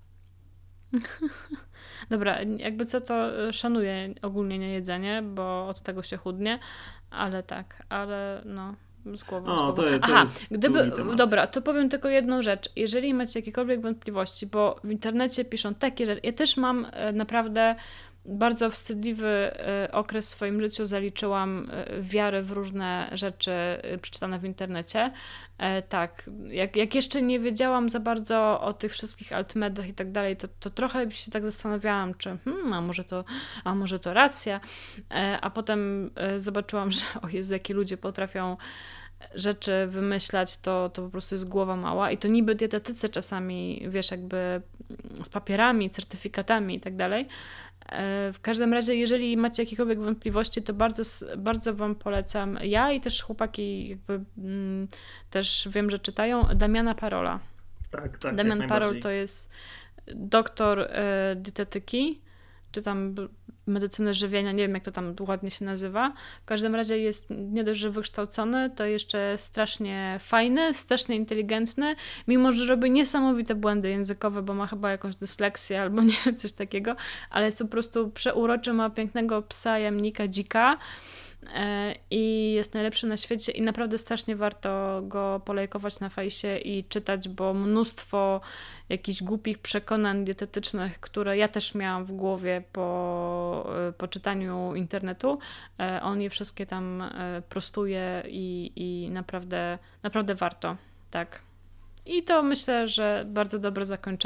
Dobra, jakby co, to szanuję ogólnie niejedzenie, bo od tego się chudnie, ale no... Z głową. To jest dobra, to powiem tylko jedną rzecz. Jeżeli macie jakiekolwiek wątpliwości, bo w internecie piszą takie rzeczy, ja też mam naprawdę bardzo wstydliwy okres w swoim życiu, zaliczyłam wiarę w różne rzeczy przeczytane w internecie. Tak, jak jeszcze nie wiedziałam za bardzo o tych wszystkich altmedach i tak dalej, to trochę się tak zastanawiałam, czy a może to racja, a potem zobaczyłam, że o Jezu, jakie ludzie potrafią rzeczy wymyślać, to po prostu jest głowa mała i to niby dietetycy czasami, wiesz, jakby z papierami, certyfikatami i tak dalej. W każdym razie, jeżeli macie jakiekolwiek wątpliwości, to bardzo, bardzo wam polecam. Ja i też chłopaki jakby też wiem, że czytają Damiana Parola. Tak. Damian Parol to jest doktor dietetyki, czy tam medycyny żywienia, nie wiem jak to tam ładnie się nazywa. W każdym razie jest nie dość, że wykształcony, to jeszcze strasznie fajny, strasznie inteligentny, mimo że robi niesamowite błędy językowe, bo ma chyba jakąś dysleksję albo nie, coś takiego, ale jest po prostu przeuroczy, ma pięknego psa, jamnika, dzika i jest najlepszy na świecie i naprawdę strasznie warto go polajkować na fejsie i czytać, bo mnóstwo jakichś głupich przekonań dietetycznych, które ja też miałam w głowie po czytaniu internetu, on je wszystkie tam prostuje i naprawdę warto, tak. I to myślę, że bardzo dobre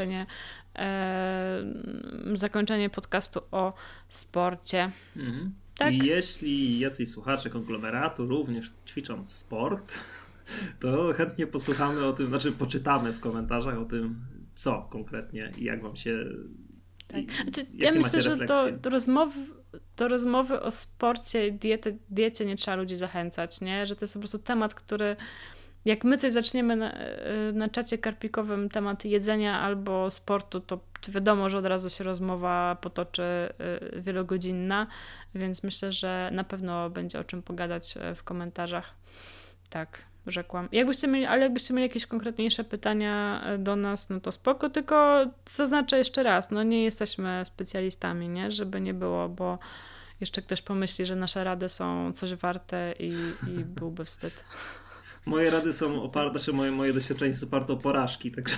zakończenie podcastu o sporcie. Mhm. Tak? I jeśli jacyś słuchacze konglomeratu również ćwiczą sport, to chętnie posłuchamy o tym, poczytamy w komentarzach o tym, co konkretnie i jak wam się... Tak. Ja myślę, że do rozmowy o sporcie i diecie nie trzeba ludzi zachęcać, nie? Że to jest po prostu temat, który... Jak my coś zaczniemy na czacie karpikowym temat jedzenia albo sportu, to wiadomo, że od razu się rozmowa potoczy wielogodzinna, więc myślę, że na pewno będzie o czym pogadać w komentarzach. Tak, rzekłam. Jakbyście mieli jakieś konkretniejsze pytania do nas, no to spoko, tylko zaznaczę jeszcze raz, no nie jesteśmy specjalistami, nie? Żeby nie było, bo jeszcze ktoś pomyśli, że nasze rady są coś warte i byłby wstyd. Moje rady są oparte, moje doświadczenie jest oparte o porażki, także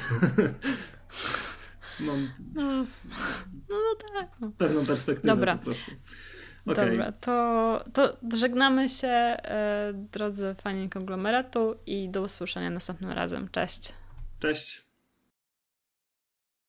mam tak. Pewną perspektywę. Dobra. Po prostu. Okay. Dobra, to żegnamy się, drodzy fani konglomeratu i do usłyszenia następnym razem. Cześć. Cześć.